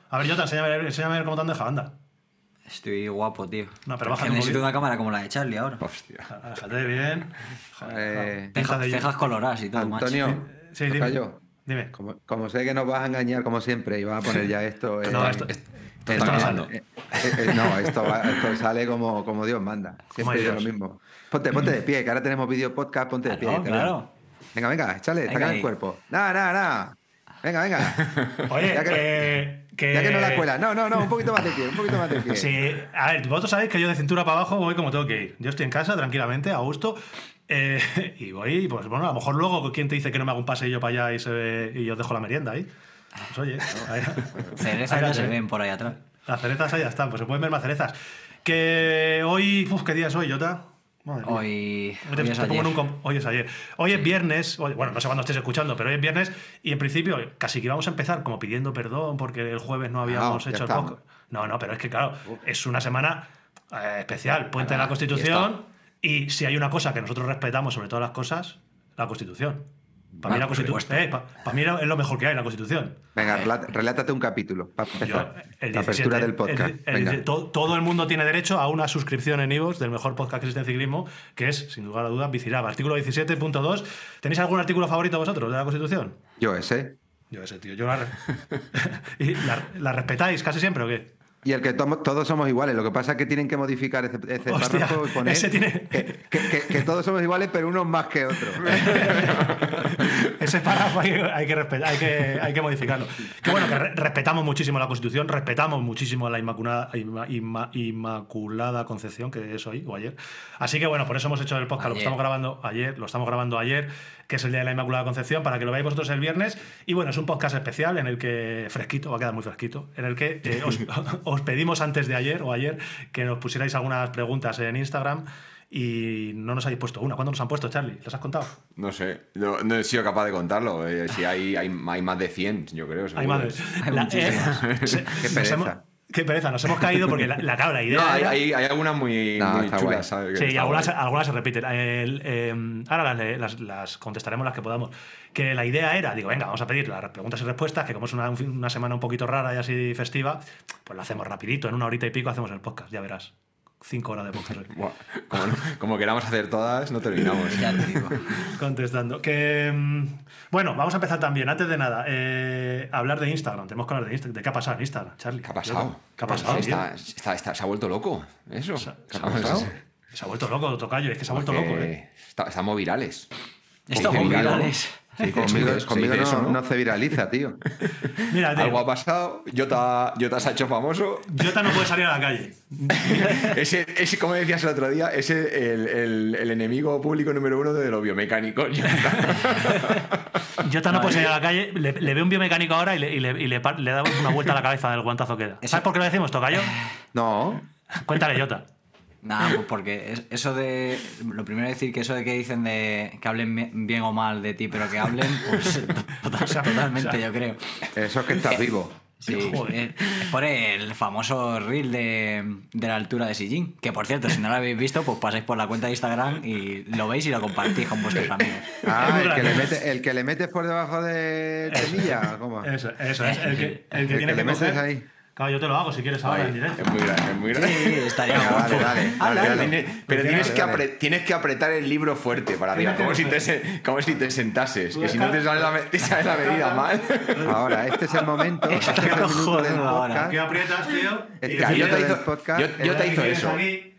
A ver, Jota, enséñame cómo te han dejado, anda. Estoy guapo, tío. No, pero bájate un necesito poquito. una cámara como la de Charlie ahora. Hostia. Déjate bien. Cejas coloradas y todo, Antonio, macho. Sí, dime. tocayo, Dime. como sé que nos vas a engañar como siempre y vas a poner ya esto... No, esto no sale. No, esto sale como Dios manda. Como Siempre digo Dios. lo mismo. Ponte de pie, que ahora tenemos vídeo podcast, ponte de pie. Claro, que claro. Venga, échale, Venga saca el ahí. cuerpo. Nada. Venga. Oye, Ya ya que no la cuela. No, un poquito más de pie. Sí, a ver, vosotros sabéis que yo de cintura para abajo voy como tengo que ir. Yo estoy en casa, tranquilamente, a gusto. Y voy, pues bueno, a lo mejor luego, ¿quién te dice que no me hago un paseillo para allá y os dejo la merienda ahí? Pues oye, Cerezas ya se ven por ahí atrás. Las cerezas ahí ya están, pues se pueden ver más cerezas. Que hoy, ¿qué día es hoy, Jota? Madre mía. Hoy Te es pongo en ayer. hoy es ayer. Hoy es viernes, bueno, no sé cuándo estés escuchando, pero hoy es viernes y en principio casi que íbamos a empezar como pidiendo perdón porque el jueves no habíamos ya hecho el estamos. podcast. No, pero es que claro, es una semana especial, puente de la Aquí Constitución y si hay una cosa que nosotros respetamos sobre todas las cosas, la Constitución. Para mí la por Constitución, para mí es lo mejor que hay, la Constitución. Venga, relátate un capítulo para empezar. El La 17, apertura del podcast. Venga. todo el mundo tiene derecho a una suscripción en iVoox del mejor podcast que existe en ciclismo, que es, sin lugar a dudas, Bicilab. Artículo 17.2. ¿Tenéis algún artículo favorito vosotros de la Constitución? Yo ese. Yo ese, tío. ¿Y la respetáis casi siempre o qué? Y el que todos somos iguales. Lo que pasa es que tienen que modificar ese Hostia, párrafo y poner ese tiene- que todos somos iguales, pero unos más que otros. Ese párrafo hay que respetar, hay que modificarlo. Que bueno, que respetamos muchísimo la Constitución, respetamos muchísimo la Inmaculada Concepción, que es hoy o ayer. Así que bueno, por eso hemos hecho el podcast, lo estamos grabando ayer, que es el día de la Inmaculada Concepción, para que lo veáis vosotros el viernes. Y bueno, es un podcast especial en el que, fresquito, va a quedar muy fresquito, en el que os pedimos antes de ayer o ayer que nos pusierais algunas preguntas en Instagram y no nos habéis puesto una. ¿Cuándo nos han puesto, Charlie? ¿Las has contado? No sé, no he sido capaz de contarlo. Si hay más de 100, yo creo. Hay seguro. más de... Hay muchísimas. Qué pereza. Qué pereza, nos hemos caído porque la idea No, era... hay algunas muy está chulas, guay. ¿sabes? Sí, Que y está algunas se repiten. Ahora las contestaremos las que podamos. Que la idea era, digo, venga, vamos a pedir las preguntas y respuestas, que como es una semana un poquito rara y así festiva, pues lo hacemos rapidito, en 1 horita y pico hacemos el podcast, ya verás. 5 horas de podcast hoy. Buah, como queramos hacer todas, no terminamos. Ya te digo. Contestando. Que bueno, vamos a empezar también, antes de nada, hablar de Instagram. Tenemos que hablar de Instagram. ¿De qué ha pasado en Instagram, Charlie? ¿Qué ha pasado? ¿Qué ha pasado? tío? Se ha vuelto loco. Eso. Se ha vuelto loco, tocayo, es que se ha vuelto loco, Estamos virales. Estamos Dice viral. virales. Sí, Se conmigo dice eso, no se viraliza, tío. Mira, tío, Algo ha pasado, Jota se ha hecho famoso. Jota no puede salir a la calle. Ese, como decías el otro día, es el enemigo público número 1 de los biomecánicos. Jota no puede salir a la calle, le ve un biomecánico ahora y le da una vuelta a la cabeza del guantazo que da. ¿Sabes por qué lo decimos, tocayo? No. Cuéntale, Jota. Nada, pues porque eso de... Lo primero es decir que eso de que dicen de que hablen bien o mal de ti, pero que hablen, pues totalmente, yo creo. Eso es que estás vivo. Sí, Joder. es por el famoso reel de la altura de Sillín. Que por cierto, si no lo habéis visto, pues pasáis por la cuenta de Instagram y lo veis y lo compartís con vuestros amigos. Ah, el que le metes por debajo de semilla. ¿Cómo? Eso es. El que El tiene que que le metes coger. ahí. Claro, yo te lo hago si quieres ahora en directo. Es muy grande. Sí, estaría Venga, guapo. dale. Pero tienes Dale. tienes que apretar el libro fuerte para arriba, como si te sentases. Que si no te sale la medida mal. Ahora, este es el momento. Este es el minuto Joder, del ahora. podcast. ¿Qué aprietas, tío? Este Y es el yo minuto te del hizo- podcast. yo te hizo eso. Aquí.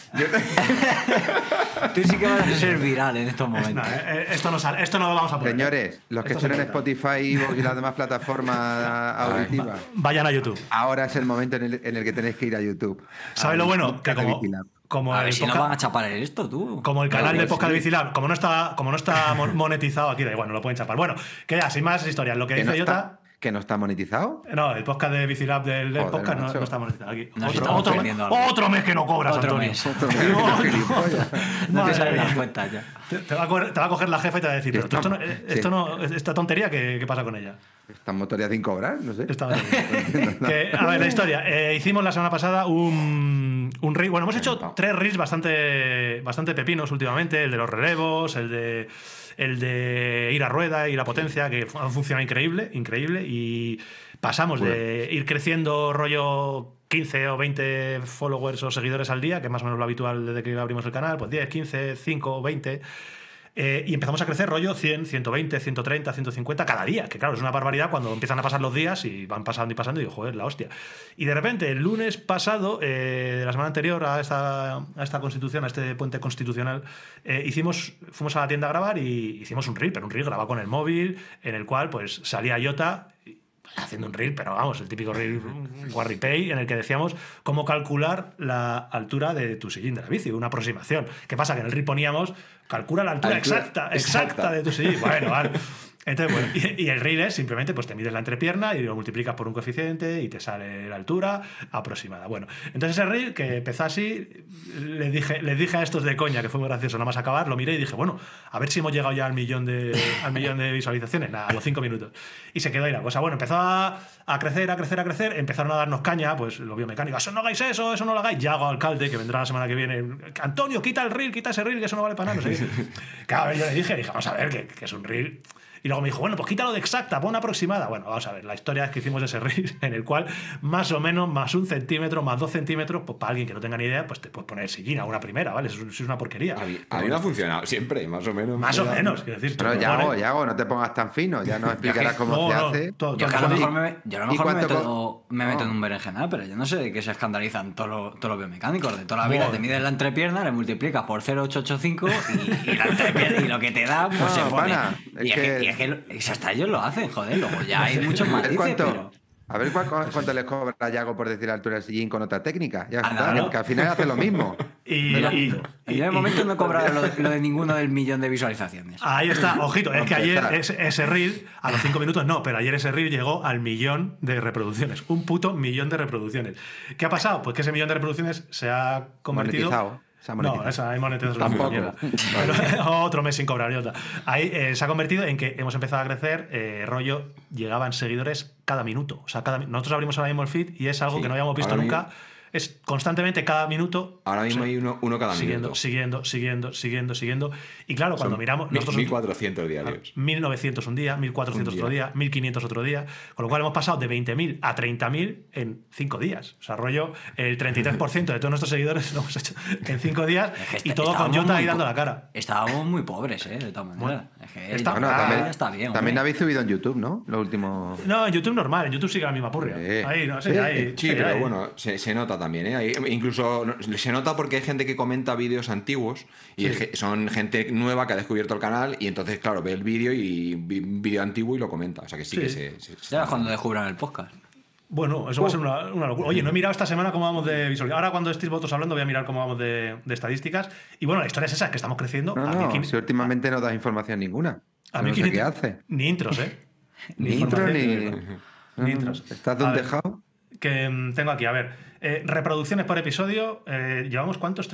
Tú sí que vas a ser viral en estos momentos. No, esto no sale, esto no lo vamos a poner. Señores, los que Esto estén se en corta. Spotify y las demás plataformas auditivas, Vayan a YouTube. ahora es el momento en el que tenéis que ir a YouTube. ¿Sabes lo bueno? Que como, Vigilab. como A ver el si no podcast- van a chapar esto, tú. Como el canal Claro, de podcast sí. de Bicilab, como no está monetizado aquí, da igual, no lo pueden chapar. Bueno, que ya, sin más historias, lo que ¿Que no dice está, Jota... que no está monetizado? No, el podcast de Bicilab del Joder, podcast macho. no está monetizado aquí. Nos estamos perdiendo algo. Otro mes que no cobras, Otro Antonio. mes. Otro mes, Digo, gilipollas. No madre te salen mía. las cuentas ya. Te va a coger la jefa y te va a decir, pero Sí, esta tontería, ¿qué pasa con ella? Están motorías sin cobrar, no sé. A ver, la historia. Hicimos la semana pasada un reel. Bueno, hemos hecho 3 reels bastante pepinos últimamente. El de los relevos, el de ir a rueda y la potencia, que ha funcionado increíble. Y pasamos de ir creciendo rollo 15 o 20 followers o seguidores al día, que es más o menos lo habitual desde que abrimos el canal, pues 10, 15, 5, 20... y empezamos a crecer rollo 100, 120, 130, 150 cada día, que claro, es una barbaridad cuando empiezan a pasar los días y van pasando y digo, joder, la hostia. Y de repente, el lunes pasado, de la semana anterior a esta constitución, a este puente constitucional, fuimos a la tienda a grabar y hicimos un reel, pero un reel grabado con el móvil, en el cual pues salía Jota haciendo un reel, pero vamos, el típico reel Warripay, en el que decíamos cómo calcular la altura de tu sillín de la bici, una aproximación. ¿Qué pasa? Que en el reel poníamos calcula la altura exacta de tu sillín. Bueno, vale. Entonces, bueno, y el reel es simplemente, pues te mides la entrepierna y lo multiplicas por un coeficiente y te sale la altura aproximada. Bueno, entonces ese reel, que empezó así, les dije a estos de coña, que fue muy gracioso, nada más acabar, lo miré y dije, bueno, a ver si hemos llegado ya al millón de visualizaciones. Nada, a los 5 minutos. Y se quedó ahí la cosa. Bueno, empezó a crecer, empezaron a darnos caña, pues los biomecánicos, eso no hagáis eso no lo hagáis. Yago, alcalde, que vendrá la semana que viene, Antonio, quita ese reel, que eso no vale para nada, no sé qué. Claro, yo le dije, vamos a ver, que es un reel. Y luego me dijo, bueno, pues quítalo de exacta, pon una aproximada. Bueno, vamos a ver, la historia es que hicimos ese reel en el cual más o menos, más 1 centímetro, más 2 centímetros, pues para alguien que no tenga ni idea, pues te puedes poner sillín a una primera, ¿vale? Eso es una porquería. A mí no ha funcionado siempre, más o menos. Más o menos, quiero decir. Pero Yago, no te pongas tan fino, ya nos explicarás cómo se hace. Yo a lo mejor me meto en un berenjenal, pero yo no sé de qué se escandalizan todos los biomecánicos. De toda la vida te mides la entrepierna, le multiplicas por 0,885 y la entrepierna y lo que te da, pues se pone. Y es que hasta ellos lo hacen, joder, luego ya hay muchos matices, pero... A ver cuánto les cobra a Yago por decir la altura del sillín con otra técnica. Ya está, que al final hace lo mismo. Y yo de momento no he cobrado lo de ninguno del millón de visualizaciones. Ahí está, ojito, es que ayer ese reel, a los 5 minutos no, pero ayer ese reel llegó al 1.000.000 de reproducciones. Un puto 1.000.000 de reproducciones. ¿Qué ha pasado? Pues que ese 1.000.000 de reproducciones se ha convertido... No, esa hay monetización. Tampoco. Otro mes sin cobrar. Ahí se ha convertido en que hemos empezado a crecer, rollo, llegaban seguidores cada minuto. O sea, nosotros abrimos ahora mismo el feed y es algo que no habíamos visto nunca. Es constantemente cada minuto. Ahora mismo hay uno cada minuto. Siguiendo. Y claro, cuando miramos. 1.400 diarios. 1.900 un día, 1.400 otro día, 1.500 otro día. Con lo cual hemos pasado de 20.000 a 30.000 en 5 días. O sea, rollo, el 33% de todos nuestros seguidores lo hemos hecho en 5 días. Es que y todo con Jota ahí dando la cara. Estábamos muy pobres, de todas maneras. Bueno, es que está bien. También habéis subido en YouTube, ¿no? Lo último. No, en YouTube normal. En YouTube sigue la misma purria. Ahí, no sé. Sí, pero bueno, se nota también, ¿eh? Incluso se nota porque hay gente que comenta vídeos antiguos y son gente nueva que ha descubierto el canal y entonces, claro, ve el vídeo y un vídeo antiguo y lo comenta. O sea que sí. Que se ya es cuando descubran el podcast. Bueno, eso va a ser una locura. Oye, no he mirado esta semana cómo vamos de visualización. Ahora cuando estéis vosotros hablando voy a mirar cómo vamos de estadísticas. Y bueno, la historia es esa, que estamos creciendo. Si últimamente no das información ninguna. No sé qué hace. Ni intros, ni intros ni intros. ¿Estás de un tejado? Que tengo aquí, a ver. Reproducciones por episodio, llevamos ¿cuántos?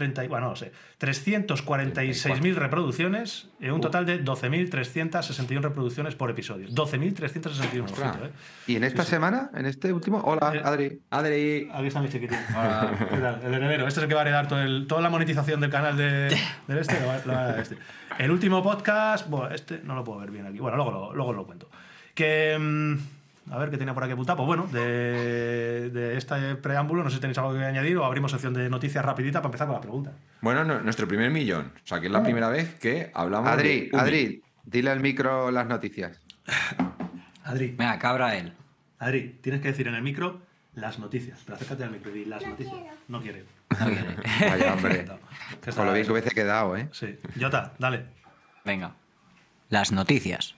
346.000 reproducciones, un total de 12.361 reproducciones por episodio. 12.361. ¿Y en esta semana? ¿En este último? Hola, Adri. Aquí está mi chiquitín. Hola. El heredero. Este es el que va a heredar toda la monetización del canal del este. Lo va a este. El último podcast, bueno, este no lo puedo ver bien aquí. Bueno, luego lo cuento. Que... A ver qué tenía por aquí apuntado. Pues bueno, de este preámbulo, no sé si tenéis algo que añadir o abrimos sección de noticias rapidita para empezar con las preguntas. Bueno, nuestro primer millón. O sea, que es la primera vez que hablamos Adri, dile al micro las noticias. Adri. Venga, cabra él. Adri, tienes que decir en el micro las noticias. Pero acércate al micro y di las noticias. No quiere. Vaya, hombre. Con lo bien que hubiese quedado, ¿eh? Sí. Jota, dale. Venga. Las noticias.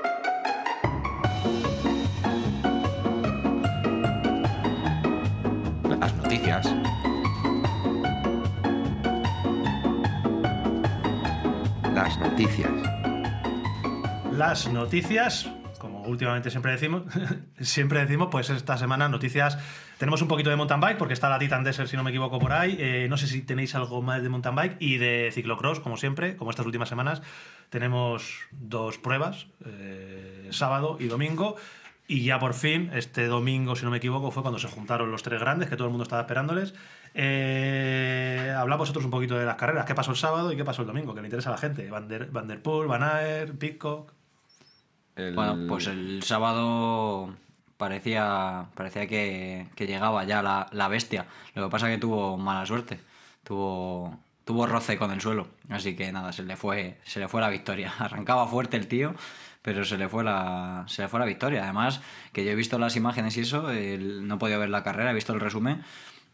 Las noticias. Las noticias, como últimamente siempre decimos, pues esta semana noticias. Tenemos un poquito de mountain bike porque está la Titan Desert, si no me equivoco, por ahí. No sé si tenéis algo más de mountain bike y de ciclocross, como siempre, como estas últimas semanas. Tenemos 2 pruebas, sábado y domingo. Y ya por fin, este domingo, si no me equivoco, fue cuando se juntaron los tres grandes, que todo el mundo estaba esperándoles. Hablad vosotros un poquito de las carreras, qué pasó el sábado y qué pasó el domingo, que le interesa a la gente. Van der Poel, Van Aert, Pidcock. Bueno, pues el sábado parecía que llegaba ya la bestia. Lo que pasa es que tuvo mala suerte. Tuvo roce con el suelo. Así que nada, se le fue la victoria. Arrancaba fuerte el tío, pero se le fue la victoria. Además, que yo he visto las imágenes y eso, no he podido ver la carrera, he visto el resumen.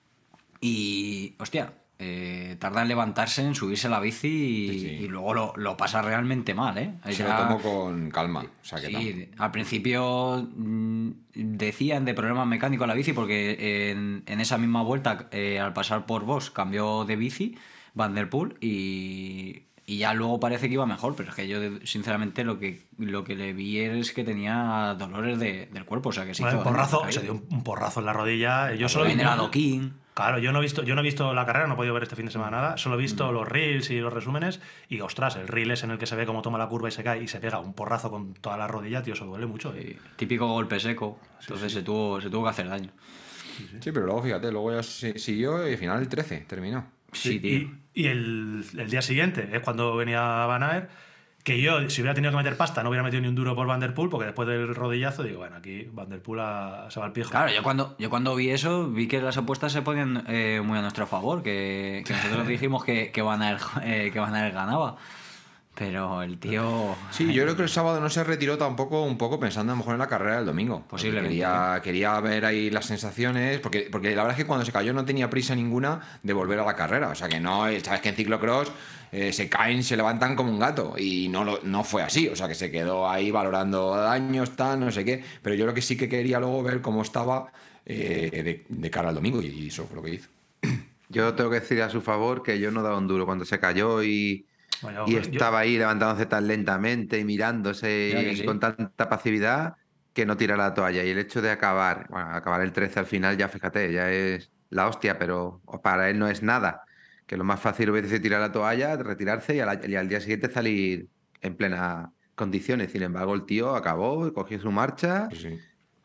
Y, hostia, tarda en levantarse, en subirse a la bici y luego lo pasa realmente mal, ¿eh? Se lo tomó con calma. O sea, que sí, al principio decían de problemas mecánicos a la bici porque en esa misma vuelta, al pasar por Bosch, cambió de bici Van der Poel y ya luego parece que iba mejor, pero es que yo sinceramente lo que le vi es que tenía dolores del cuerpo, o sea que sí. Bueno, se dio un porrazo en la rodilla. Yo solo vi adoquín. Claro, yo no he visto la carrera, no he podido ver este fin de semana nada, solo he visto los reels y los resúmenes y ostras, el reel es en el que se ve cómo toma la curva y se cae y se pega un porrazo con toda la rodilla, tío, eso duele mucho. Típico golpe seco, entonces se tuvo que hacer daño. Sí, pero luego fíjate, luego ya siguió y al final el 13 terminó. Sí, tío. Y el día siguiente es cuando venía Van Aert, que yo, si hubiera tenido que meter pasta, no hubiera metido ni un duro por Van der Poel, porque después del rodillazo digo, bueno, aquí Van der Poel se va al pijo. Claro, yo cuando vi eso, vi que las apuestas se ponían muy a nuestro favor, que nosotros dijimos que Van Aert ganaba. Pero el tío... Sí, yo creo que el sábado no se retiró tampoco un poco pensando a lo mejor en la carrera del domingo. Posiblemente. Quería ver ahí las sensaciones, porque la verdad es que cuando se cayó no tenía prisa ninguna de volver a la carrera. O sea que no, sabes que en ciclocross se caen, se levantan como un gato y no fue así. O sea que se quedó ahí valorando daños, tal, no sé qué. Pero yo creo que sí que quería luego ver cómo estaba de cara al domingo y eso fue lo que hizo. Yo tengo que decir a su favor que yo no daba un duro cuando se cayó y estaba ahí levantándose tan lentamente y mirándose y con tanta pasividad que no tira la toalla. Y el hecho de acabar el 13 al final, ya fíjate, ya es la hostia, pero para él no es nada. Que lo más fácil hubiese sido tirar la toalla, retirarse y al día siguiente salir en plenas condiciones. Sin embargo, el tío acabó, cogió su marcha. Sí.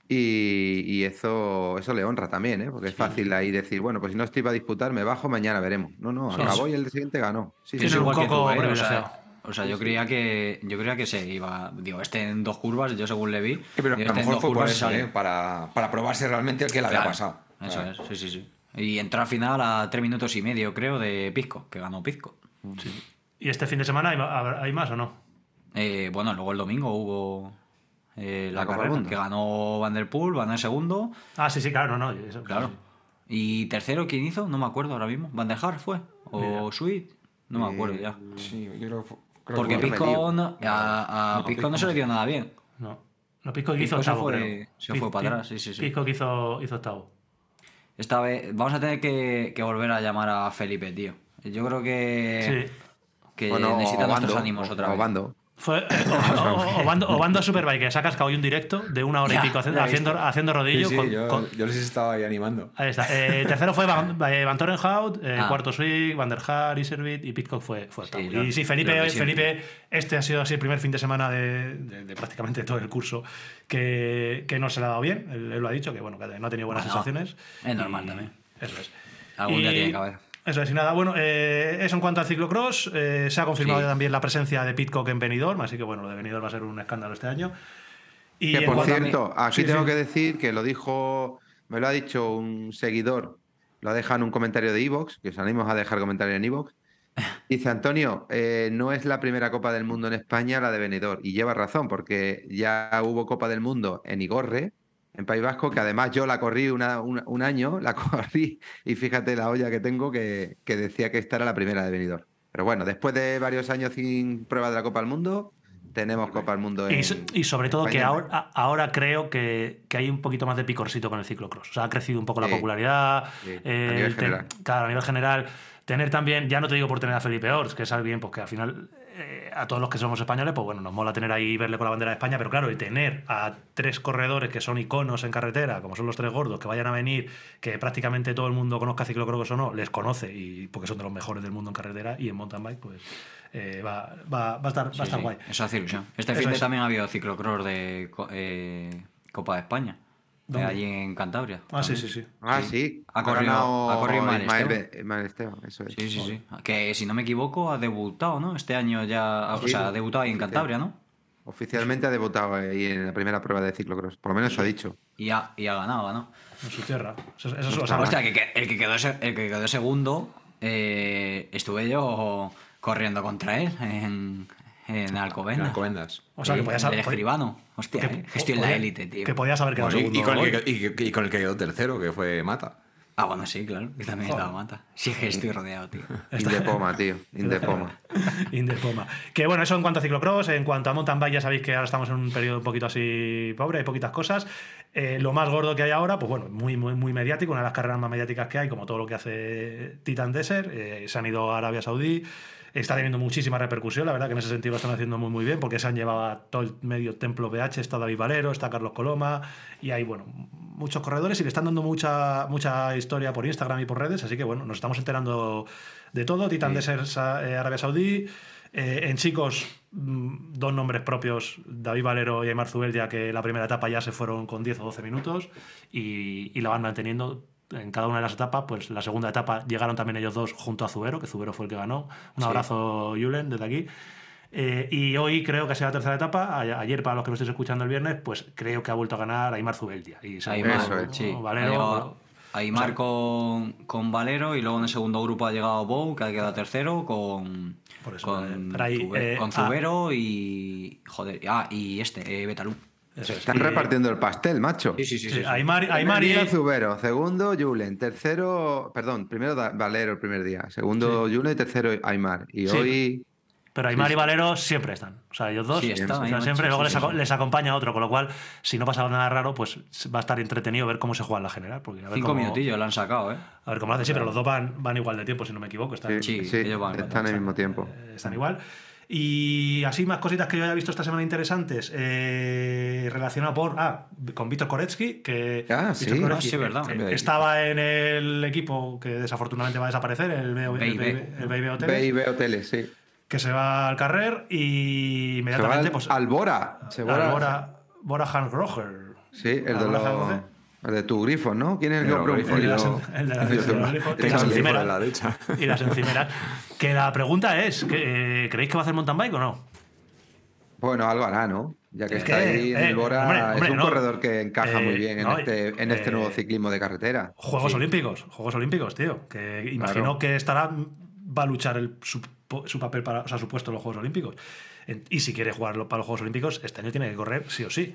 Y eso le honra también, ¿eh? Porque es fácil ahí decir, bueno, pues si no estoy para disputar, me bajo, mañana veremos. No, acabó y el siguiente ganó. Sí, es un poco privilegiado. O sea, yo creía que se iba... Digo, en 2 curvas, yo según le vi... Pero a lo mejor fue por eso, para probarse realmente el que le había pasado. Eso es, sí. Y entró al final a 3 minutos y medio, creo, de Pidcock, que ganó Pidcock. Sí. ¿Y este fin de semana hay más o no? Bueno, luego el domingo hubo... la carrera, que ganó Van der Poel, Van Aert segundo. Ah, sí, claro, no. Eso, claro. Sí. ¿Y tercero quién hizo? No me acuerdo ahora mismo. ¿Van der Haar fue? ¿O Sweet? No me acuerdo ya. Sí, yo creo que porque Pidcock a Pidcock no se le dio nada bien. No, Pidcock hizo octavo. Se fue para atrás, sí. Pidcock hizo octavo. Esta vez vamos a tener que volver a llamar a Felipe, tío. Yo creo que necesita nuestros ánimos otra vez. Fue Obando Superbike, que se ha cascado hoy un directo de 1 hora y pico haciendo rodillo. Sí, yo les estaba ahí animando. Ahí está. Tercero fue Van Torenhout, cuarto Swick, Van der Haar, Iservit y Pidcock fue octavo. Y sí, Felipe, este ha sido así el primer fin de semana de prácticamente todo el curso que no se le ha dado bien. Él lo ha dicho, que bueno, que no ha tenido buenas sensaciones. Es normal también. Eso es. Algún día tiene que haber. Eso es, y nada, bueno, eso en cuanto al ciclocross. Se ha confirmado ya también la presencia de Pidcock en Benidorm, así que bueno, lo de Benidorm va a ser un escándalo este año. Y que por cierto, aquí tengo que decir que me lo ha dicho un seguidor, lo ha dejado en un comentario de iVoox, que os animo a dejar comentario en iVoox. Dice Antonio, no es la primera Copa del Mundo en España la de Benidorm, y lleva razón, porque ya hubo Copa del Mundo en Igorre, en País Vasco, que además yo la corrí un año, y fíjate la olla que tengo que decía que esta era la primera de Benidorm. Pero bueno, después de varios años sin prueba de la Copa del Mundo, tenemos Copa del Mundo y sobre todo España. Que ahora creo que hay un poquito más de picorcito con el ciclocross. O sea, ha crecido un poco la popularidad. Sí, a nivel general. Claro, a nivel general. Tener también, ya no te digo por tener a Felipe Ors, que es alguien pues, que al final... a todos los que somos españoles, pues bueno, nos mola tener ahí y verle con la bandera de España, pero claro, y tener a 3 corredores que son iconos en carretera, como son los 3 gordos, que vayan a venir, que prácticamente todo el mundo conozca ciclocross o no, les conoce, y porque son de los mejores del mundo en carretera y en mountain bike, pues va a estar guay. Eso hace ilusión. Este fin de también ha habido ciclocross Copa de España. Allí en Cantabria. Sí. Sí. Ha corrido Ismael Esteban, eso es. Sí. Que si no me equivoco ha debutado, ¿no? Este año ya... O sea, ha debutado ahí en Cantabria, ¿no? Oficialmente ha debutado ahí en la primera prueba de ciclocross. Por lo menos eso ha dicho. Y ha ganado. En su tierra. Eso Hostia, el que quedó segundo, estuve yo corriendo contra él en Alcobendas. Alcobendas. O sea, que podías El escribano. Hostia, que estoy en la élite, tío. Que podías haber quedado segundo. Y con el que quedó tercero, que fue Mata. Ah, bueno, sí, claro. Que también estaba Mata. Sí, es que estoy rodeado, tío. Indepoma, tío. Indepoma. Que bueno, eso en cuanto a ciclocross. En cuanto a mountain bike, ya sabéis que ahora estamos en un periodo un poquito así pobre, hay poquitas cosas. Lo más gordo que hay ahora, pues bueno, muy mediático, una de las carreras más mediáticas que hay, como todo lo que hace Titan Desert. Se han ido a Arabia Saudí. Está teniendo muchísima repercusión, la verdad que en ese sentido lo están haciendo muy bien, porque se han llevado a todo el medio templo BH, está David Valero, está Carlos Coloma, y hay, bueno, muchos corredores y le están dando mucha historia por Instagram y por redes, así que bueno, nos estamos enterando de todo. Titan Desert, Arabia Saudí. En chicos, 2 nombres propios, David Valero y Aimar Zubeldia, que la primera etapa ya se fueron con 10 o 12 minutos y la van manteniendo en cada una de las etapas. Pues la segunda etapa llegaron también ellos dos junto a Zubero, que Zubero fue el que ganó. Un abrazo, Julen, desde aquí. Y hoy creo que ha sido la tercera etapa. Ayer, para los que me estéis escuchando el viernes, pues creo que ha vuelto a ganar Aimar Zubeldia. Y Valero, Aimar con Valero, y luego en el segundo grupo ha llegado Bou, que ha quedado tercero con Zubero y... Joder, y Betalú. Están repartiendo el pastel, macho. Sí. Aimar y Zubero, segundo Julen, tercero, perdón, primero Valero el primer día, segundo Julen y tercero Aimar. Y hoy... Pero Aimar y Valero siempre están. O sea, ellos dos siempre. Luego les acompaña otro, con lo cual, si no pasa nada raro, pues va a estar entretenido ver cómo se juega en la general. Porque 5 minutillos lo han sacado, ¿eh? A ver cómo lo hace, sí, pero los dos van igual de tiempo, si no me equivoco. Están al mismo tiempo. Están igual. Y así más cositas que yo haya visto esta semana interesantes, relacionado con Víctor Koretsky, que verdad. Estaba en el equipo que desafortunadamente va a desaparecer, el BIB Hoteles, sí. Que se va al carrer y inmediatamente... al Bora. Bora Hansgrohe. Sí, el de tu grifo, ¿no? ¿Quién es el que compró un grifo? El de las encimeras. Y las encimeras. Que la pregunta es, ¿creéis que va a hacer mountain bike o no? Bueno, algo hará, ¿no? Ya que está ahí en el Bora, es un corredor que encaja muy bien en este nuevo ciclismo de carretera. Juegos Olímpicos, tío. Que imagino que va a luchar su papel su puesto en los Juegos Olímpicos. Y si quiere jugar para los Juegos Olímpicos, este año tiene que correr sí o sí.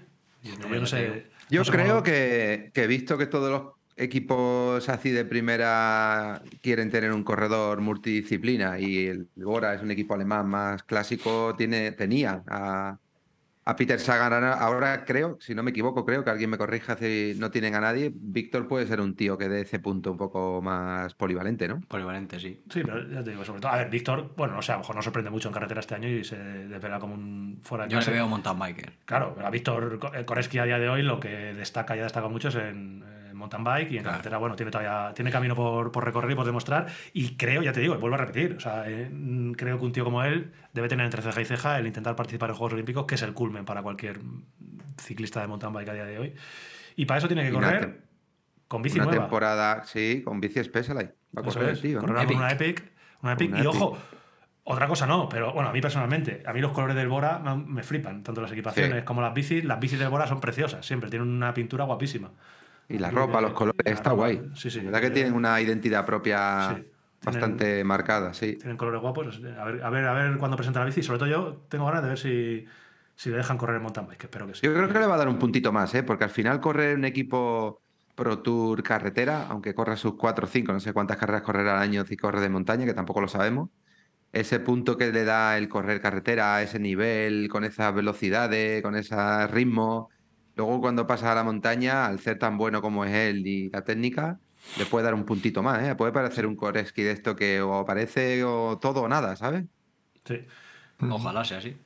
Yo creo que visto que todos los equipos así de primera quieren tener un corredor multidisciplina y el Bora es un equipo alemán más clásico, tenía a Peter Sagan. Ahora creo, si no me equivoco, creo que alguien me corrija si no tienen a nadie. Víctor puede ser un tío que dé ese punto un poco más polivalente, ¿no? Polivalente, sí. Sí, pero ya te digo, sobre todo, a ver, Víctor, bueno, no sé, a lo mejor no sorprende mucho en carretera este año y se desvela como un fuera de clase. Yo le veo mountain biker. Claro, pero a Víctor Koretsky a día de hoy lo que destaca mucho es en mountain bike y en carretera, bueno, tiene camino por recorrer y por demostrar, y creo, ya te digo, vuelvo a repetir, o sea, creo que un tío como él debe tener entre ceja y ceja el intentar participar en Juegos Olímpicos, que es el culmen para cualquier ciclista de mountain bike a día de hoy, y para eso tiene que correr con bici nueva. Una temporada, sí, con bici Specialized. Va a correr el tío, ¿no? Correr con una Epic, y ojo, otra cosa no, pero bueno, a mí personalmente, a mí los colores del Bora me flipan, tanto las equipaciones como las bicis del Bora son preciosas, siempre tienen una pintura guapísima. Y la ropa, los colores, está guay. Sí. La verdad que tienen una identidad propia bastante marcada, sí. Tienen colores guapos. A ver cuándo presenta la bici. Sobre todo yo tengo ganas de ver si le dejan correr el mountain bike, que espero que sí. Yo creo que le va a dar un puntito más, porque al final correr un equipo Pro Tour carretera, aunque corra sus 4 o 5, no sé cuántas carreras correrá al año si corre de montaña, que tampoco lo sabemos, ese punto que le da el correr carretera a ese nivel, con esas velocidades, con ese ritmo... Luego, cuando pasa a la montaña, al ser tan bueno como es él y la técnica, le puede dar un puntito más, Puede parecer un Koretsky de esto que o aparece o todo o nada, ¿sabes? Sí. Ojalá sea así.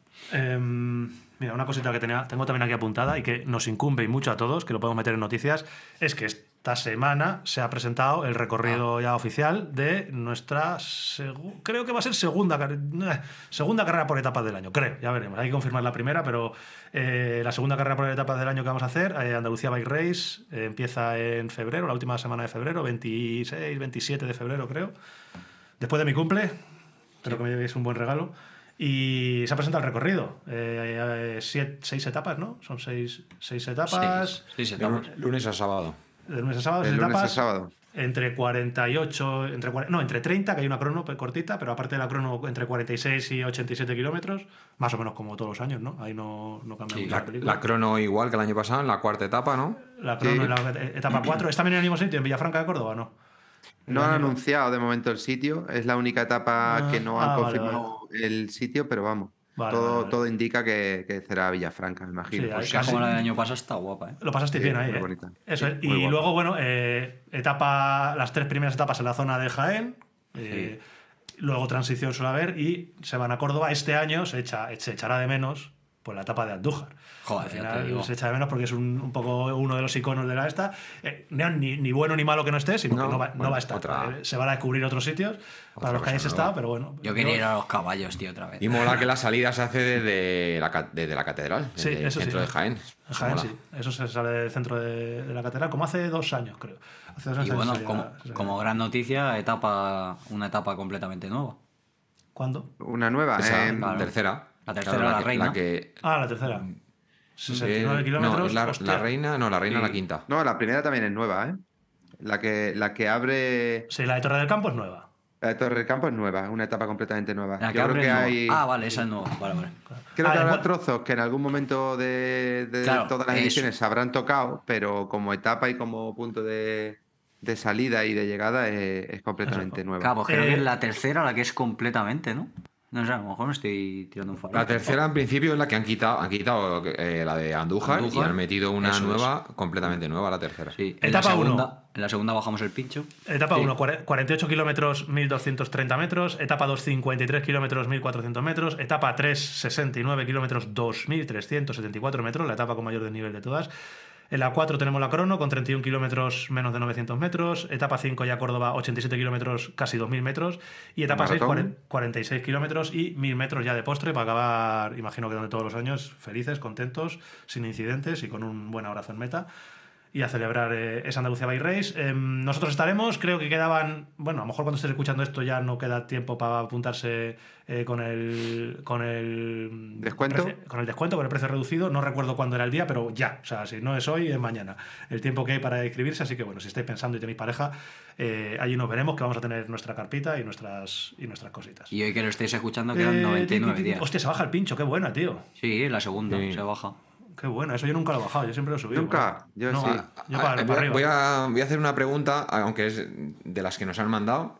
Mira, una cosita que tengo también aquí apuntada y que nos incumbe y mucho a todos, que lo podemos meter en noticias, es que esta semana se ha presentado el recorrido ya oficial de nuestra, creo que va a ser segunda carrera por etapas del año, creo, ya veremos, hay que confirmar la primera, pero la segunda carrera por etapas del año que vamos a hacer, Andalucía Bike Race, empieza en febrero, la última semana de febrero, 26, 27 de febrero creo, después de mi cumple, espero que me llevéis un buen regalo. Y se ha presentado el recorrido. 6 etapas, ¿no? Son 6 etapas. 6 etapas. Lunes a sábado. De lunes a sábado, De 6 lunes etapas. a sábado. Entre 48, entre 30, que hay una crono cortita, pero aparte de la crono entre 46 y 87 kilómetros, más o menos como todos los años, ¿no? Ahí no cambia mucho la película. La crono igual que el año pasado, en la cuarta etapa, ¿no? La crono en la etapa 4. ¿Está también en el mismo sitio, en Villafranca de Córdoba, no? No han anunciado de momento el sitio, es la única etapa que no han confirmado vale. el sitio, pero vamos, Vale, todo indica que será Villafranca, me imagino. Sí, Pues como la del año pasado está guapa, ¿eh? Lo pasaste Sí, bien ahí, muy ¿eh? bonita. Eso Sí, es. muy Y guapa. luego, bueno, las 3 primeras etapas en la zona de Jaén. Luego transición suele haber y se van a Córdoba. Este año se echará de menos pues la etapa de Andújar. Joder, Al ya te final digo. se echa de menos porque es un poco uno de los iconos de la esta. Ni bueno ni malo que no esté, sino que no va a estar. Se van a descubrir otros sitios para los que hayáis estado, pero bueno. Yo quería ir a los caballos, tío, otra vez. Y mola que la salida se hace desde la catedral, Sí, desde el eso centro sí. de Jaén. En Jaén, Mola. sí. Eso se sale del centro de la catedral, como hace 2 años, creo. Hace 2 años Y bueno, se salía- como gran noticia, una etapa completamente nueva. ¿Cuándo? Una nueva, Esa, claro. tercera. La tercera, Claro, la reina. La que, La tercera. 69 kilómetros. no, hostia. la reina, Sí. la quinta. No, la primera también es nueva, ¿eh? La que abre Sí, la de Torre del Campo es nueva. la de Torre del Campo es nueva, una etapa completamente nueva. La que Yo creo abre que es nueva. hay Vale, esa es nueva. Vale. creo que habrá igual- trozos que en algún momento de Claro, todas las eso. ediciones se habrán tocado, pero como etapa y como punto de salida y de llegada es completamente nueva. Claro, pues creo que es la tercera la que es completamente, ¿no? No sé, a lo mejor me estoy tirando un farol. La tercera, en principio, es la que han quitado la de Andújar y han metido una Eso nueva, completamente nueva, la tercera. Sí, Etapa en la segunda bajamos el pincho. Etapa 1, 48 kilómetros, 1.230 metros. Etapa 2, 53 kilómetros, 1.400 metros. Etapa 3, 69 kilómetros, 2.374 metros, la etapa con mayor desnivel de todas. En la 4 tenemos la crono con 31 kilómetros, menos de 900 metros. Etapa 5 ya Córdoba, 87 kilómetros, casi 2.000 metros. Y etapa 6, 46 kilómetros y 1.000 metros ya de postre para acabar, imagino que donde todos los años, felices, contentos, sin incidentes y con un buen abrazo en meta. Y a celebrar esa Andalucía Bike Race. Nosotros estaremos, creo que quedaban, bueno, a lo mejor cuando estés escuchando esto ya no queda tiempo para apuntarse con el ¿Descuento? Con el descuento, con el precio reducido. No recuerdo cuándo era el día, pero ya, o sea, si no es hoy, es mañana. El tiempo que hay para inscribirse, así que bueno, si estáis pensando y tenéis pareja, allí nos veremos, que vamos a tener nuestra carpita y nuestras cositas. Y hoy que lo estéis escuchando quedan 99 días. Hostia, se baja el pincho, qué buena, tío. Sí, la segunda se baja. Qué buena, eso yo nunca lo he bajado, yo siempre lo he subido. Nunca, yo sí. Yo para arriba. Voy a hacer una pregunta, aunque es de las que nos han mandado.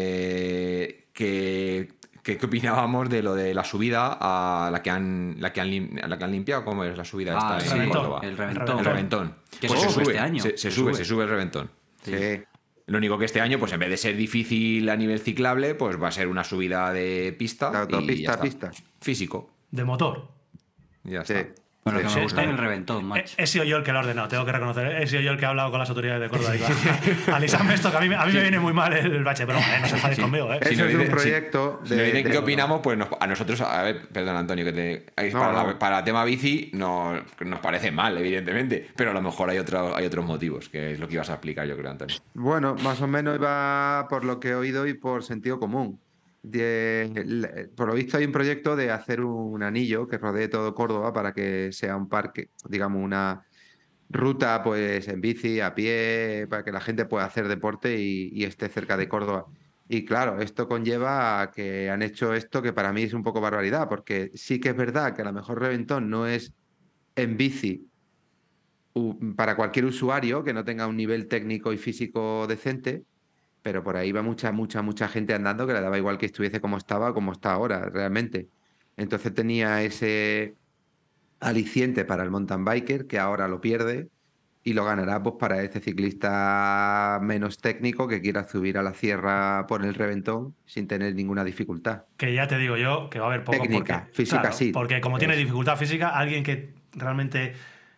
¿Qué opinábamos de lo de la subida a la que han limpiado? ¿Cómo es la subida esta en reventón. Córdoba? El reventón. El reventón. Que Pues se se sube sube este año. Se sube el reventón. Sí. Lo único que este año, pues en vez de ser difícil a nivel ciclable, pues va a ser una subida de pista. De autopista y ya a está. pista. Físico. De motor. Ya Sí. está. Bueno, lo que Sí, me gusta sí. es el reventón, macho. He sido yo el que lo ha ordenado, tengo que reconocer. He sido yo el que ha hablado con las autoridades de Córdoba. Digo, alisarme esto, que a mí me viene muy mal el bache, pero no se enfadéis conmigo. Si Eso nos es un dicen- proyecto Si nos dicen qué opinamos, pues a nosotros, a ver, perdón Antonio, para el tema bici nos parece mal, evidentemente, pero a lo mejor hay otros motivos, que es lo que ibas a explicar, yo creo, Antonio. Bueno, más o menos iba por lo que he oído y por sentido común. Por lo visto hay un proyecto de hacer un anillo que rodee todo Córdoba para que sea un parque, digamos, una ruta pues en bici, a pie, para que la gente pueda hacer deporte y esté cerca de Córdoba. Y claro, esto conlleva a que han hecho esto que para mí es un poco barbaridad, porque sí que es verdad que a lo mejor Reventón no es en bici para cualquier usuario que no tenga un nivel técnico y físico decente, pero por ahí va mucha gente andando que le daba igual que estuviese como estaba o como está ahora, realmente. Entonces tenía ese aliciente para el mountain biker que ahora lo pierde y lo ganará pues para este ciclista menos técnico que quiera subir a la sierra por el Reventón sin tener ninguna dificultad. Que ya te digo yo que va a haber poco Técnica, porque, física claro, sí. porque como tiene dificultad física, alguien que realmente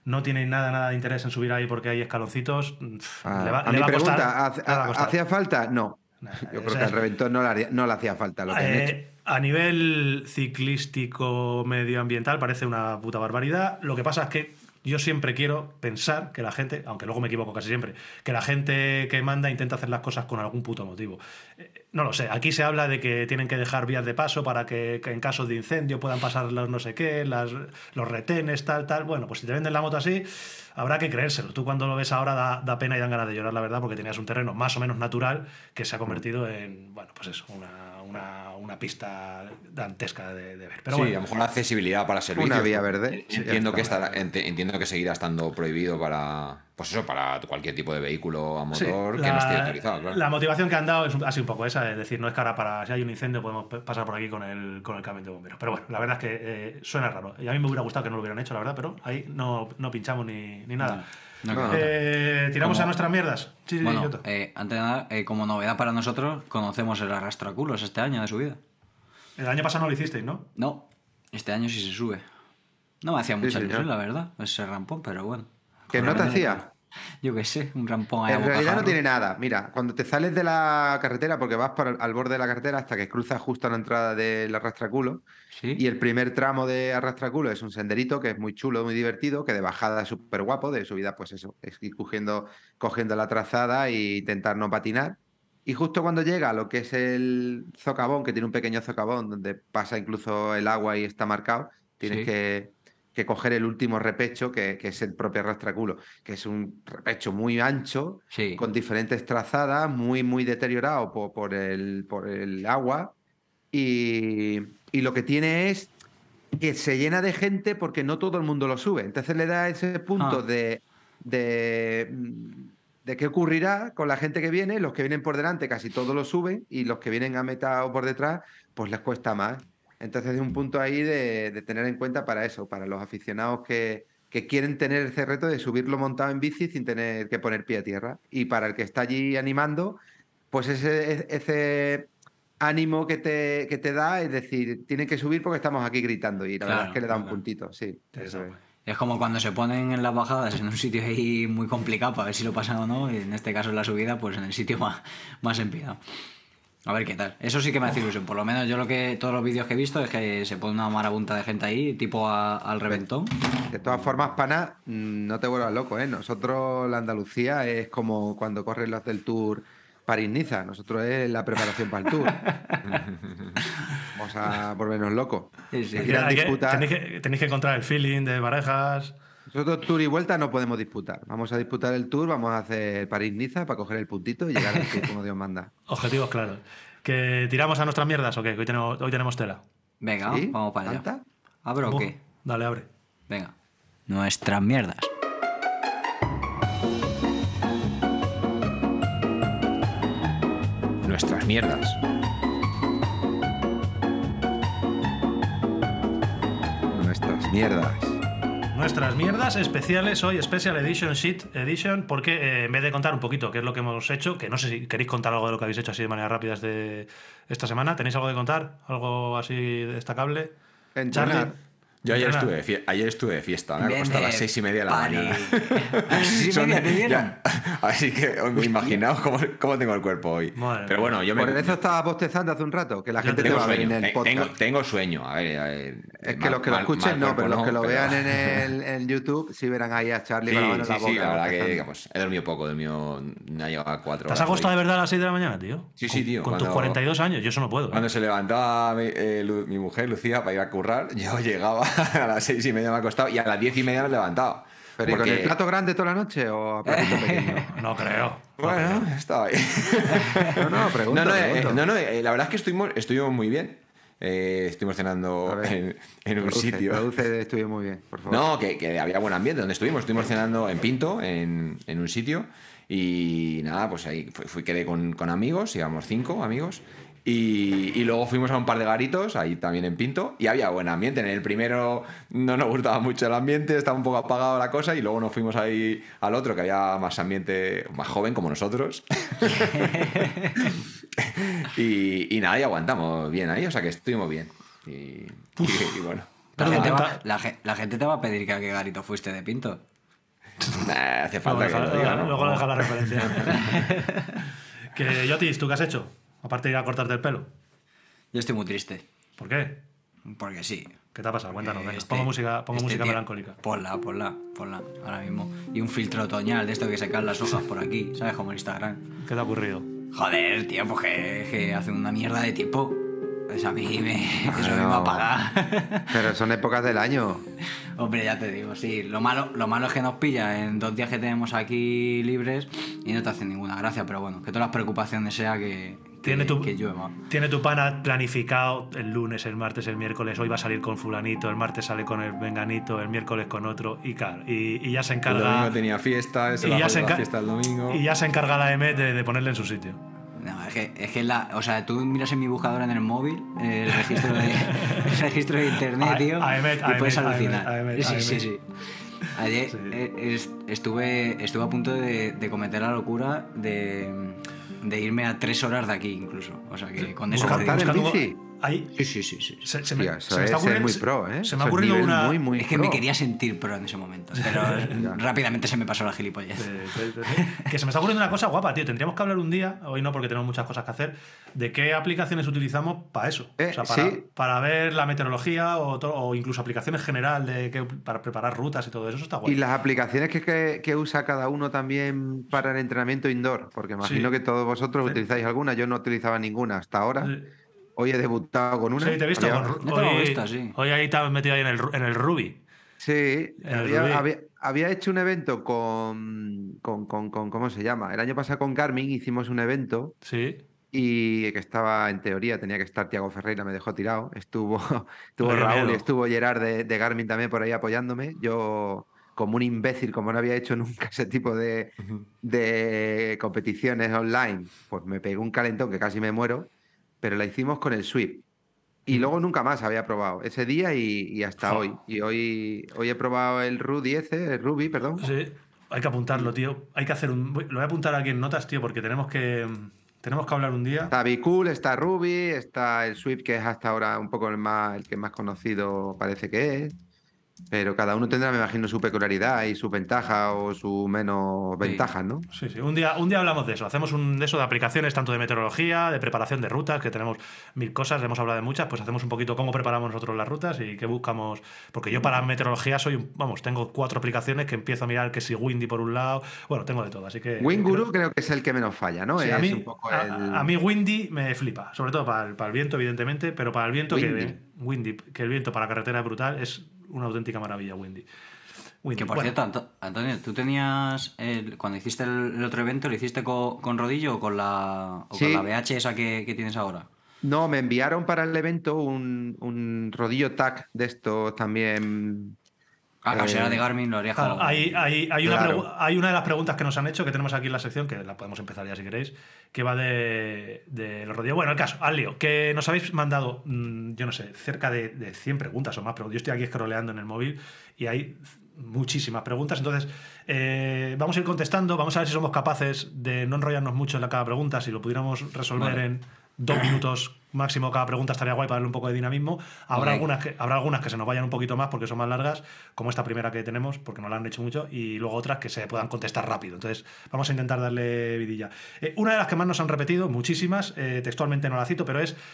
no tiene nada de interés en subir ahí porque hay escaloncitos, a mi pregunta, ¿hacía falta? No. Yo creo que al Reventón no le hacía falta lo que han hecho. A nivel ciclístico medioambiental parece una puta barbaridad. Lo que pasa es que yo siempre quiero pensar que la gente, aunque luego me equivoco casi siempre, que la gente que manda intenta hacer las cosas con algún puto motivo. No lo sé, aquí se habla de que tienen que dejar vías de paso para que en casos de incendio puedan pasar los no sé qué, los retenes, tal. Bueno, pues si te venden la moto así, habrá que creérselo. Tú cuando lo ves ahora da pena y dan ganas de llorar, la verdad, porque tenías un terreno más o menos natural que se ha convertido en, bueno, pues eso, una pista dantesca de ver. Pero sí, bueno, a lo mejor la accesibilidad para servicios. Una vía verde. Entiendo que seguirá estando prohibido para cualquier tipo de vehículo a motor que no esté autorizado. Claro. La motivación que han dado ha sido un poco esa, es decir, no es que ahora si hay un incendio podemos pasar por aquí con el camión de bomberos. Pero bueno, la verdad es que suena raro. Y a mí me hubiera gustado que no lo hubieran hecho, la verdad, pero ahí no pinchamos ni nada. ¿Tiramos a nuestras mierdas? Sí, bueno, antes de nada, como novedad para nosotros, conocemos el arrastraculos este año de subida. El año pasado no lo hicisteis, ¿no? No, este año sí se sube. No me hacía mucha ilusión, la verdad, ese rampón, pero bueno. ¿Que no te hacía? Yo qué sé, un rampón ahí. En realidad no tiene nada. Mira, cuando te sales de la carretera, porque vas al borde de la carretera hasta que cruzas justo a la entrada del arrastraculo, ¿Sí? Y el primer tramo de arrastraculo es un senderito que es muy chulo, muy divertido, que de bajada es súper guapo, de subida pues eso, es ir cogiendo la trazada e intentar no patinar. Y justo cuando llega a lo que es el socavón, que tiene un pequeño socavón donde pasa incluso el agua y está marcado, tienes que coger el último repecho, que es el propio arrastraculo, que es un repecho muy ancho, con diferentes trazadas, muy deteriorado por el agua. Y lo que tiene es que se llena de gente porque no todo el mundo lo sube. Entonces le da ese punto de qué ocurrirá con la gente que viene. Los que vienen por delante casi todos lo suben y los que vienen a meta o por detrás pues les cuesta más. Entonces es un punto ahí de tener en cuenta para eso, para los aficionados que quieren tener ese reto de subirlo montado en bici sin tener que poner pie a tierra. Y para el que está allí animando, pues ese ánimo que te da, es decir, tienen que subir porque estamos aquí gritando y la verdad es que le da un puntito, sí. Eso es. Es como cuando se ponen en las bajadas en un sitio ahí muy complicado para ver si lo pasan o no, y en este caso en la subida, pues en el sitio más empinado. A ver qué tal. Eso sí que me hace ilusión. Por lo menos yo todos los vídeos que he visto es que se pone una marabunta de gente ahí, tipo al Reventón. De todas formas, pana, no te vuelvas loco, ¿eh? Nosotros, la Andalucía, es como cuando corren los del Tour París-Niza. Nosotros es la preparación para el Tour. Vamos a volvernos locos. Sí. Tenéis que encontrar el feeling de parejas. Nosotros Tour y vuelta no podemos disputar. Vamos a disputar el Tour, vamos a hacer París-Niza para coger el puntito y llegar al Tour como Dios manda. Objetivos claros. ¿Que tiramos a nuestras mierdas o qué? Que hoy tenemos tela. Venga, ¿sí? Vamos para allá. ¿Tanta? ¿Abre o qué? Dale, abre. Venga. Nuestras mierdas. Nuestras mierdas. Nuestras mierdas. Nuestras mierdas especiales hoy, Special Edition, Sheet Edition, porque en vez de contar un poquito qué es lo que hemos hecho, que no sé si queréis contar algo de lo que habéis hecho así de manera rápida de esta semana, ¿tenéis algo de contar? ¿Algo así destacable? Charlie. Yo ayer estuve de fiesta, me acosté a las 6:30 de la mañana. ¿A las 6:30 te dieron? Así que imaginaos cómo tengo el cuerpo hoy. Madre pero bueno, Por eso estaba bostezando hace un rato, que la gente te va a ver en el podcast. Tengo sueño. A ver, es que los que lo escuchen no, pero los que lo vean en YouTube sí verán ahí a Charlie con la mano en la boca. Sí, la verdad que pues, he dormido poco, no ha llegado a 4 horas. ¿Te has acostado de verdad a las 6 de la mañana, tío? Sí, tío. Con tus 42 años, yo eso no puedo. Cuando se levantaba mi mujer, Lucía, para ir a currar, yo llegaba a las 6:30 me ha acostado y a las 10:30 me he levantado. ¿Pero porque... con el plato grande toda la noche o a platito pequeño? No creo. Bueno, estaba ahí. Pregunto. La verdad es que estuvimos muy bien. Estuvimos cenando en un sitio. Estuvo muy bien, por favor. No, que había buen ambiente donde estuvimos. Estuvimos cenando en Pinto, en un sitio. Y nada, pues ahí quedé con amigos, íbamos 5 amigos. Y luego fuimos a un par de garitos, ahí también en Pinto, y había buen ambiente. En el primero no nos gustaba mucho el ambiente, estaba un poco apagado la cosa, y luego nos fuimos ahí al otro, que había más ambiente, más joven como nosotros. y nada, y aguantamos bien ahí, o sea que estuvimos bien. Y bueno. La gente te va a pedir que a qué garito fuiste de Pinto. Hace falta que lo diga, ¿no? Luego deja la referencia. Que, Yotis, ¿tú qué has hecho? Aparte de ir a cortarte el pelo. Yo estoy muy triste. ¿Por qué? Porque sí. ¿Qué te ha pasado? Cuéntanos. Pongo música melancólica. Ponla, ahora mismo. Y un filtro otoñal de esto que se caen las hojas por aquí, ¿sabes? Como en Instagram. ¿Qué te ha ocurrido? Joder, tío, pues que hace una mierda de tiempo. Pues a mí eso me va a pagar. Pero son épocas del año. Hombre, ya te digo, sí. Lo malo es que nos pilla en 2 días que tenemos aquí libres y no te hacen ninguna gracia, pero bueno, que todas las preocupaciones sea que llueva. Tiene tu pana planificado el lunes, el martes, el miércoles. Hoy va a salir con fulanito, el martes sale con el venganito, el miércoles con otro y claro, y ya se encarga. El domingo tenía fiesta, la fiesta el domingo. Y ya se encarga la EMET de ponerle en su sitio. No, es que o sea, tú miras en mi buscador en el móvil el registro de internet, tío, y puedes alucinar. Sí. Ayer estuve a punto de cometer la locura de irme a 3 horas de aquí incluso. O sea que con eso... ¿Buscar en bici? Ahí. Sí. Se me está ocurriendo muy pro, ¿eh? Se me ha ocurrido una... Muy es que me quería sentir pro en ese momento, pero rápidamente se me pasó la gilipollez. Que se me está ocurriendo una cosa guapa, tío. Tendríamos que hablar un día, hoy no porque tenemos muchas cosas que hacer, de qué aplicaciones utilizamos para eso. O sea, para ver la meteorología o incluso aplicaciones general para preparar rutas y todo eso. Eso está guay. Y las aplicaciones que usa cada uno también para el entrenamiento indoor, porque imagino que todos vosotros utilizáis alguna, yo no utilizaba ninguna hasta ahora. Hoy he debutado con una. Sí, te he visto. Hoy ahí te has metido ahí en el Ruby. Sí, había hecho un evento con ¿cómo se llama? El año pasado con Garmin hicimos un evento. Sí. Y que estaba, en teoría, tenía que estar Tiago Ferreira, me dejó tirado. Estuvo Raúl y estuvo Gerard de Garmin también por ahí apoyándome. Yo, como un imbécil, como no había hecho nunca ese tipo de competiciones online, pues me pegué un calentón que casi me muero. Pero la hicimos con el Swift. Y luego nunca más había probado. Ese día y hasta hoy. Y hoy he probado el Ruby, perdón. Sí, hay que apuntarlo, tío. Hay que hacer lo voy a apuntar aquí en notas, tío, porque tenemos que hablar un día. Está Bicool, está Ruby, está el Swift, que es hasta ahora un poco el que más conocido parece que es. Pero cada uno tendrá, me imagino, su peculiaridad y su ventaja o su menos ventajas, ¿no? Sí. Un día hablamos de eso. Hacemos de eso de aplicaciones, tanto de meteorología, de preparación de rutas, que tenemos 1000 cosas, hemos hablado de muchas, pues hacemos un poquito cómo preparamos nosotros las rutas y qué buscamos. Porque yo para meteorología tengo 4 aplicaciones que empiezo a mirar que si Windy por un lado, bueno, tengo de todo, así que... Winguru creo que es el que menos falla, ¿no? Sí, es a mí Windy me flipa, sobre todo para el viento, evidentemente, pero para el viento Windy, que el viento para carretera es brutal, es una auténtica maravilla, Windy. Que por cierto, Antonio, tú tenías cuando hiciste el otro evento, ¿lo hiciste con rodillo o con la BH esa que tienes ahora? No, me enviaron para el evento un rodillo TAC de estos también. Si era de Garmin, lo haría claro, hay una de las preguntas que nos han hecho, que tenemos aquí en la sección, que la podemos empezar ya si queréis, que va de los rodillos. Bueno, el caso, al lío, que nos habéis mandado, yo no sé, cerca de 100 preguntas o más, pero yo estoy aquí scrolleando en el móvil y hay muchísimas preguntas, entonces vamos a ir contestando, vamos a ver si somos capaces de no enrollarnos mucho en cada pregunta, si lo pudiéramos resolver en 2 minutos máximo cada pregunta estaría guay para darle un poco de dinamismo. Habrá algunas que se nos vayan un poquito más porque son más largas, como esta primera que tenemos, porque nos la han hecho mucho, y luego otras que se puedan contestar rápido. Entonces vamos a intentar darle vidilla. Una de las que más nos han repetido, muchísimas, textualmente no la cito, pero es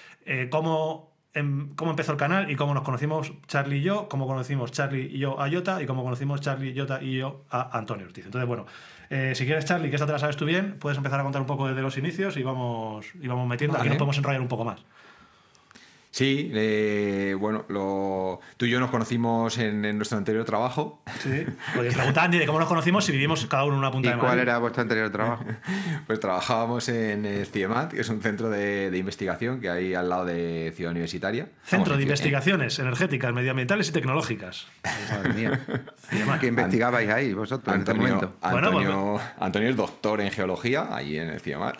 cómo empezó el canal y cómo nos conocimos Charlie y yo, cómo conocimos Charlie y yo a Jota y cómo conocimos Charlie, Jota y yo a Antonio Ortiz. Entonces, bueno, si quieres, Charlie, que esta te la sabes tú bien, puedes empezar a contar un poco desde los inicios y vamos metiendo. Aquí nos podemos enrollar un poco más. Sí, bueno, tú y yo nos conocimos en nuestro anterior trabajo. Sí, porque preguntaban de cómo nos conocimos si vivimos cada uno en una punta de Madrid. ¿Y cuál era vuestro anterior trabajo? Pues trabajábamos en el CIEMAT, que es un centro de investigación que hay al lado de Ciudad Universitaria. Centro de Investigaciones Energéticas, Medioambientales y Tecnológicas. Madre mía. ¿Qué investigabais ahí vosotros en este momento? Antonio es doctor en geología, allí en el CIEMAT.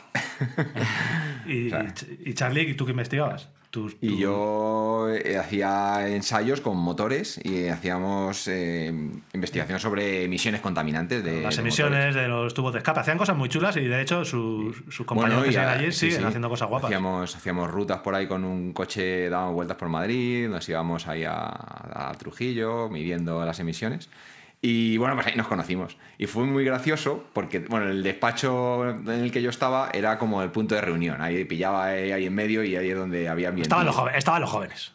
Y Charlie, ¿tú qué investigabas? Y yo hacía ensayos con motores y hacíamos investigación sobre emisiones contaminantes de las emisiones motores. De los tubos de escape. Hacían cosas muy chulas y de hecho sus compañeros que siguen allí siguen haciendo cosas guapas. Hacíamos rutas por ahí con un coche, dábamos vueltas por Madrid, nos íbamos ahí a Trujillo midiendo las emisiones. Y bueno, pues ahí nos conocimos. Y fue muy gracioso porque, bueno, el despacho en el que yo estaba era como el punto de reunión. Ahí pillaba ahí en medio y ahí es donde había ambiente. Estaban los jóvenes.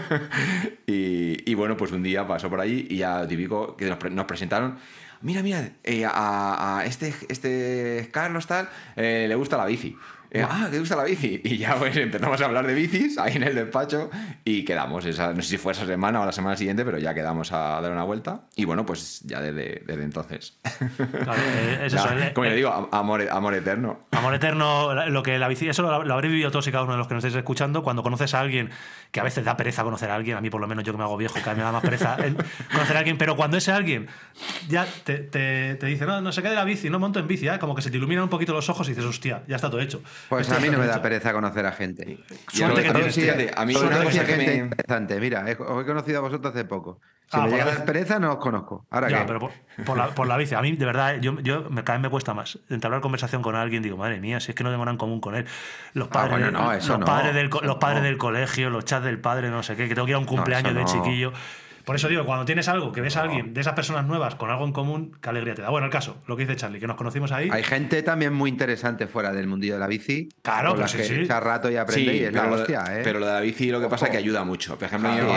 y bueno, pues un día pasó por allí y ya típico que nos presentaron. Mira, a este Carlos tal, le gusta la bici. ¿Qué te gusta la bici? Y ya pues empezamos a hablar de bicis ahí en el despacho y quedamos, no sé si fue esa semana o la semana siguiente, pero ya quedamos a dar una vuelta y bueno, pues ya desde entonces. Claro, es eso. Como le digo, amor eterno. Amor eterno, lo que la bici, eso lo habréis vivido todos y cada uno de los que nos estáis escuchando, cuando conoces a alguien, que a veces da pereza conocer a alguien, a mí por lo menos yo que me hago viejo, cada vez me da más pereza conocer a alguien, pero cuando ese alguien ya te dice, no se quede la bici, no monto en bici, como que se te iluminan un poquito los ojos y dices, hostia, ya está todo hecho. Pues a mí no me da pereza conocer a gente. Suerte que tienes. Fíjate, a mí una cosa que interesante. Mira, os he conocido a vosotros hace poco. Si me llega a dar pereza, no os conozco. Ahora ya, ¿qué? pero por la bici. A mí, de verdad, cada vez me cuesta más entablar conversación con alguien. Digo, madre mía, si es que no tengo nada en común con él. Los padres, los padres del colegio, los chats del padre, no sé qué, que tengo que ir a un cumpleaños de chiquillo. Por eso digo, cuando tienes algo, que ves a alguien de esas personas nuevas con algo en común, qué alegría te da. Bueno, el caso, lo que dice Charlie, que nos conocimos ahí. Hay gente también muy interesante fuera del mundillo de la bici. Claro, pues sí. Echar rato y aprender y es la hostia, ¿eh? Pero lo de la bici lo que pasa es que ayuda mucho. Por ejemplo, en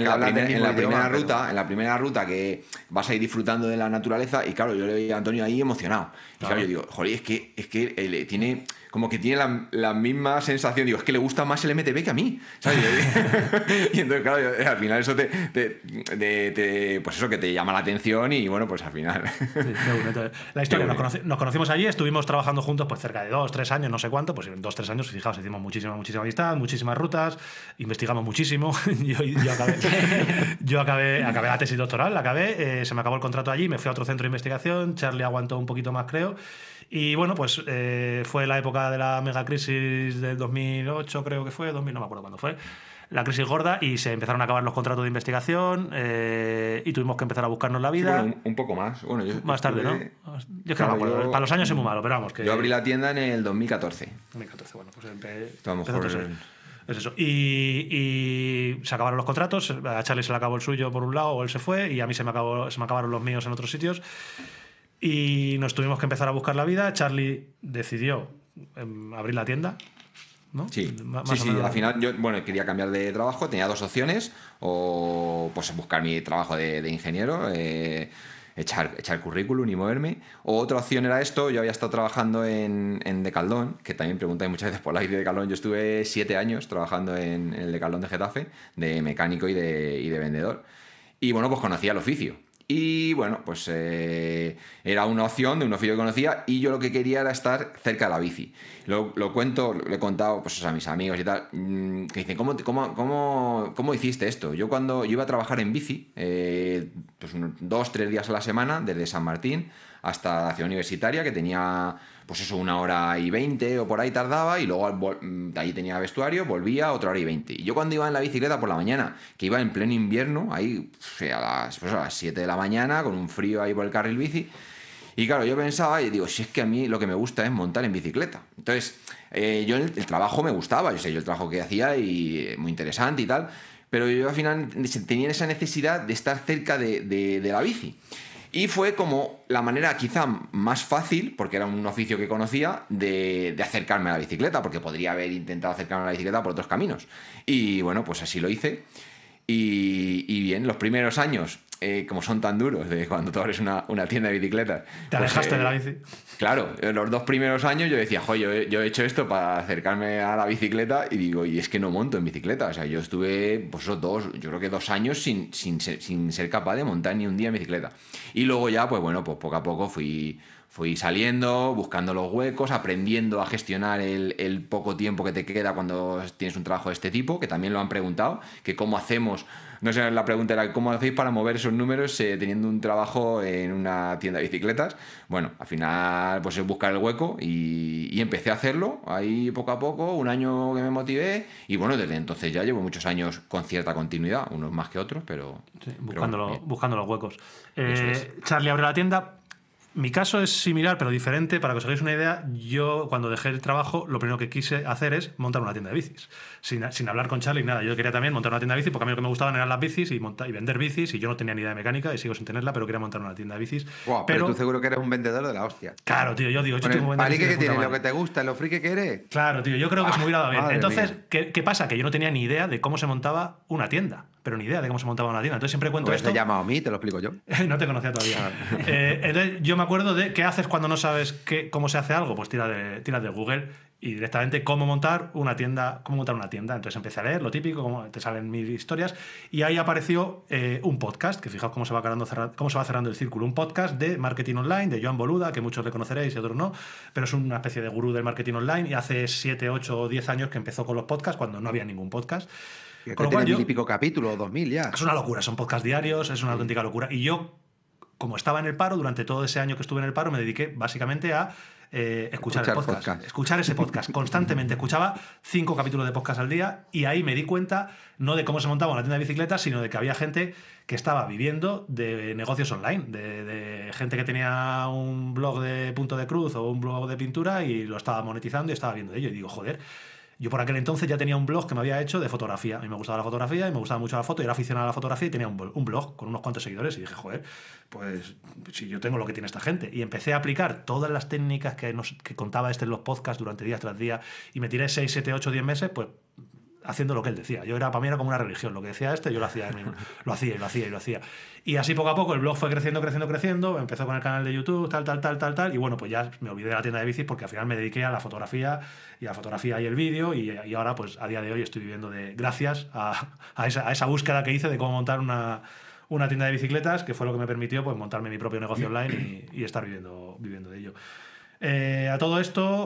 la primera ruta que vas a ir disfrutando de la naturaleza y claro, yo le veía a Antonio ahí emocionado. Y claro, yo digo, joder, es que él tiene... Como que tiene la misma sensación, digo, es que le gusta más el MTB que a mí, ¿sabes? Y entonces, claro, al final eso pues eso, que te llama la atención y bueno, pues al final... La historia, nos conocimos allí, estuvimos trabajando juntos pues cerca de 2-3 años, no sé cuánto, pues en 2-3 años, fijaos, hicimos muchísima amistad, muchísimas rutas, investigamos muchísimo, yo acabé la tesis doctoral, se me acabó el contrato allí, me fui a otro centro de investigación, Charlie aguantó un poquito más, creo. Y bueno, pues fue la época de la megacrisis del 2008, creo que fue, 2000, no me acuerdo cuándo fue, la crisis gorda, y se empezaron a acabar los contratos de investigación y tuvimos que empezar a buscarnos la vida. Bueno, un poco más. Bueno, más tarde, ¿no? Yo es que no me acuerdo. Para los años es muy malo, pero vamos. Yo abrí la tienda en el 2014. 2014, bueno, pues Es eso. Y se acabaron los contratos, a Charlie se le acabó el suyo por un lado, o él se fue, y a mí se me acabaron los míos en otros sitios. Y nos tuvimos que empezar a buscar la vida. Charlie decidió abrir la tienda, ¿no? Sí, al final yo quería cambiar de trabajo, tenía dos opciones, o pues buscar mi trabajo de ingeniero, echar currículum y moverme, o otra opción era esto. Yo había estado trabajando en Decathlon, que también preguntáis muchas veces por la bici de Decathlon. Yo estuve 7 años trabajando en el Decathlon de Getafe, de mecánico y de vendedor, y bueno, pues conocía el oficio. Y bueno, pues era una opción de un oficio que conocía y yo lo que quería era estar cerca de la bici. Lo he contado pues, a mis amigos y tal, que dicen, ¿cómo hiciste esto? Yo cuando yo iba a trabajar en bici, pues 2-3 días a la semana, desde San Martín hasta la ciudad universitaria, que tenía pues eso, 1h20 o por ahí tardaba, y luego allí tenía vestuario, volvía 1h20. Y yo cuando iba en la bicicleta por la mañana, que iba en pleno invierno, ahí a las 7 de la mañana, con un frío ahí por el carril bici, y claro, yo pensaba y digo, si es que a mí lo que me gusta es montar en bicicleta. Entonces, yo el trabajo me gustaba, yo el trabajo que hacía y muy interesante y tal, pero yo al final tenía esa necesidad de estar cerca de la bici. Y fue como la manera quizá más fácil, porque era un oficio que conocía, de acercarme a la bicicleta, porque podría haber intentado acercarme a la bicicleta por otros caminos. Y bueno, pues así lo hice. Y bien, los primeros años, como son tan duros, de cuando tú abres una tienda de bicicletas... ¿Te alejaste de la bici? Claro, los 2 primeros años yo decía, yo he hecho esto para acercarme a la bicicleta, y digo, y es que no monto en bicicleta. O sea, yo estuve, pues yo creo que 2 años sin ser capaz de montar ni un día en bicicleta. Y luego ya, pues bueno, pues poco a poco fui saliendo, buscando los huecos, aprendiendo a gestionar el poco tiempo que te queda cuando tienes un trabajo de este tipo, que también lo han preguntado, que cómo hacemos, no sé, la pregunta era cómo hacéis para mover esos números teniendo un trabajo en una tienda de bicicletas. Bueno, al final pues es buscar el hueco y empecé a hacerlo ahí poco a poco, 1 año que me motivé, y bueno, desde entonces ya llevo muchos años con cierta continuidad, unos más que otros, pero... Sí, buscando los huecos. Charlie abre la tienda. Mi caso es similar, pero diferente. Para que os hagáis una idea, yo cuando dejé el trabajo, lo primero que quise hacer es montar una tienda de bicis. Sin hablar con Charlie, nada. Yo quería también montar una tienda de bicis, porque a mí lo que me gustaban eran las bicis y vender bicis, y yo no tenía ni idea de mecánica y sigo sin tenerla, pero quería montar una tienda de bicis. Wow, pero tú seguro que eres un vendedor de la hostia. Claro, tío, yo digo, yo tengo un palique que tienes, lo que te gusta, lo friki que eres. Claro, tío, yo creo que se me hubiera dado bien. Entonces, ¿qué pasa? Que yo no tenía ni idea de cómo se montaba una tienda, pero ni idea de cómo se montaba una tienda. Entonces siempre cuento esto. Te he llamado a mí, te lo explico yo. No te conocía todavía. Entonces yo me acuerdo de qué haces cuando no sabes cómo se hace algo. Pues tira de Google y directamente cómo montar una tienda. Entonces empecé a leer lo típico, cómo te salen mil historias, y ahí apareció un podcast, que fijaos cómo se va cerrando el círculo. Un podcast de marketing online de Joan Boluda, que muchos le conoceréis y otros no, pero es una especie de gurú del marketing online, y hace 7, 8 o 10 años que empezó con los podcasts cuando no había ningún podcast. Con lo cual, 1000 y pico capítulos, 2000 ya. Es una locura, son podcasts diarios, es una auténtica locura. Y yo, como estaba en el paro, durante todo ese año que estuve en el paro, me dediqué básicamente a escuchar el podcast. Escuchar ese podcast constantemente. Escuchaba 5 capítulos de podcast al día, y ahí me di cuenta no de cómo se montaba una tienda de bicicletas, sino de que había gente que estaba viviendo de negocios online, de gente que tenía un blog de punto de cruz o un blog de pintura y lo estaba monetizando y estaba viendo de ello. Y digo, joder, yo por aquel entonces ya tenía un blog que me había hecho de fotografía. A mí me gustaba la fotografía y me gustaba mucho la foto, y era aficionado a la fotografía y tenía un blog con unos cuantos seguidores, y dije, joder, pues si yo tengo lo que tiene esta gente. Y empecé a aplicar todas las técnicas que contaba en los podcasts durante día tras día, y me tiré 6, 7, 8, 10 meses pues haciendo lo que él decía. Para mí era como una religión. Lo que decía yo lo hacía. Lo hacía. Y así poco a poco el blog fue creciendo. Empezó con el canal de YouTube, tal. Y bueno, pues ya me olvidé de la tienda de bicis, porque al final me dediqué a la fotografía y el vídeo. Y ahora, pues a día de hoy estoy viviendo gracias a esa búsqueda que hice de cómo montar una tienda de bicicletas, que fue lo que me permitió pues montarme mi propio negocio online y estar viviendo de ello. A todo esto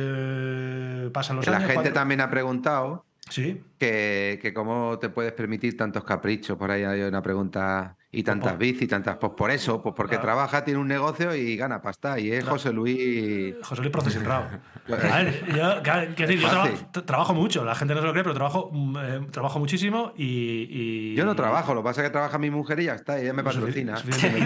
pasan los años. La gente también ha preguntado. Sí. Que cómo te puedes permitir tantos caprichos. Por ahí hay una pregunta. Y tantas bicis y tantas. Pues por eso, pues porque trabaja, tiene un negocio y gana pasta. Y es José Luis Processing Raw. A ver, yo trabajo mucho. La gente no se lo cree, pero trabajo muchísimo y. Yo no trabajo, lo que pasa es que trabaja mi mujer y ya está. Ella me patrocina.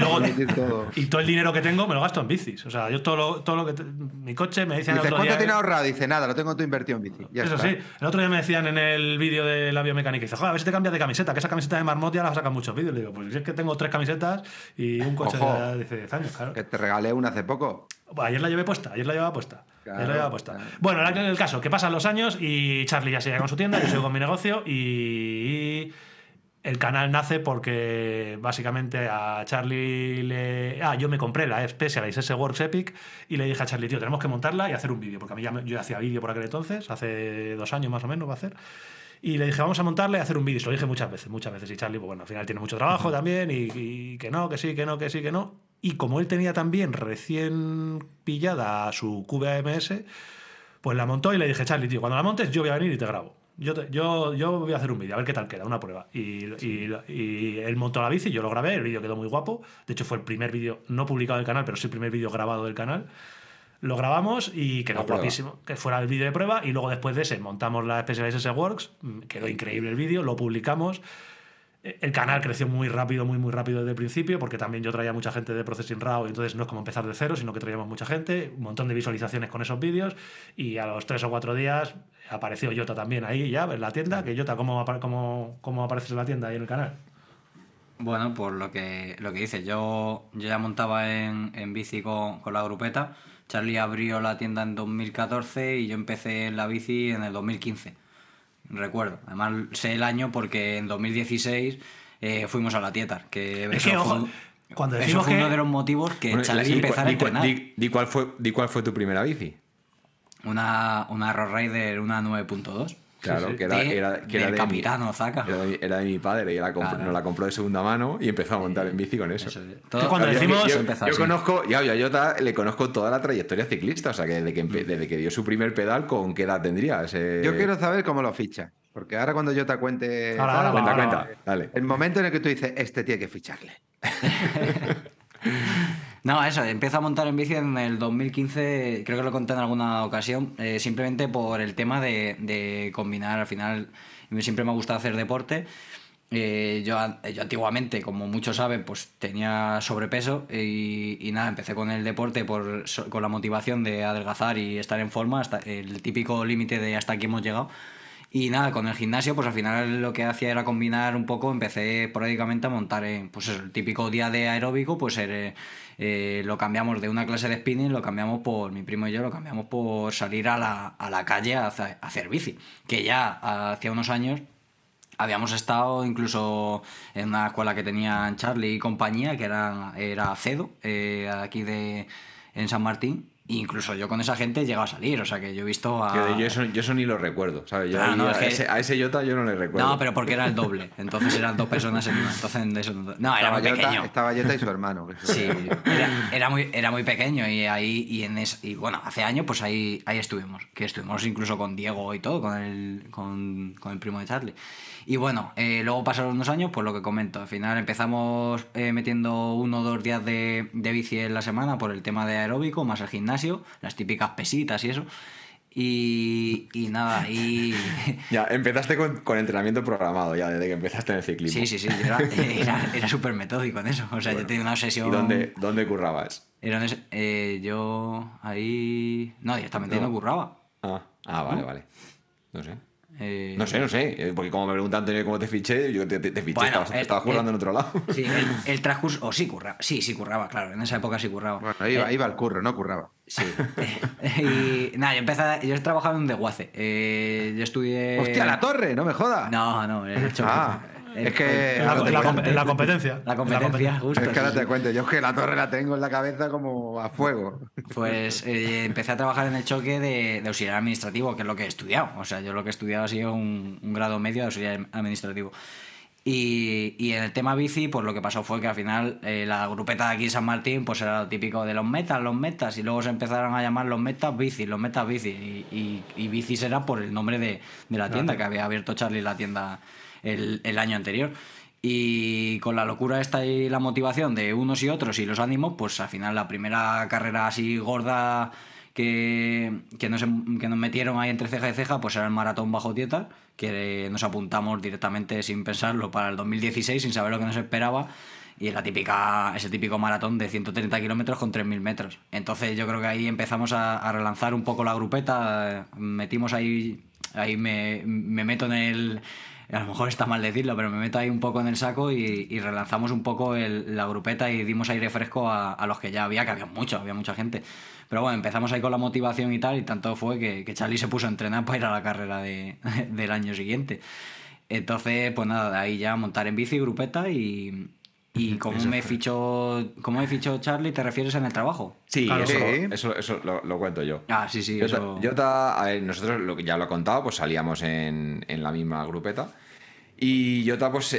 Y todo el dinero que tengo me lo gasto en bicis. O sea, yo todo lo que. Mi coche me dicen. Dice, ¿cuánto tienes ahorrado? Dice, nada, lo tengo todo invertido en bici. Ya eso está. Sí. El otro día me decían en el vídeo de la biomecánica, dice, joder, a ver si te cambias de camiseta, que esa camiseta de Marmot ya la sacan muchos vídeos. Le digo, pues es que tengo 3 camisetas y un coche de 10 años, claro. Que te regalé una hace poco. Ayer la llevaba puesta. Claro. Bueno, el caso, que pasan los años y Charlie ya sigue con su tienda, yo sigo con mi negocio, y el canal nace porque básicamente a Charlie yo me compré la Specialized S-Works Epic y le dije a Charlie, tío, tenemos que montarla y hacer un vídeo, porque a mí yo hacía vídeo por aquel entonces, hace 2 años más o menos va a hacer. Y le dije, vamos a montarle y hacer un vídeo. Se lo dije muchas veces. Y Charlie, pues bueno, al final tiene mucho trabajo también, y que no, que sí, que no. Y como él tenía también recién pillada su QVMS, pues la montó y le dije, Charlie, tío, cuando la montes yo voy a venir y te grabo. Yo voy a hacer un vídeo, a ver qué tal queda, una prueba. Y él montó la bici, yo lo grabé, el vídeo quedó muy guapo. De hecho, fue el primer vídeo no publicado del canal, pero sí el primer vídeo grabado del canal. Lo grabamos y quedó guapísimo, que fuera el vídeo de prueba, y luego después de ese montamos la Specialized S-Works, quedó increíble el vídeo, lo publicamos. El canal creció muy rápido desde el principio, porque también yo traía mucha gente de Processing Raw, y entonces no es como empezar de cero, sino que traíamos mucha gente, un montón de visualizaciones con esos vídeos, y a los 3 o 4 días apareció Jota también ahí ya en la tienda. Que Jota, ¿cómo apareces en la tienda y en el canal? Bueno, pues lo que dices, yo ya montaba en bici con la grupeta. Charlie abrió la tienda en 2014 y yo empecé en la bici en el 2015. Recuerdo. Además sé el año porque en 2016 fuimos a la Tietar. Cuando decimos eso fue uno de los motivos que Charlie empezara a entrenar. Di cuál fue tu primera bici. Una Road Rider, una 9.2. Claro, sí. que era de Capitano Zaca. Era de mi padre, y nos la compró de segunda mano y empezó a montar en bici con eso. Cuando decimos... Yo conozco, a Jota le conozco toda la trayectoria ciclista, o sea, que desde que dio su primer pedal, ¿con qué edad tendría? Yo quiero saber cómo lo ficha, porque ahora cuando yo te cuente... Cuenta, dale. El momento en el que tú dices, este tiene que ficharle. No, eso, empiezo a montar en bici en el 2015, creo que lo conté en alguna ocasión, simplemente por el tema de combinar. Al final siempre me ha gustado hacer deporte Yo antiguamente, como muchos saben, pues tenía sobrepeso y nada, empecé con el deporte con la motivación de adelgazar y estar en forma, hasta el típico límite de hasta aquí hemos llegado. Y nada, con el gimnasio, pues al final lo que hacía era combinar un poco, empecé esporádicamente a montar pues eso, el típico día de aeróbico, pues lo cambiamos de una clase de spinning, mi primo y yo lo cambiamos por salir a la calle a hacer bici, que ya hacía unos años habíamos estado incluso en una escuela que tenían Charlie y compañía, que era CEDO, aquí en San Martín. E incluso yo con esa gente he llegado a salir, o sea que yo he visto a... Yo eso ni lo recuerdo, ¿sabes? Yo no, a ese Jota yo no le recuerdo. No, pero porque era el doble, entonces eran 2 personas en una, entonces de eso no, era muy pequeño. Estaba Jota y su hermano. Sí, era muy pequeño y bueno, hace años pues ahí estuvimos incluso con Diego y todo, con el primo de Charlie. Y bueno, luego pasaron unos años, pues lo que comento, al final empezamos metiendo 1 o 2 días de bici en la semana por el tema de aeróbico, más el gimnasio, las típicas pesitas y eso. Y nada, y... Ya, empezaste con entrenamiento programado ya, desde que empezaste en el ciclismo. Sí, era súper metódico en eso, o sea, bueno, yo tenía una obsesión... ¿Y dónde currabas? Yo ahí... No, directamente no curraba. Vale. No sé. No sé, porque como me pregunta Antonio cómo te fiché, yo te fiché, bueno, estabas currando en otro lado. Sí, el transcurso, o sí curraba, claro, en esa época sí curraba. Bueno, iba al curro, no curraba. Sí. Y nada, yo he trabajado en un desguace. Yo estudié... ¡Hostia, la torre! ¡No me jodas! No, he hecho... Es que la competencia. La competencia, justo. Es que ahora te cuento, yo es que la torre la tengo en la cabeza como a fuego. Pues empecé a trabajar en el choque de auxiliar administrativo, que es lo que he estudiado. O sea, yo lo que he estudiado ha sido un grado medio de auxiliar administrativo. Y en el tema bici, pues lo que pasó fue que al final la grupeta de aquí en San Martín pues era lo típico de los metas, y luego se empezaron a llamar los metas bici, y bicis era por el nombre de la tienda, que había abierto Charlie la tienda el año anterior. Y con la locura esta y la motivación de unos y otros y los ánimos, pues al final la primera carrera así gorda que nos metieron ahí entre ceja y ceja, pues era el maratón bajo dieta, que nos apuntamos directamente sin pensarlo para el 2016, sin saber lo que nos esperaba, y ese típico maratón de 130 kilómetros con 3.000 metros. Entonces yo creo que ahí empezamos a relanzar un poco la grupeta, metimos ahí me meto en el... A lo mejor está mal decirlo, pero me meto ahí un poco en el saco y relanzamos un poco la grupeta y dimos aire fresco a los que ya había mucha gente. Pero bueno, empezamos ahí con la motivación y tal, y tanto fue que Charlie se puso a entrenar para ir a la carrera del año siguiente. Entonces, pues nada, de ahí ya montar en bici, grupeta y cómo me fichó Charlie, ¿te refieres en el trabajo? Sí, claro, eso lo cuento yo. Sí. A ver, nosotros, ya lo he contado, pues salíamos en la misma grupeta. Y Jota, pues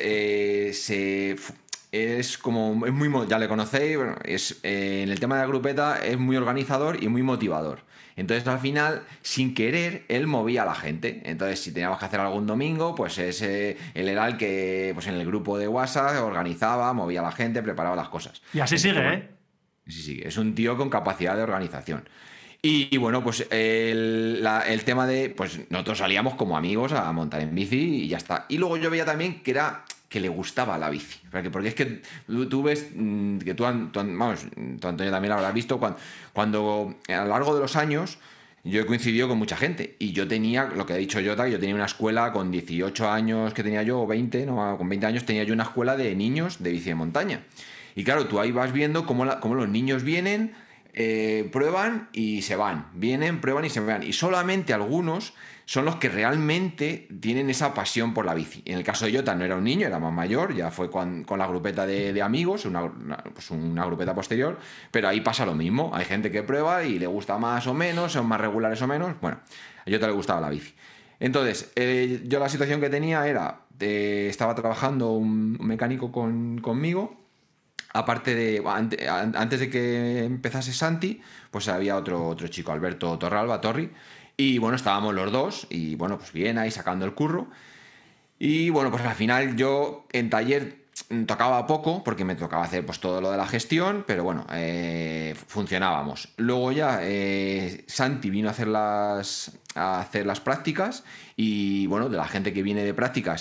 es muy, ya le conocéis, bueno, en el tema de la grupeta es muy organizador y muy motivador. Entonces al final, sin querer, él movía a la gente. Entonces si teníamos que hacer algún domingo, pues él era el que pues en el grupo de WhatsApp organizaba, movía a la gente, preparaba las cosas. Y así sigue, ¿eh? Sí, sigue. Es un tío con capacidad de organización. Y bueno, pues el tema de... Pues nosotros salíamos como amigos a montar en bici y ya está. Y luego yo veía también que le gustaba la bici. Porque es que tú ves que tú Antonio también lo habrás visto, cuando a lo largo de los años yo he coincidido con mucha gente. Y yo tenía, lo que ha dicho Jota, yo tenía una escuela con 18 años que tenía yo, o 20, no, con 20 años tenía yo una escuela de niños de bici de montaña. Y claro, tú ahí vas viendo cómo los niños vienen, prueban y se van. Vienen, prueban y se van. Y solamente algunos son los que realmente tienen esa pasión por la bici. En el caso de Jota no era un niño, era más mayor, ya fue con la grupeta de amigos, una grupeta posterior, pero ahí pasa lo mismo. Hay gente que prueba y le gusta más o menos, son más regulares o menos. Bueno, a Jota le gustaba la bici. Entonces, yo la situación que tenía era, estaba trabajando un mecánico conmigo. Aparte de, antes de que empezase Santi, pues había otro chico, Alberto Torri, y bueno, estábamos los dos, y bueno, pues bien ahí sacando el curro. Y bueno, pues al final yo en taller tocaba poco, porque me tocaba hacer pues todo lo de la gestión, pero bueno, funcionábamos. Luego ya Santi vino a hacer las prácticas, y bueno, de la gente que viene de prácticas,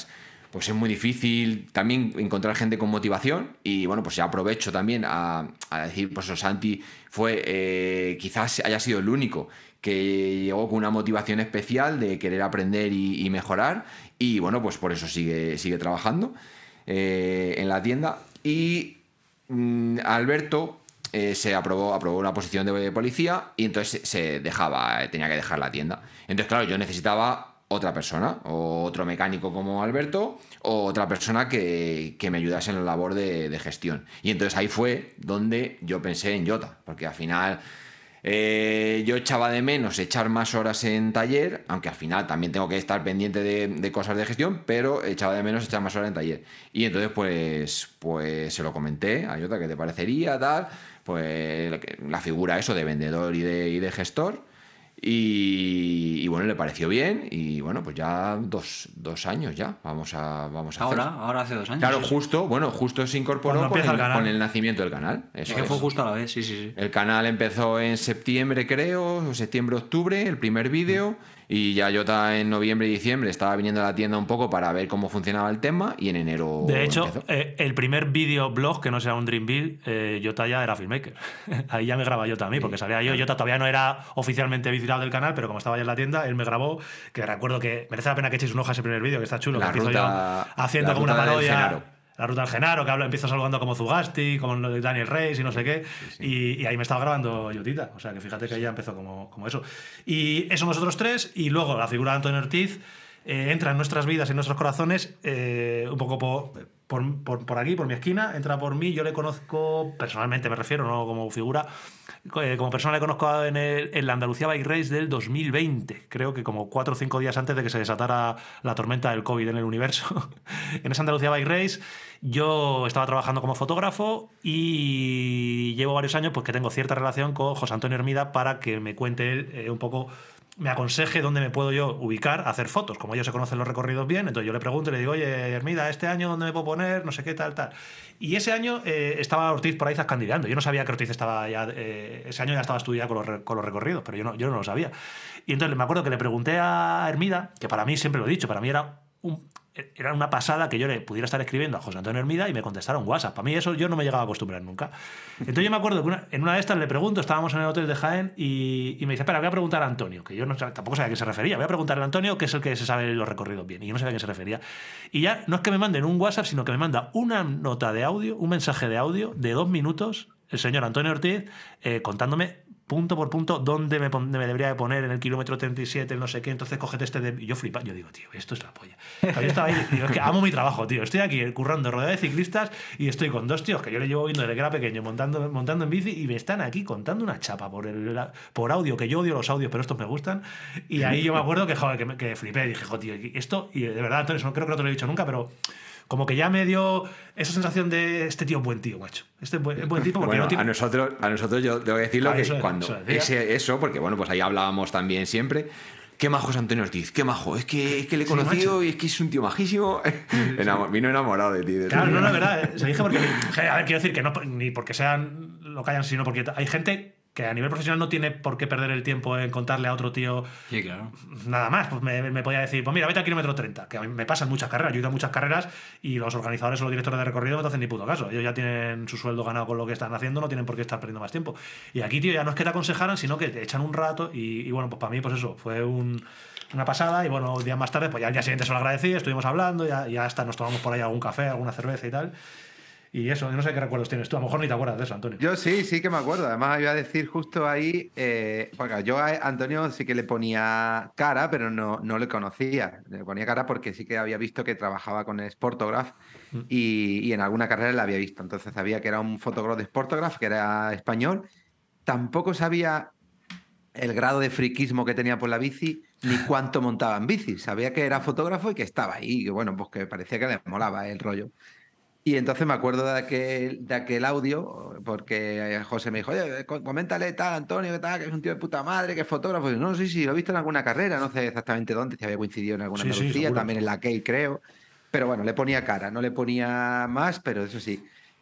pues es muy difícil también encontrar gente con motivación. Y bueno, pues ya aprovecho también a decir, pues Santi fue, quizás haya sido el único que llegó con una motivación especial de querer aprender y mejorar. Y bueno, pues por eso sigue trabajando en la tienda. Y Alberto se aprobó una posición de policía y entonces tenía que dejar la tienda. Entonces, claro, yo necesitaba otra persona, o otro mecánico como Alberto, o otra persona que me ayudase en la labor de gestión. Y entonces ahí fue donde yo pensé en Jota, porque al final yo echaba de menos echar más horas en taller, aunque al final también tengo que estar pendiente de cosas de gestión, pero echaba de menos echar más horas en taller. Y entonces pues se lo comenté a Jota, ¿qué te parecería? Tal, pues la figura eso de vendedor y de gestor. Y bueno, le pareció bien y bueno, pues ya dos años ya vamos a ahora hace 2 años. Claro, justo se incorporó con el nacimiento del canal. Eso es que fue justo a la vez, sí. El canal empezó en septiembre, creo, septiembre-octubre, el primer vídeo, y ya Jota en noviembre y diciembre estaba viniendo a la tienda un poco para ver cómo funcionaba el tema y en enero de hecho, el primer videoblog, que no sea un Dreamville, Jota ya era filmmaker. Ahí ya me graba Jota a mí, porque salía yo. Jota todavía no era oficialmente visitado del canal, pero como estaba ya en la tienda, él me grabó, que recuerdo que merece la pena que echéis un ojo a ese primer vídeo, que está chulo, que empiezo yo haciendo como una parodia. La ruta del Genaro, que empiezo saludando como Zugasti, como Daniel Reyes y no sé qué. Sí. Y ahí me estaba grabando Jotita. O sea, que fíjate que ella empezó como eso. Y eso nosotros tres. Y luego la figura de Antonio Ortiz entra en nuestras vidas, en nuestros corazones, un poco por aquí, por mi esquina. Entra por mí. Yo le conozco personalmente, me refiero, no como figura. Como persona le conozco en la Andalucía Bike Race del 2020, creo que como 4 o 5 días antes de que se desatara la tormenta del COVID en el universo. En esa Andalucía Bike Race yo estaba trabajando como fotógrafo y llevo varios años pues que tengo cierta relación con José Antonio Hermida para que me cuente él un poco, me aconseje dónde me puedo yo ubicar a hacer fotos. Como ellos se conocen los recorridos bien, entonces yo le pregunto y le digo, oye, Hermida, ¿este año dónde me puedo poner? No sé qué, tal. Y ese año estaba Ortiz por ahí zascandileando. Yo no sabía que Ortiz estaba ya... ese año ya estaba estudiado con los recorridos, pero yo no lo sabía. Y entonces me acuerdo que le pregunté a Hermida, que para mí, siempre lo he dicho, para mí era una pasada que yo le pudiera estar escribiendo a José Antonio Hermida y me contestara un WhatsApp. Para mí eso yo no me llegaba a acostumbrar nunca. Entonces yo me acuerdo que en una de estas le pregunto, estábamos en el hotel de Jaén y me dice, espera, voy a preguntar a Antonio, que yo tampoco sabía a qué se refería. Voy a preguntarle a Antonio, que es el que se sabe los recorridos bien. Y yo no sabía a qué se refería. Y ya no es que me manden un WhatsApp, sino que me manda una nota de audio, un mensaje de audio de 2 minutos, el señor Antonio Ortiz, contándome punto por punto dónde me debería de poner en el kilómetro 37, no sé qué, entonces cógete y yo flipa, yo digo, tío, esto es la polla. Yo estaba ahí, digo, es que amo mi trabajo, tío, estoy aquí currando rodeado de ciclistas y estoy con 2 tíos que yo le llevo viendo desde que era pequeño montando en bici y me están aquí contando una chapa por audio, que yo odio los audios, pero estos me gustan. Y ahí yo me acuerdo que, joder, que flipé, dije, joder, tío, esto, y de verdad, Antonio, no creo que no te lo he dicho nunca, pero como que ya me dio esa sensación de este tío es buen tío, macho. Este es buen tipo porque bueno, no tiene... a nosotros yo tengo que decirlo que cuando eso, porque bueno, pues ahí hablábamos también siempre. Qué majo es Antonio Ortiz, qué majo. Es que le he conocido y es que es un tío majísimo. Vino enamorado de ti. Claro, no, verdad. Se dije porque... A ver, quiero decir que no ni porque sean lo que hayan, sino porque hay gente que a nivel profesional no tiene por qué perder el tiempo en contarle a otro tío nada más. Pues me podía decir, pues mira, vete al kilómetro 30, que a mí me pasan muchas carreras, yo he ido a muchas carreras y los organizadores o los directores de recorrido no te hacen ni puto caso. Ellos ya tienen su sueldo ganado con lo que están haciendo, no tienen por qué estar perdiendo más tiempo. Y aquí, tío, ya no es que te aconsejaran, sino que te echan un rato y bueno, pues para mí, pues eso, fue una pasada y bueno, días más tarde, pues ya al día siguiente se lo agradecí, estuvimos hablando, ya hasta nos tomamos por ahí algún café, alguna cerveza y tal. Y eso, yo no sé qué recuerdos tienes tú, a lo mejor ni te acuerdas de eso, Antonio. Yo sí que me acuerdo. Además, iba a decir justo ahí, porque yo a Antonio sí que le ponía cara, pero no le conocía. Le ponía cara porque sí que había visto que trabajaba con Sportograph y en alguna carrera le había visto. Entonces sabía que era un fotógrafo de Sportograph, que era español. Tampoco sabía el grado de friquismo que tenía por la bici, ni cuánto montaba en bici. Sabía que era fotógrafo y que estaba ahí, que bueno, pues que parecía que le molaba el rollo. Y entonces me acuerdo de aquel audio, porque José me dijo, oye, coméntale tal, Antonio, que tal, que es un tío de puta madre, que es fotógrafo. Y no, sí, lo he visto en alguna carrera, no sé exactamente dónde, si había coincidido en alguna Andalucía, también en la Key, creo. Pero bueno, le ponía cara, no le ponía más, pero eso sí.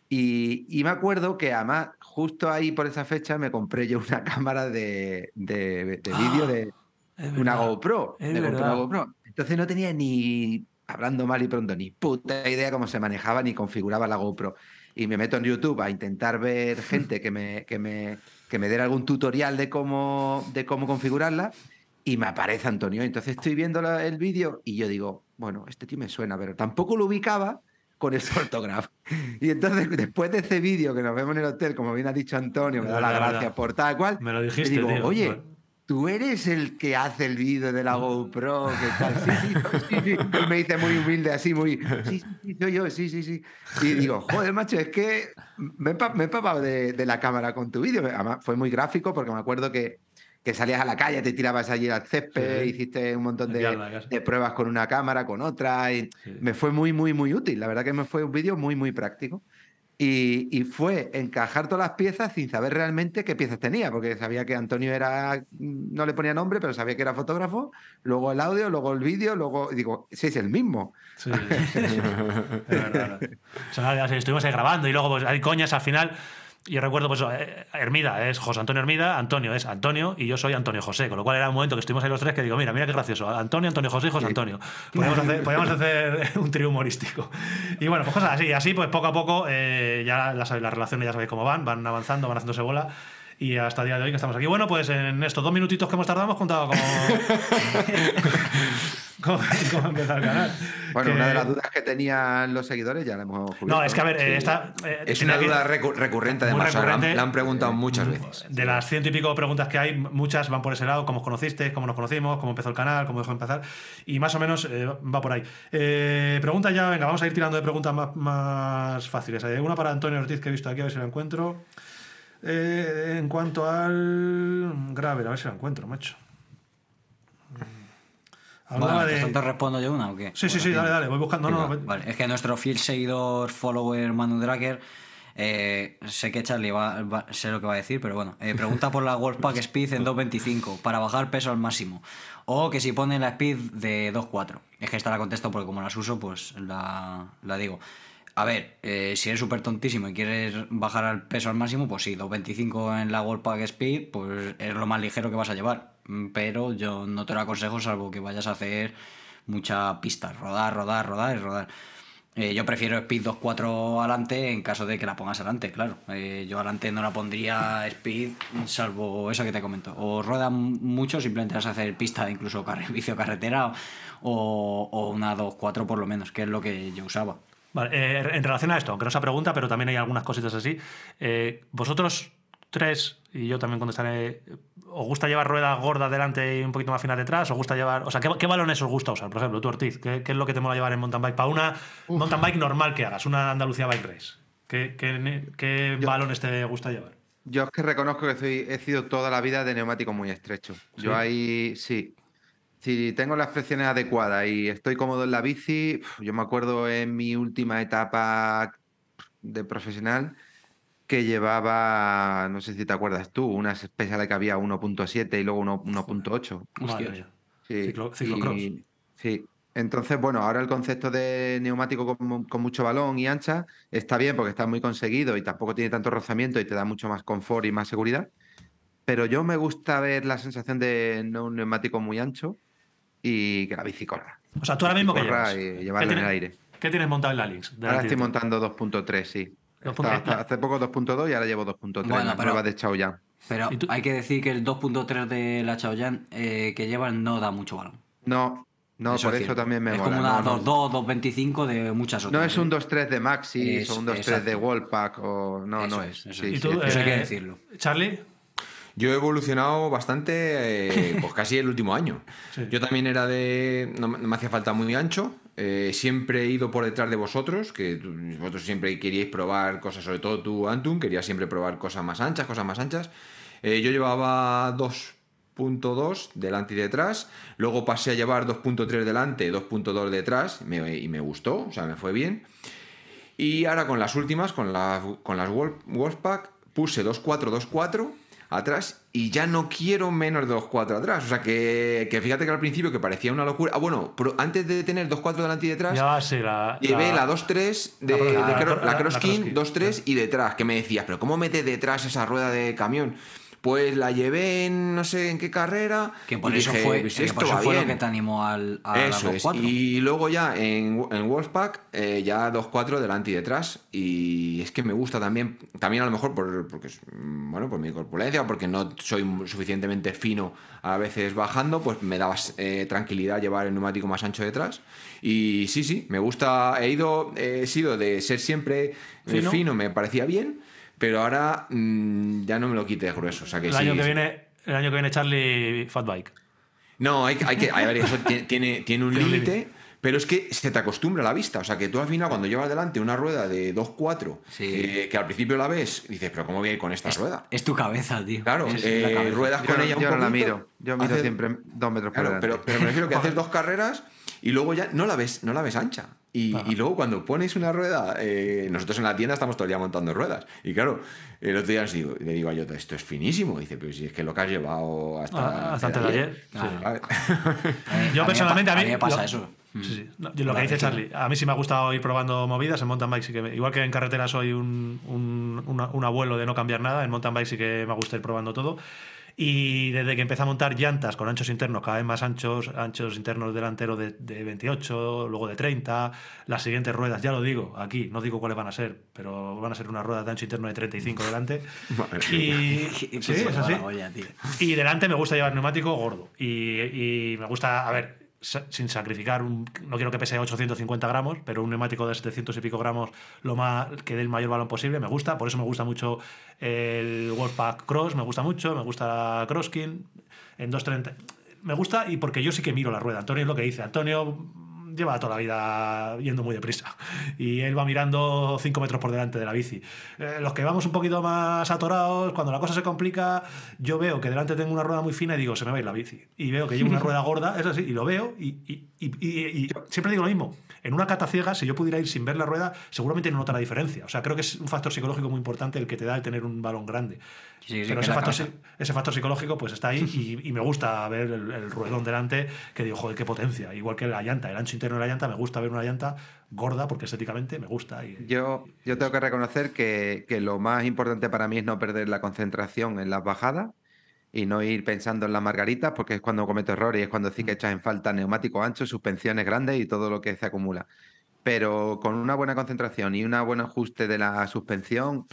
Y me acuerdo que además, justo ahí por esa fecha, me compré yo una cámara de vídeo de una GoPro. Una GoPro. Entonces no tenía ni hablando mal y pronto, ni puta idea cómo se manejaba ni configuraba la GoPro. Y me meto en YouTube a intentar ver gente que me diera algún tutorial de cómo configurarla, y me aparece Antonio. Entonces estoy viendo el vídeo y yo digo, bueno, este tío me suena, pero tampoco lo ubicaba con el Photograph. Y entonces, después de ese vídeo que nos vemos en el hotel, como bien ha dicho Antonio, me da las gracias por tal cual, me lo dijiste, digo, tío. oye, tú eres el que hace el vídeo de la GoPro, que tal, sí. Él me dice muy humilde, así, muy, sí, soy yo, sí. Y digo, joder, macho, es que me he empapado de la cámara con tu vídeo. Además, fue muy gráfico porque me acuerdo que salías a la calle, te tirabas allí al césped, Sí. hiciste un montón de pruebas con una cámara, con otra, y me fue muy, muy, muy útil. La verdad que me fue un vídeo muy, muy práctico. Y fue encajar todas las piezas sin saber realmente qué piezas tenía, porque sabía que Antonio no le ponía nombre, pero sabía que era fotógrafo, luego el audio, luego el vídeo, luego digo, sí, es el mismo. Sí. Es verdad. O sea, estuvimos ahí grabando y luego pues, hay coñas al final. Yo recuerdo, pues, Hermida es José Antonio Hermida, Antonio es Antonio y yo soy Antonio José. Con lo cual era un momento que estuvimos ahí los tres que digo, mira qué gracioso. Antonio José y José Antonio. Podríamos hacer un trío humorístico. Y bueno, pues cosas así pues poco a poco ya las relaciones ya sabéis cómo van avanzando, van haciéndose bola. Y hasta el día de hoy que estamos aquí. Bueno, pues en estos 2 minutitos que hemos tardado hemos contado cómo empezar el canal. Bueno, una de las dudas que tenían los seguidores ya la hemos cubierto. No, es que a ver, es una duda recurrente, además. La han preguntado muchas veces. De las 100 y pico preguntas que hay, muchas van por ese lado: cómo os conocisteis, cómo nos conocimos, cómo empezó el canal, cómo dejó de empezar. Y más o menos va por ahí. Pregunta ya, venga, vamos a ir tirando de preguntas más fáciles. Hay una para Antonio Ortiz que he visto aquí, a ver si la encuentro. En cuanto al Gravel, a ver si la encuentro, macho. ¿Te respondo yo una o qué? Sí, dale, voy buscando. Vale, es que nuestro fiel seguidor, follower, Manu Dracker, sé que Charlie sé lo que va a decir, pero bueno, pregunta por la Wolfpack Speed en 2.25 para bajar peso al máximo, o que si pone la Speed de 2.4. Es que esta la contesto porque como las uso, pues la digo. A ver, si eres súper tontísimo y quieres bajar al peso al máximo, pues sí, 2.25 en la Wolfpack Speed, pues es lo más ligero que vas a llevar. Pero yo no te lo aconsejo salvo que vayas a hacer mucha pista, rodar. Yo prefiero Speed 2.4 adelante en caso de que la pongas adelante, claro. Yo adelante no la pondría Speed, salvo eso que te comento. O rueda mucho, simplemente vas a hacer pista, incluso vicio carretera, o una 2.4 por lo menos, que es lo que yo usaba. Vale, en relación a esto, aunque no se pregunta, pero también hay algunas cositas así. Vosotros tres, y yo también contestaré, ¿os gusta llevar rueda gorda delante y un poquito más fina detrás? ¿Os gusta llevar, o sea, qué balones os gusta usar? Por ejemplo, tú, Ortiz, ¿qué es lo que te mola llevar en mountain bike? Para una mountain bike normal que hagas, una Andalucía Bike Race. ¿Qué balones te gusta llevar? Yo es que reconozco que he sido toda la vida de neumático muy estrecho. ¿Sí? Yo ahí sí. Si tengo las presiones adecuadas y estoy cómodo en la bici, yo me acuerdo en mi última etapa de profesional que llevaba, no sé si te acuerdas tú, unas especiales que había 1.7 y luego 1.8. Hostia. Sí. Ciclocross. Sí. Entonces, bueno, ahora el concepto de neumático con mucho balón y ancha está bien porque está muy conseguido y tampoco tiene tanto rozamiento y te da mucho más confort y más seguridad. Pero yo me gusta ver la sensación de un neumático muy ancho y que la bici corra. O sea, tú ahora mismo que llevas. Y llevarla en el aire. ¿Qué tienes montado en la Lynx? Ahora estoy montando 2.3, sí. Hace poco 2.2 y ahora llevo 2.3. Bueno, las pruebas de Chaoyang. Pero hay que decir que el 2.3 de la Chaoyang que llevan no da mucho balón. No, por eso también me mola. Es como una 2.2, 2.25 de muchas otras. No es un 2.3 de Maxi o un 2.3 de Wolfpack o... No es. ¿Y tú, eso hay que decirlo. Charlie? Yo he evolucionado bastante, pues casi el último año. Sí. Yo también era no me hacía falta muy ancho. Siempre he ido por detrás de vosotros, que vosotros siempre queríais probar cosas, sobre todo tú, Antun, querías siempre probar cosas más anchas. Yo llevaba 2.2 delante y detrás, luego pasé a llevar 2.3 delante, 2.2 detrás, y me gustó, o sea, me fue bien. Y ahora con las últimas, con las Wolfpack, puse 2.4 atrás y ya no quiero menos de 2.4 atrás. O sea que fíjate que al principio que parecía una locura. Bueno, pero antes de tener 2.4 delante y detrás, llevé la 2.3 la Crosskin 2.3 y detrás. Que me decías, pero ¿cómo metes detrás esa rueda de camión? Pues la llevé en no sé en qué carrera. Que por eso fue, pues que por eso fue lo que te animó a las 2.4. Y luego ya en Wolfpack ya 2.4 delante y detrás. Y es que me gusta también a lo mejor porque por mi corpulencia o porque no soy suficientemente fino a veces bajando, pues me daba tranquilidad llevar el neumático más ancho detrás. Y sí, me gusta. He sido de ser siempre fino, me parecía bien. Pero ahora ya no me lo quite grueso. O sea que el año que viene Charlie Fatbike. No, hay que. A ver, eso tiene un límite, pero es que se te acostumbra a la vista. O sea que tú al final, cuando llevas delante una rueda de 2.4, que al principio la ves, dices, pero ¿cómo voy a ir con esta rueda? Es tu cabeza, tío. Claro, ruedas con ella un poquito. Yo no la miro. Yo miro siempre 2 metros por delante. Pero me refiero que haces 2 carreras y luego ya no la ves ancha. Y luego cuando pones una rueda, nosotros en la tienda estamos todo el día montando ruedas. Y claro, el otro día le digo a Jota, esto es finísimo. Dice, pero si es que lo que has llevado hasta antes de ayer. Claro. Yo personalmente a mí me pasa eso. Sí. No, lo que dice Charlie, a mí sí me ha gustado ir probando movidas en mountain bike. Sí que igual que en carretera soy un abuelo de no cambiar nada, en mountain bike sí que me gusta ir probando todo. Y desde que empecé a montar llantas con anchos internos cada vez más anchos internos delanteros de 28, luego de 30, las siguientes ruedas, ya lo digo, aquí, no digo cuáles van a ser, pero van a ser unas ruedas de ancho interno de 35 delante. Y sí, es así. Y delante me gusta llevar neumático gordo. Y me gusta, a ver, sin sacrificar, no quiero que pese 850 gramos, pero un neumático de 700 y pico gramos, lo más que dé el mayor balón posible, me gusta. Por eso me gusta mucho el Wolfpack Cross, me gusta Crosskin en 230. Me gusta y porque yo sí que miro la rueda. Antonio es lo que dice. Antonio lleva toda la vida yendo muy deprisa y él va mirando 5 metros por delante de la bici. Los que vamos un poquito más atorados, cuando la cosa se complica, yo veo que delante tengo una rueda muy fina y digo, se me va a ir la bici. Y veo que llevo una rueda gorda, es así, y lo veo y siempre digo lo mismo. En una cata ciega, si yo pudiera ir sin ver la rueda, seguramente no nota la diferencia. O sea, creo que es un factor psicológico muy importante el que te da el tener un balón grande. Sí, pero ese factor psicológico pues está ahí y me gusta ver el ruedón delante, que digo, joder, qué potencia. Igual que la llanta, el ancho interno de la llanta, me gusta ver una llanta gorda porque estéticamente me gusta. Yo tengo que reconocer que lo más importante para mí es no perder la concentración en las bajadas y no ir pensando en las margaritas, porque es cuando cometo errores y es cuando sí que echas en falta neumáticos anchos, suspensiones grandes y todo lo que se acumula. Pero con una buena concentración y un buen ajuste de la suspensión,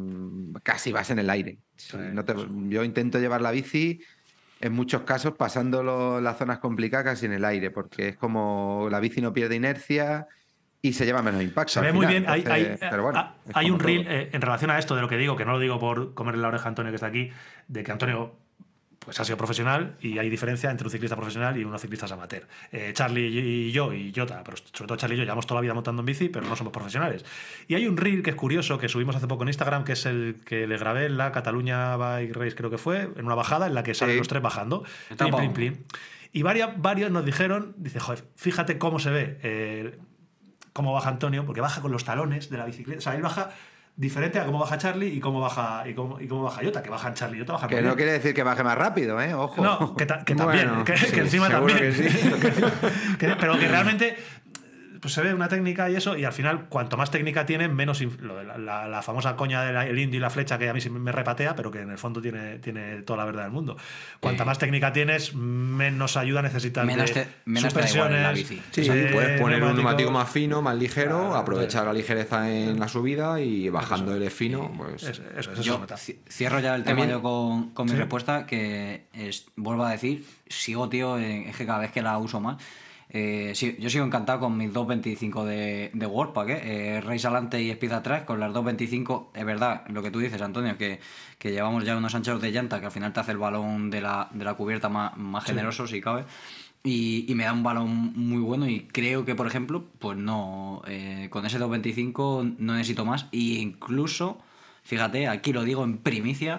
casi vas en el aire. Sí, yo intento llevar la bici, en muchos casos, pasando las zonas complicadas casi en el aire, porque es como la bici no pierde inercia y se lleva menos impacto. Se ve muy bien. Pero bueno, hay un reel en relación a esto de lo que digo, que no lo digo por comerle la oreja a Antonio que está aquí, de que Antonio pues ha sido profesional y hay diferencia entre un ciclista profesional y unos ciclistas amateur. Charlie y yo y Jota, pero sobre todo Charlie y yo, llevamos toda la vida montando en bici, pero no somos profesionales. Y hay un reel que es curioso, que subimos hace poco en Instagram, que es el que le grabé en la Cataluña Bike Race, creo que fue, en una bajada en la que salen los tres bajando. Plin, plin. Y varios nos dijeron, dice, joder, fíjate cómo se ve, cómo baja Antonio, porque baja con los talones de la bicicleta. O sea, él baja diferente a cómo baja Charlie y cómo baja Jota, que bajan Charlie y Jota bajan que no quiere decir que baje más rápido, ojo. No, que también, que encima también. Que sí. Pero que realmente pues se ve una técnica y eso, y al final, cuanto más técnica tiene, menos lo de la famosa coña del indio y la flecha, que a mí sí me repatea, pero que en el fondo tiene toda la verdad del mundo. Cuanta más técnica tienes, menos ayuda necesitas menos suspensiones. La bici. Sí, puedes poner un neumático más fino, más ligero, aprovechar la ligereza en la subida y bajando el fino. Pues eso yo cierro ya el tema yo con mi respuesta, que vuelvo a decir, sigo, tío, es que cada vez que la uso más. Sí, yo sigo encantado con mis 2.25 de Wolfpack, race adelante y speed atrás con las 2.25. Es verdad lo que tú dices, Antonio, que llevamos ya unos anchos de llanta que al final te hace el balón de la cubierta más generoso, si cabe, y me da un balón muy bueno. Y creo que, por ejemplo, pues no, con ese 2.25 no necesito más. Y incluso, fíjate, aquí lo digo en primicia,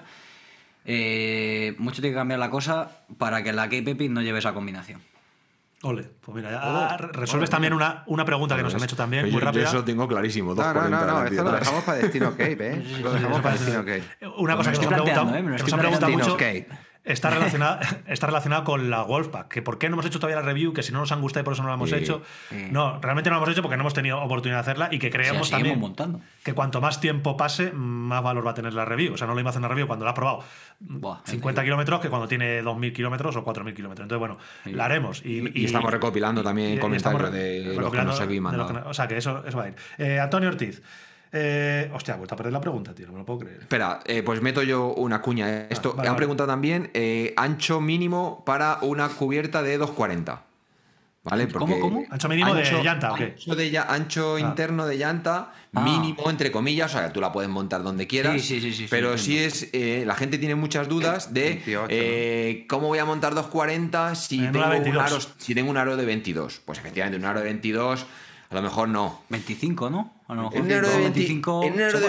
mucho tiene que cambiar la cosa para que la Cape Epic no lleve esa combinación. Ole, pues mira, ya resuelves también una pregunta que nos han hecho también, muy rápida. Yo eso lo tengo clarísimo. No, esto lo dejamos para Destino Cape, Lo dejamos para Destino Cape. Una cosa que nos han preguntado mucho. está relacionado con la Wolfpack. Que ¿por qué no hemos hecho todavía la review? Que si no nos han gustado y por eso no la hemos hecho. No, realmente no la hemos hecho porque no hemos tenido oportunidad de hacerla y que creemos también montando. Que cuanto más tiempo pase, más valor va a tener la review. O sea, no lo iba a hacer una review cuando la has probado 50 kilómetros que cuando tiene 2.000 kilómetros o 4.000 kilómetros. Entonces, bueno, la haremos. Y estamos recopilando también comentarios de los que nos habéis mandado. O sea, que eso va a ir. Antonio Ortiz. Hostia, he vuelto a perder la pregunta, tío, no me lo puedo creer. Espera, pues meto yo una cuña. Esto vale, han preguntado también ancho mínimo para una cubierta de 240. ¿Vale? Porque ¿Cómo? ¿Ancho mínimo de llanta o qué? Ancho interno de llanta, mínimo, entre comillas. O sea, tú la puedes montar donde quieras. Sí, pero sí es. La gente tiene muchas dudas de 28, cómo voy a montar 240 si tengo un aro de 22. Pues efectivamente, un aro de 22, a lo mejor no. 25, ¿no? En un aro de 25,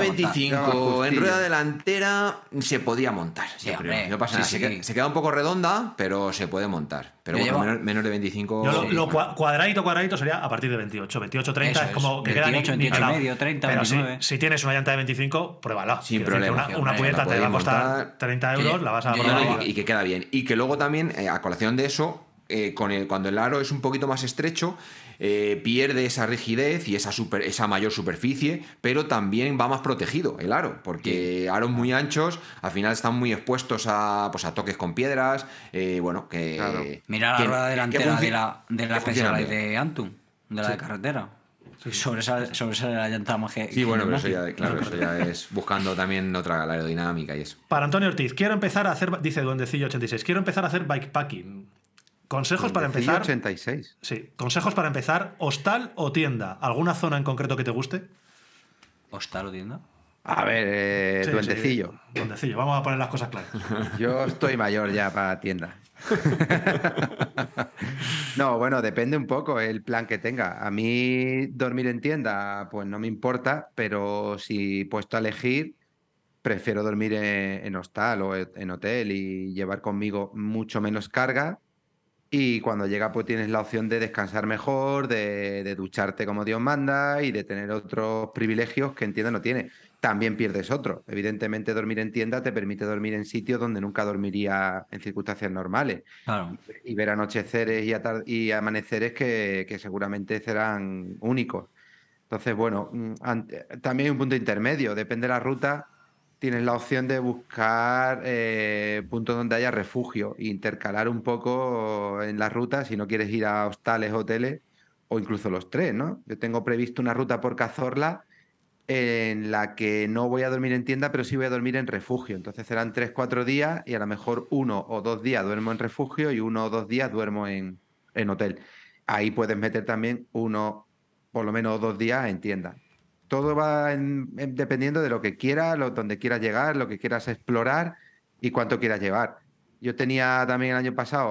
en rueda delantera se podía montar. Sí, hombre, no pasa nada. Se queda un poco redonda, pero se puede montar. Pero bueno, menos de 25. Lo cuadradito sería a partir de 28. 28, 30 es como que 28, queda 28 medio, 30, pero 29. Si tienes una llanta de 25, pruébala. Sin problema. Una cubierta te va a costar 30 euros, la vas a probar. Y que queda bien. Y que luego también, a colación de eso, cuando el aro es un poquito más estrecho, pierde esa rigidez y esa mayor superficie, pero también va más protegido el aro, porque aros muy anchos al final están muy expuestos a toques con piedras. Mira la rueda delantera de la Specialized de Antum, de la de carretera. Sobresale la llanta más que. Sí, bueno, pero eso ya es buscando también otra aerodinámica y eso. Para Antonio Ortiz, quiero empezar a hacer, dice Duendecillo86, quiero empezar a hacer bikepacking. Consejos para empezar. 86. Sí, consejos para empezar, hostal o tienda. ¿Alguna zona en concreto que te guste? ¿Hostal o tienda? A ver, Duendecillo. Sí, Duendecillo, vamos a poner las cosas claras. Yo estoy mayor ya para tienda. No, bueno, depende un poco el plan que tenga. A mí dormir en tienda, pues no me importa, pero si puesto a elegir, prefiero dormir en hostal o en hotel y llevar conmigo mucho menos carga. Y cuando llega, pues tienes la opción de descansar mejor, de ducharte como Dios manda y de tener otros privilegios que en tienda no tiene. También pierdes otro. Evidentemente, dormir en tienda te permite dormir en sitios donde nunca dormiría en circunstancias normales. Claro. Y ver anocheceres y amaneceres que seguramente serán únicos. Entonces, bueno, también hay un punto intermedio. Depende de la ruta. Tienes la opción de buscar puntos donde haya refugio e intercalar un poco en la ruta si no quieres ir a hostales, hoteles o incluso los tres, ¿no? Yo tengo previsto una ruta por Cazorla en la que no voy a dormir en tienda, pero sí voy a dormir en refugio. Entonces serán 3-4 días y a lo mejor 1 o 2 días duermo en refugio y 1 o 2 días duermo en hotel. Ahí puedes meter también 1, por lo menos 2 días en tienda. Todo va dependiendo de lo que quieras, donde quieras llegar, lo que quieras explorar y cuánto quieras llevar. Yo tenía también el año pasado,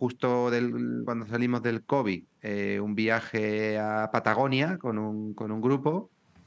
cuando salimos del COVID, un viaje a Patagonia con un grupo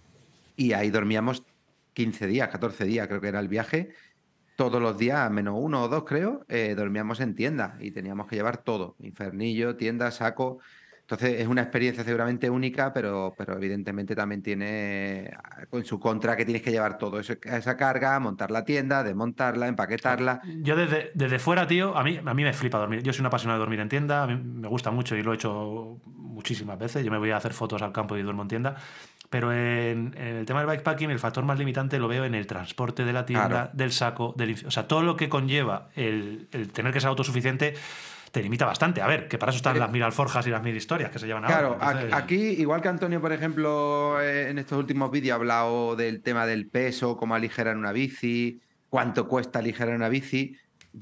y ahí dormíamos 15 días, 14 días creo que era el viaje. Todos los días, menos 1 o 2 creo, dormíamos en tienda y teníamos que llevar todo, infernillo, tienda, saco. Entonces es una experiencia seguramente única, pero evidentemente también tiene en su contra que tienes que llevar todo esa carga, montar la tienda, desmontarla, empaquetarla. Yo desde fuera, tío, a mí me flipa dormir. Yo soy un apasionado de dormir en tienda, a mí me gusta mucho y lo he hecho muchísimas veces. Yo me voy a hacer fotos al campo y duermo en tienda. Pero en el tema del bikepacking, el factor más limitante lo veo en el transporte de la tienda, claro, del saco, o sea, todo lo que conlleva el tener que ser autosuficiente te limita bastante. A ver, que para eso están las 1000 alforjas y las 1000 historias que se llevan ahora. Claro, entonces... aquí, igual que Antonio, por ejemplo, en estos últimos vídeos ha hablado del tema del peso, cómo aligerar una bici, cuánto cuesta aligerar una bici.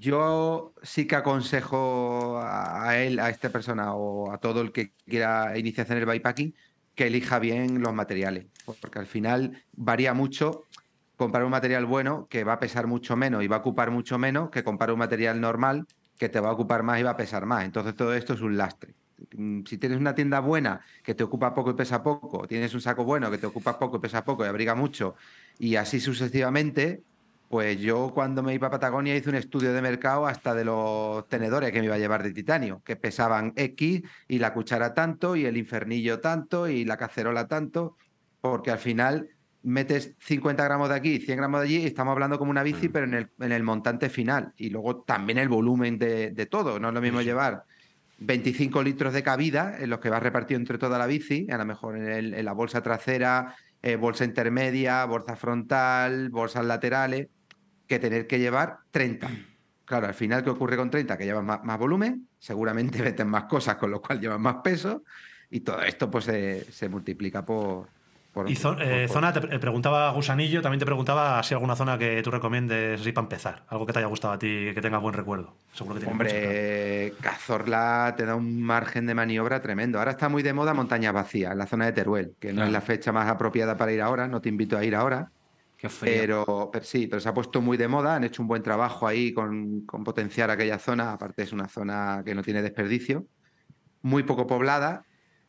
Yo sí que aconsejo a esta persona o a todo el que quiera iniciarse en el bikepacking que elija bien los materiales, porque al final varía mucho comprar un material bueno que va a pesar mucho menos y va a ocupar mucho menos que comprar un material normal que te va a ocupar más y va a pesar más. Entonces todo esto es un lastre. Si tienes una tienda buena que te ocupa poco y pesa poco, tienes un saco bueno que te ocupa poco y pesa poco y abriga mucho, y así sucesivamente, pues yo cuando me iba a Patagonia hice un estudio de mercado hasta de los tenedores que me iba a llevar de titanio, que pesaban X y la cuchara tanto y el infernillo tanto y la cacerola tanto, porque al final metes 50 gramos de aquí, 100 gramos de allí, y estamos hablando como una bici, pero en el montante final. Y luego también el volumen de todo. No es lo mismo llevar 25 litros de cabida en los que vas repartido entre toda la bici, a lo mejor en la bolsa trasera, bolsa intermedia, bolsa frontal, bolsas laterales, que tener que llevar 30. Claro, al final, ¿qué ocurre con 30? Que llevas más volumen, seguramente metes más cosas, con lo cual llevas más peso, y todo esto pues se multiplica por... Y zona, te preguntaba Gusanillo, también te preguntaba si alguna zona que tú recomiendes así para empezar, algo que te haya gustado a ti, que tengas buen recuerdo. Seguro que tiene Hombre, Cazorla te da un margen de maniobra tremendo. Ahora está muy de moda montañas vacías, en la zona de Teruel, que no es la fecha más apropiada para ir ahora, no te invito a ir ahora. Qué frío. Pero sí, pero se ha puesto muy de moda, han hecho un buen trabajo ahí con potenciar aquella zona, aparte es una zona que no tiene desperdicio, muy poco poblada,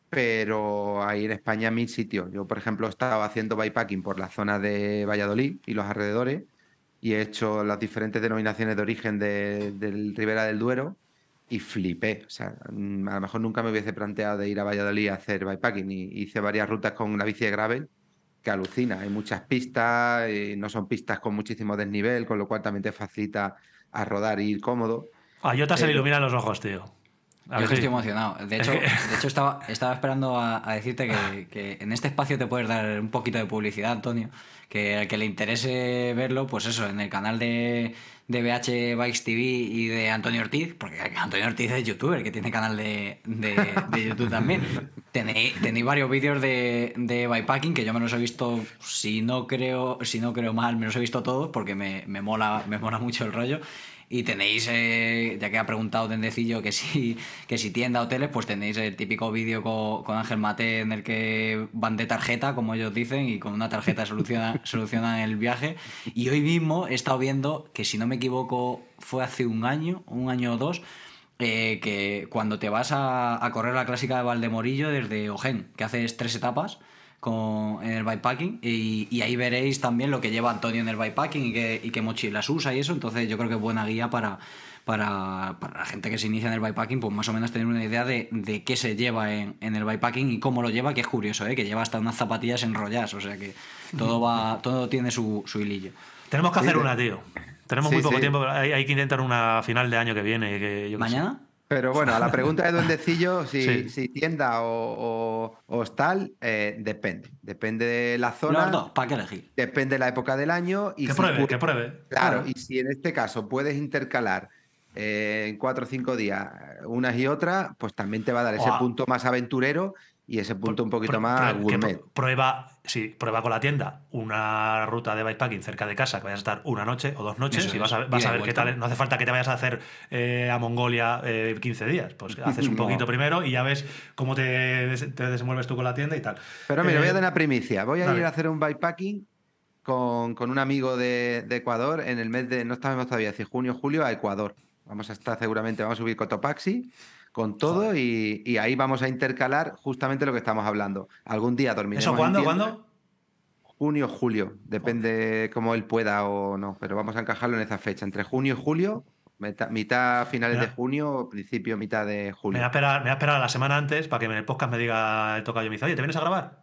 pero hay en España 1000 sitios. Yo, por ejemplo, he estado haciendo bikepacking por la zona de Valladolid y los alrededores y he hecho las diferentes denominaciones de origen del Ribera del Duero y flipé. O sea, a lo mejor nunca me hubiese planteado de ir a Valladolid a hacer bikepacking y hice varias rutas con la bici de gravel que alucina. Hay muchas pistas y no son pistas con muchísimo desnivel, con lo cual también te facilita a rodar y ir cómodo. A Jota se le iluminan los ojos, tío. Yo estoy emocionado. De hecho estaba esperando a decirte que en este espacio te puedes dar un poquito de publicidad, Antonio. Que al que le interese verlo, pues eso, en el canal de BH Bikes TV y de Antonio Ortiz, porque Antonio Ortiz es youtuber, que tiene canal de YouTube también. Tenéis varios vídeos de bikepacking que yo me los he visto, si no creo mal, me los he visto todos porque me mola mucho el rollo. Y tenéis, ya que ha preguntado Tendecillo que si tienda, hoteles, pues tenéis el típico vídeo con Ángel Mate en el que van de tarjeta, como ellos dicen, y con una tarjeta solucionan el viaje. Y hoy mismo he estado viendo que, si no me equivoco, fue hace un año o dos, que cuando te vas a correr la clásica de Valdemorillo desde Ojén, que haces 3 etapas en el bikepacking, y ahí veréis también lo que lleva Antonio en el bikepacking y qué mochilas usa y eso. Entonces yo creo que es buena guía para la gente que se inicia en el bikepacking, pues más o menos tener una idea de qué se lleva en el bikepacking y cómo lo lleva, que es curioso, que lleva hasta unas zapatillas enrolladas, o sea que todo tiene su hilillo. Tenemos que hacer una, tío. Tenemos muy poco tiempo, hay que intentar una final de año que viene. ¿Mañana? Pero bueno, a la pregunta de Duendecillo, si tienda o hostal, depende. Depende de la zona. Los dos, ¿para qué elegir? Depende de la época del año. Y que pruebe. Claro, y si en este caso puedes intercalar en 4 o 5 días unas y otras, pues también te va a dar ese punto más aventurero y ese punto un poquito más gourmet. Prueba con la tienda una ruta de bikepacking cerca de casa, que vayas a estar una noche o 2 noches, y vas a ver qué tal. No hace falta que te vayas a hacer a Mongolia 15 días. Pues haces un poquito primero y ya ves cómo te desenvuelves tú con la tienda y tal. Pero mira, voy a dar una primicia. Voy a ir a hacer un bikepacking con un amigo de Ecuador en el mes de, no sabemos todavía si junio o julio, a Ecuador. Vamos a subir Cotopaxi con todo y ahí vamos a intercalar justamente lo que estamos hablando. Algún día dormiremos. ¿Eso cuándo? Junio, julio. Depende cómo él pueda o no, pero vamos a encajarlo en esa fecha. Entre junio y julio, mitad finales de junio, principio, mitad de julio. Me voy a esperar a la semana antes para que en el podcast me diga el tocayo y me dice: oye, ¿te vienes a grabar?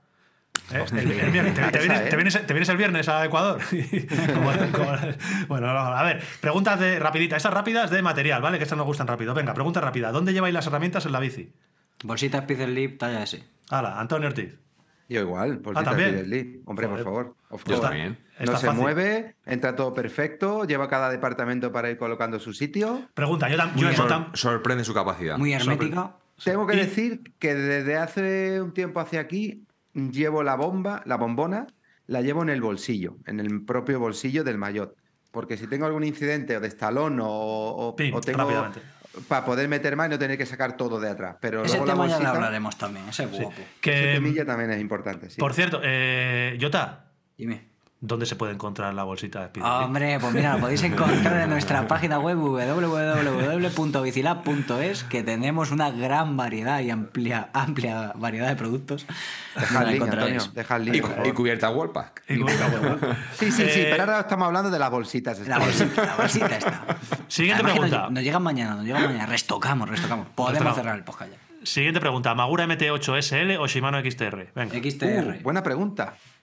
¿Te vienes el viernes a Ecuador? Bueno, a ver, preguntas rapiditas. Estas rápidas de material, ¿vale? Que estas nos gustan rápido. Venga, pregunta rápida. ¿Dónde lleváis las herramientas en la bici? Bolsita Speedlip talla S. Hala, Antonio Ortiz. Yo igual, bolsita Speedlip. Hombre, por favor. Yo también. No se mueve, entra todo perfecto, lleva cada departamento para ir colocando su sitio. Pregunta, sorprende su capacidad. Muy hermética. Tengo que decir que desde hace un tiempo hacia aquí llevo la bombona, la llevo en el bolsillo, en el propio bolsillo del maillot. Porque si tengo algún incidente o de estalón o tengo rápidamente, para poder meter más y no tener que sacar todo de atrás. Pero ese luego tema la bolsita, ya lo hablaremos también, ese es guapo. Ese temilla también es importante. Sí. Por cierto, Jota. Dime. ¿Dónde se puede encontrar la bolsita de Speedlip? Hombre, pues mira, lo podéis encontrar en nuestra página web www.bicilab.es, que tenemos una gran variedad y amplia variedad de productos. Deja el link, Antonio. Deja el link. Y cubierta Wallpack. Sí, pero ahora estamos hablando de las bolsitas. La bolsita está. Siguiente pregunta. Nos llegan mañana. Restocamos. Podemos cerrar el podcast ya. Siguiente pregunta. ¿Magura MT8 SL o Shimano XTR? Venga. XTR. Buena pregunta.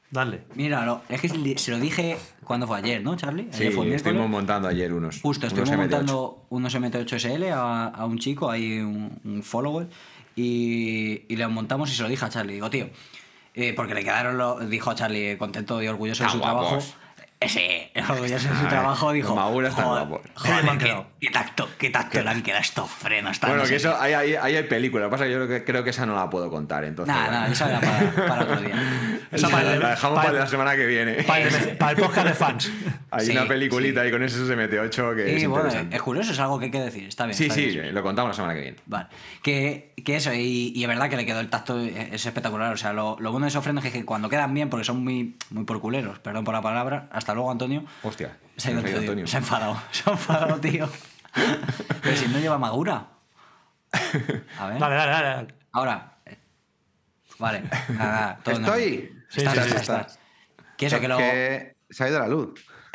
Dale. Mira, es que se lo dije cuando fue ayer, ¿no, Charlie? Sí, estuvimos montando ayer unos. Justo, estuvimos MT8. montando unos MT8SL a un chico, ahí un follower, y le montamos y se lo dije a Charlie. Digo, tío, porque le quedaron, dijo a Charlie, contento y orgulloso de su trabajo. Sí, orgulloso de su trabajo, dijo. Magura está guapo. Joder, qué tacto le han quedado estos frenos. Bueno, que eso, ahí hay película. Lo que pasa es que yo creo que esa no la puedo contar. Entonces, no, esa era para otro día. Esa la dejamos para la semana que viene. Para el podcast de fans. Hay una peliculita ahí con ese MT8 que es interesante. Es curioso, es algo que hay que decir. Está bien. Sí, está sí, bien. lo contamos la semana que viene. Vale. Que eso, y es verdad que le quedó el tacto, es espectacular. O sea, lo bueno de esos frenos es que cuando quedan bien, porque son muy por culeros, perdón por la palabra, hasta luego, Antonio. Hostia, se ha enfadado, tío. Pero si no lleva Magura. A ver. Dale. Ahora. Vale, nada. Todo Estoy. Estás. Que se ha ido la luz.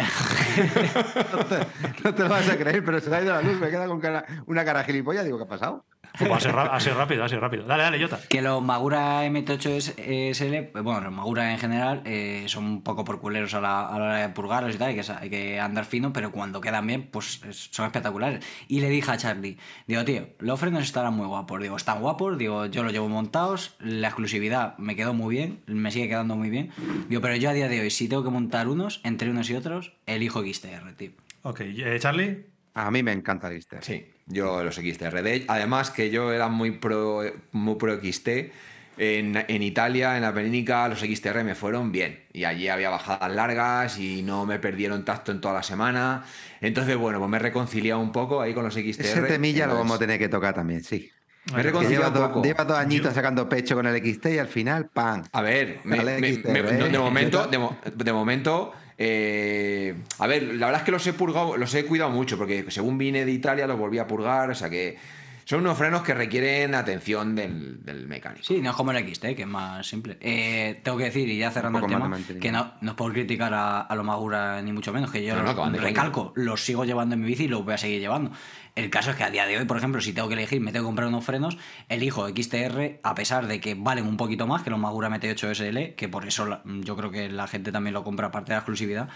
no te lo vas a creer, pero se ha ido la luz. Me queda con una cara gilipollas. Digo, ¿qué ha pasado? Ha sido rápido. Dale, Jota. Que los Magura MT8 SL, bueno, los Magura en general, son un poco por culeros a la hora de purgarlos y tal, hay que andar fino, pero cuando quedan bien, pues son espectaculares. Y le dije a Charlie, digo, tío, los frenos estarán muy guapos. Digo, están guapos, digo, yo los llevo montados, la exclusividad me quedó muy bien, me sigue quedando muy bien. Digo, pero yo a día de hoy, si tengo que montar entre unos y otros, elijo XTR, tío. Ok, ¿Charlie? A mí me encanta el XTR. Sí, yo los XTR. Además que yo era muy pro XT. En Italia, en la Penínica, los XTR me fueron bien. Y allí había bajadas largas y no me perdieron tacto en toda la semana. Entonces, bueno, pues me he reconciliado un poco ahí con los XTR. Ese temilla lo vamos a tener que tocar también, sí. Me he reconciliado un poco. Lleva 2 añitos sacando pecho con el XT y al final, ¡pam! A ver, de momento... a ver, la verdad es que los he purgado, los he cuidado mucho, porque según vine de Italia los volví a purgar, o sea que son unos frenos que requieren atención del mecánico. Sí, no es como el XT, que es más simple. Tengo que decir, y ya cerrando el tema, que no es por criticar a los Magura ni mucho menos, que yo recalco, los sigo llevando en mi bici y los voy a seguir llevando. El caso es que a día de hoy, por ejemplo, si tengo que elegir, me tengo que comprar unos frenos, elijo XTR, a pesar de que valen un poquito más que los Magura MT8 SL, que por eso yo creo que la gente también lo compra aparte de la exclusividad.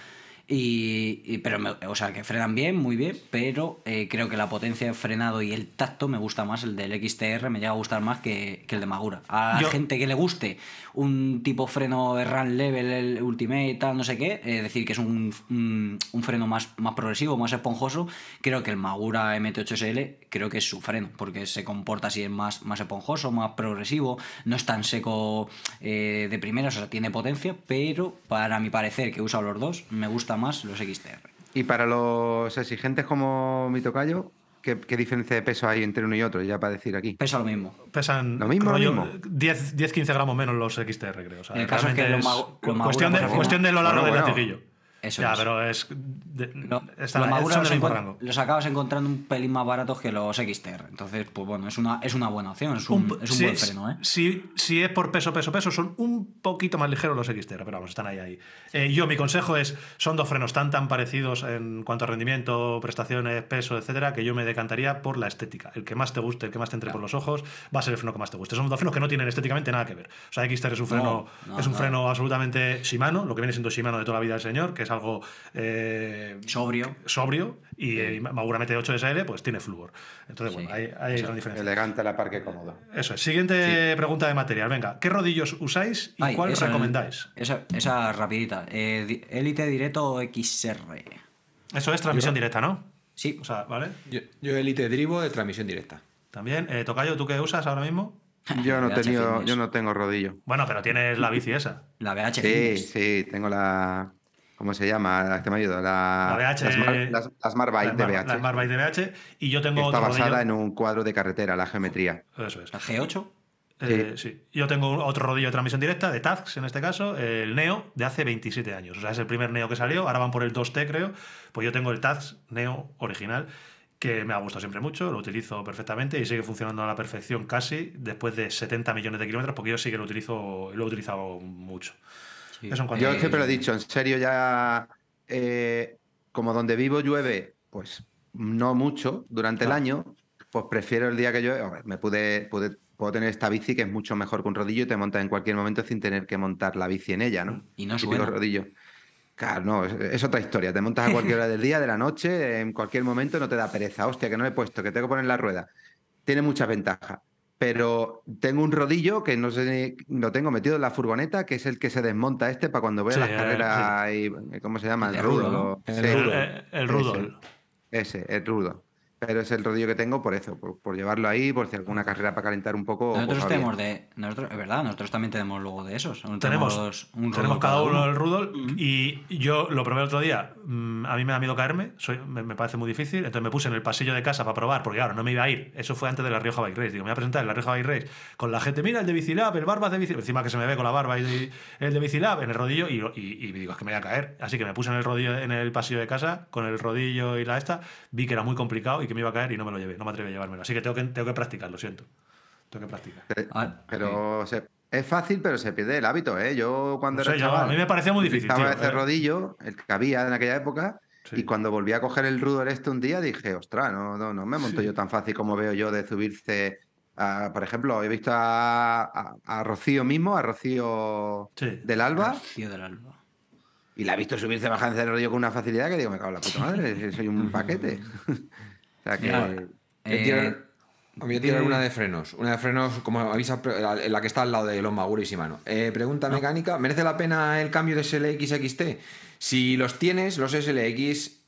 O sea, que frenan bien, muy bien, pero creo que la potencia de frenado y el tacto me gusta más, el del XTR me llega a gustar más que el de Magura. A la gente que le guste un tipo freno run level, el Ultimate, tal, no sé qué, decir que es un freno más progresivo, más esponjoso, creo que el Magura MT8SL creo que es su freno, porque se comporta así, es más esponjoso, más progresivo, no es tan seco de primeras, o sea, tiene potencia, pero para mi parecer, que he usado los dos, me gusta más los XTR. Y para los exigentes como mi tocayo, ¿qué diferencia de peso hay entre uno y otro? Ya para decir aquí. Pesa lo mismo. Pesan lo mismo. 10-15 gramos menos los XTR, creo. O sea, el caso es que cuestión de lo largo del latiguillo. Eso ya, es. pero es. Los Magura los acabas encontrando un pelín más baratos que los XTR. Entonces, pues bueno, es una buena opción. Es un buen freno, ¿eh? Si es por peso, son un poquito más ligeros los XTR, pero vamos, están ahí. Mi consejo es: son dos frenos tan parecidos en cuanto a rendimiento, prestaciones, peso, etcétera, que yo me decantaría por la estética. El que más te guste, el que más te entre por los ojos, va a ser el freno que más te guste. Son dos frenos que no tienen estéticamente nada que ver. O sea, XTR es un freno, freno absolutamente Shimano, lo que viene siendo Shimano de toda la vida del señor, que es algo sobrio, y Magura MT8 SL pues tiene flúor. Entonces, bueno, hay gran diferencia. Elegante, la par que cómodo. Eso es. Siguiente pregunta de material. Venga, ¿qué rodillos usáis y cuál recomendáis? Esa rapidita. Elite Directo XR. Eso es transmisión directa, ¿no? Sí. O sea, ¿vale? Yo Elite Drivo de transmisión directa. También. Tocayo, ¿tú qué usas ahora mismo? Yo no tengo rodillo. Bueno, pero tienes la bici esa. La BH Fitness. Sí, tengo la... ¿Cómo se llama? Este me ayuda. La BH. La Smart Bike de BH. La Smart Bike de BH. Y yo tengo está otro basada rodillo. en un cuadro de carretera, la geometría. Eso es. ¿La G8? Sí. Yo tengo otro rodillo de transmisión directa, de Tazx en este caso, el Neo, de hace 27 años. O sea, es el primer Neo que salió. Ahora van por el 2T, creo. Pues yo tengo el Tazx Neo original, que me ha gustado siempre mucho, lo utilizo perfectamente y sigue funcionando a la perfección casi después de 70 millones de kilómetros, porque yo sí que lo he utilizado mucho. Sí. Yo siempre lo he dicho, en serio, ya como donde vivo llueve, pues no mucho durante el año, pues prefiero el día que llueve. Me pude puedo tener esta bici que es mucho mejor que un rodillo y te montas en cualquier momento sin tener que montar la bici en ella, ¿no? Y no Típico suena. rodillo. Claro, no, es otra historia. Te montas a cualquier hora del día, de la noche, en cualquier momento, no te da pereza. Hostia, que no le he puesto, que tengo que poner la rueda. Tiene muchas ventajas. Pero tengo un rodillo que no sé, lo tengo metido en la furgoneta, que es el que se desmonta para cuando voy a Sí, las carreras y, ¿cómo se llama? El de El rudo. rulo, ¿no? El Sí, rudo. El Rudol. el rudo. Pero es el rodillo que tengo por eso, por llevarlo ahí, por si alguna carrera para calentar un poco, pues Nosotros va tenemos bien. es verdad, nosotros también tenemos luego de esos. Tenemos, Un tenemos Rudol cada uno el Rudol Mm. y yo lo probé el otro día. A mí me da miedo caerme, me parece muy difícil. Entonces me puse en el pasillo de casa para probar, porque claro, no me iba a ir. Eso fue antes de la Rioja Bike Race. Digo, me voy a presentar en la Rioja Bike Race con la gente. Mira, el de Bicilab, el Barbas de Bicilab. Encima que se me ve con la barba y el de Bicilab en el rodillo y digo, es que me voy a caer. Así que me puse en el rodillo en el pasillo de casa con el rodillo y la esta. Vi que era muy complicado y que me iba a caer y no me lo llevé, no me atreví a llevármelo. Así que tengo que practicar, lo siento. Tengo que practicar. Ah, Pero es fácil, pero se pierde el hábito, ¿eh? Yo No cuando era sé, a mí chaval me parecía muy difícil, utilizaba tío. ese rodillo, el que había en aquella época, y Sí. cuando volví a coger el rudo un día dije, ostras, no me monto yo Sí. tan fácil como veo yo de subirse. Por ejemplo, he visto a Rocío mismo, a Rocío Sí. del Alba, Rocío del Alba. y la he visto subirse bajándose del rodillo con una facilidad que digo, me cago en la puta madre, soy un paquete. O sea Mira, que Voy a tirar, voy a tirar dime- una de frenos, como avisa, la que está al lado de los Maguro y Shimano. Pregunta mecánica: ¿merece la pena el cambio de SLX XT? Si los tienes, los SLX,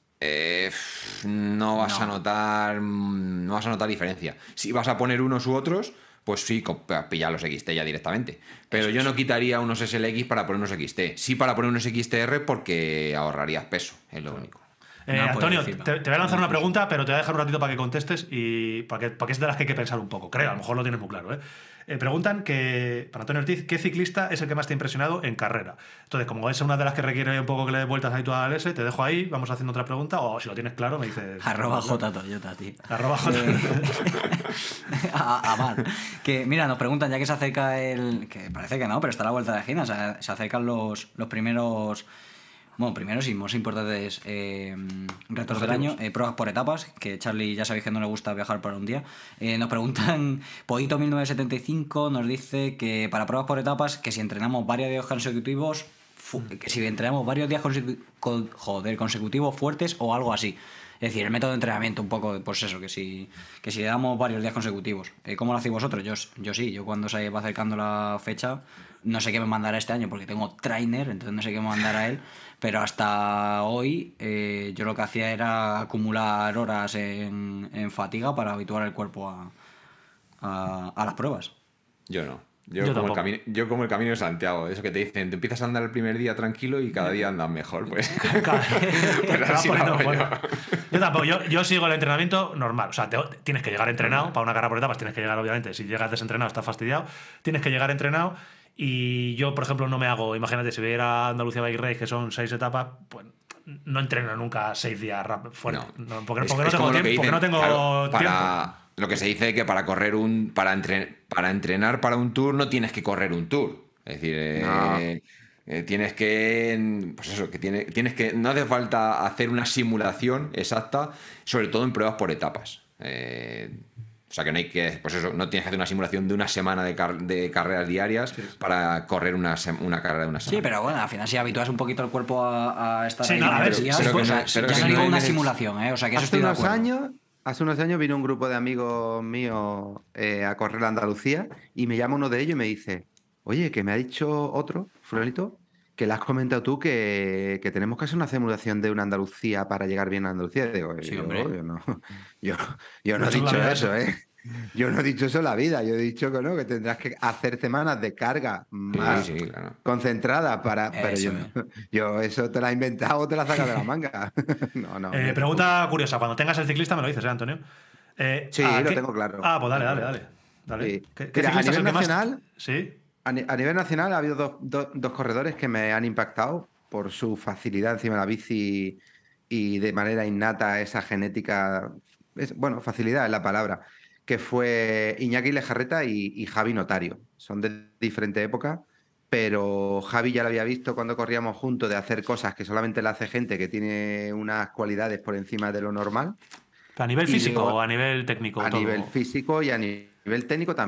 no vas a notar diferencia. Si vas a poner unos u otros, pues sí, pilla los XT ya directamente. Pero yo no quitaría unos SLX para poner unos XT. Sí, para poner unos XTR porque ahorrarías peso, es lo único. No puedo Antonio, decirlo. te voy a lanzar una pregunta, pero te voy a dejar un ratito para que contestes y para que es de las que hay que pensar un poco. Creo, a lo mejor lo tienes muy claro. Preguntan que, para Antonio Ortiz, ¿qué ciclista es el que más te ha impresionado en carrera? Entonces, como es una de las que requiere un poco que le des vueltas ahí toda la S, te dejo ahí, vamos haciendo otra pregunta, o si lo tienes claro, me dices. Arroba J Toyota, tío. Arroba J. A mal. Que, mira, nos preguntan, ya que se acerca que parece que no, pero está a la vuelta de la esquina. O sea, se acercan los primeros. Bueno, primeros y más importantes retos del año, pruebas por etapas, que Charlie ya sabéis que no le gusta viajar por un día. Nos preguntan, Poito1975 nos dice que para pruebas por etapas, que si entrenamos varios días consecutivos, que si entrenamos varios días consecutivos fuertes o algo así. Es decir, el método de entrenamiento un poco, pues eso, que si le damos varios días consecutivos. ¿Cómo lo hacéis vosotros? Yo sí, yo cuando se va acercando la fecha, no sé qué me mandará este año porque tengo trainer, entonces no sé qué me mandará él, pero hasta hoy yo lo que hacía era acumular horas en fatiga para habituar el cuerpo a las pruebas. Yo no. Yo Yo como el camino de Santiago, eso que te dicen, te empiezas a andar el primer día tranquilo y cada día andas mejor, pues. Yo tampoco, yo sigo el entrenamiento normal. O sea, tienes que llegar entrenado, para una carrera por etapas tienes que llegar, obviamente, si llegas desentrenado estás fastidiado, tienes que llegar entrenado. Y yo, por ejemplo, no me hago, imagínate, si voy a ir a Andalucía Bike Race, que son 6 etapas, pues no entreno nunca 6 días fuerte. No, porque no tengo tiempo. Porque no tengo tiempo. Lo que se dice que para correr para entrenar para un tour no tienes que correr un tour. Es decir, tienes que. Pues eso, que tienes que. No hace falta hacer una simulación exacta, sobre todo en pruebas por etapas. O sea que no hay que. Pues eso, no tienes que hacer una simulación de una semana de carreras diarias para correr una carrera de una semana. Sí, pero bueno, al final si habituas un poquito el cuerpo a estar ahí. Pero ya no digo una simulación, o sea que eso estoy de acuerdo. Hace unos años vino un grupo de amigos míos a correr a Andalucía y me llama uno de ellos y me dice, oye, que me ha dicho otro, Fulanito, que le has comentado tú que tenemos que hacer una simulación de una Andalucía para llegar bien a Andalucía. Y digo, sí, hombre. Yo no he dicho eso, ¿eh? Yo no he dicho eso en la vida. Yo he dicho que no, que tendrás que hacer semanas de carga más concentradas para. Pero yo eso te la he inventado o te la sacas de la manga. No. Pregunta curiosa. Cuando tengas el ciclista me lo dices, Antonio. Sí, lo tengo claro. Ah, pues dale. Sí. ¿Qué Mira, ciclista es el que nacional, más? Sí. A nivel nacional ha habido dos corredores que me han impactado por su facilidad encima de la bici y de manera innata esa genética. Facilidad es la palabra. Que fue Iñaki Lejarreta y Javi Notario. Son de diferente época, pero Javi ya lo había visto cuando corríamos juntos de hacer cosas que solamente le hace gente que tiene unas cualidades por encima de lo normal. ¿A nivel físico o a nivel técnico? A nivel físico y a nivel técnico también.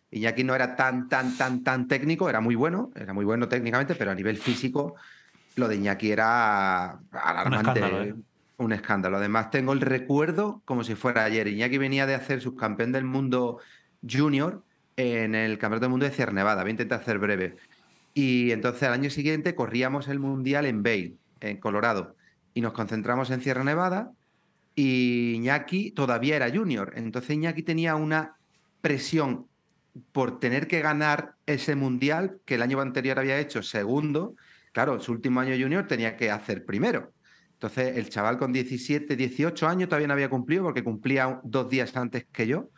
Iñaki no era tan técnico, era muy bueno técnicamente, pero a nivel físico lo de Iñaki era alarmante. Un escándalo. Además, tengo el recuerdo como si fuera ayer. Iñaki venía de hacer subcampeón del mundo junior en el Campeonato del Mundo de Sierra Nevada. Voy a intentar hacer breve. Y entonces al año siguiente corríamos el Mundial en Vail, en Colorado. Y nos concentramos en Sierra Nevada y Iñaki todavía era junior. Entonces Iñaki tenía una presión por tener que ganar ese Mundial que el año anterior había hecho segundo. Claro, en su último año junior tenía que hacer primero. Entonces el chaval con 17, 18 años todavía no había cumplido porque cumplía 2 días antes que yo.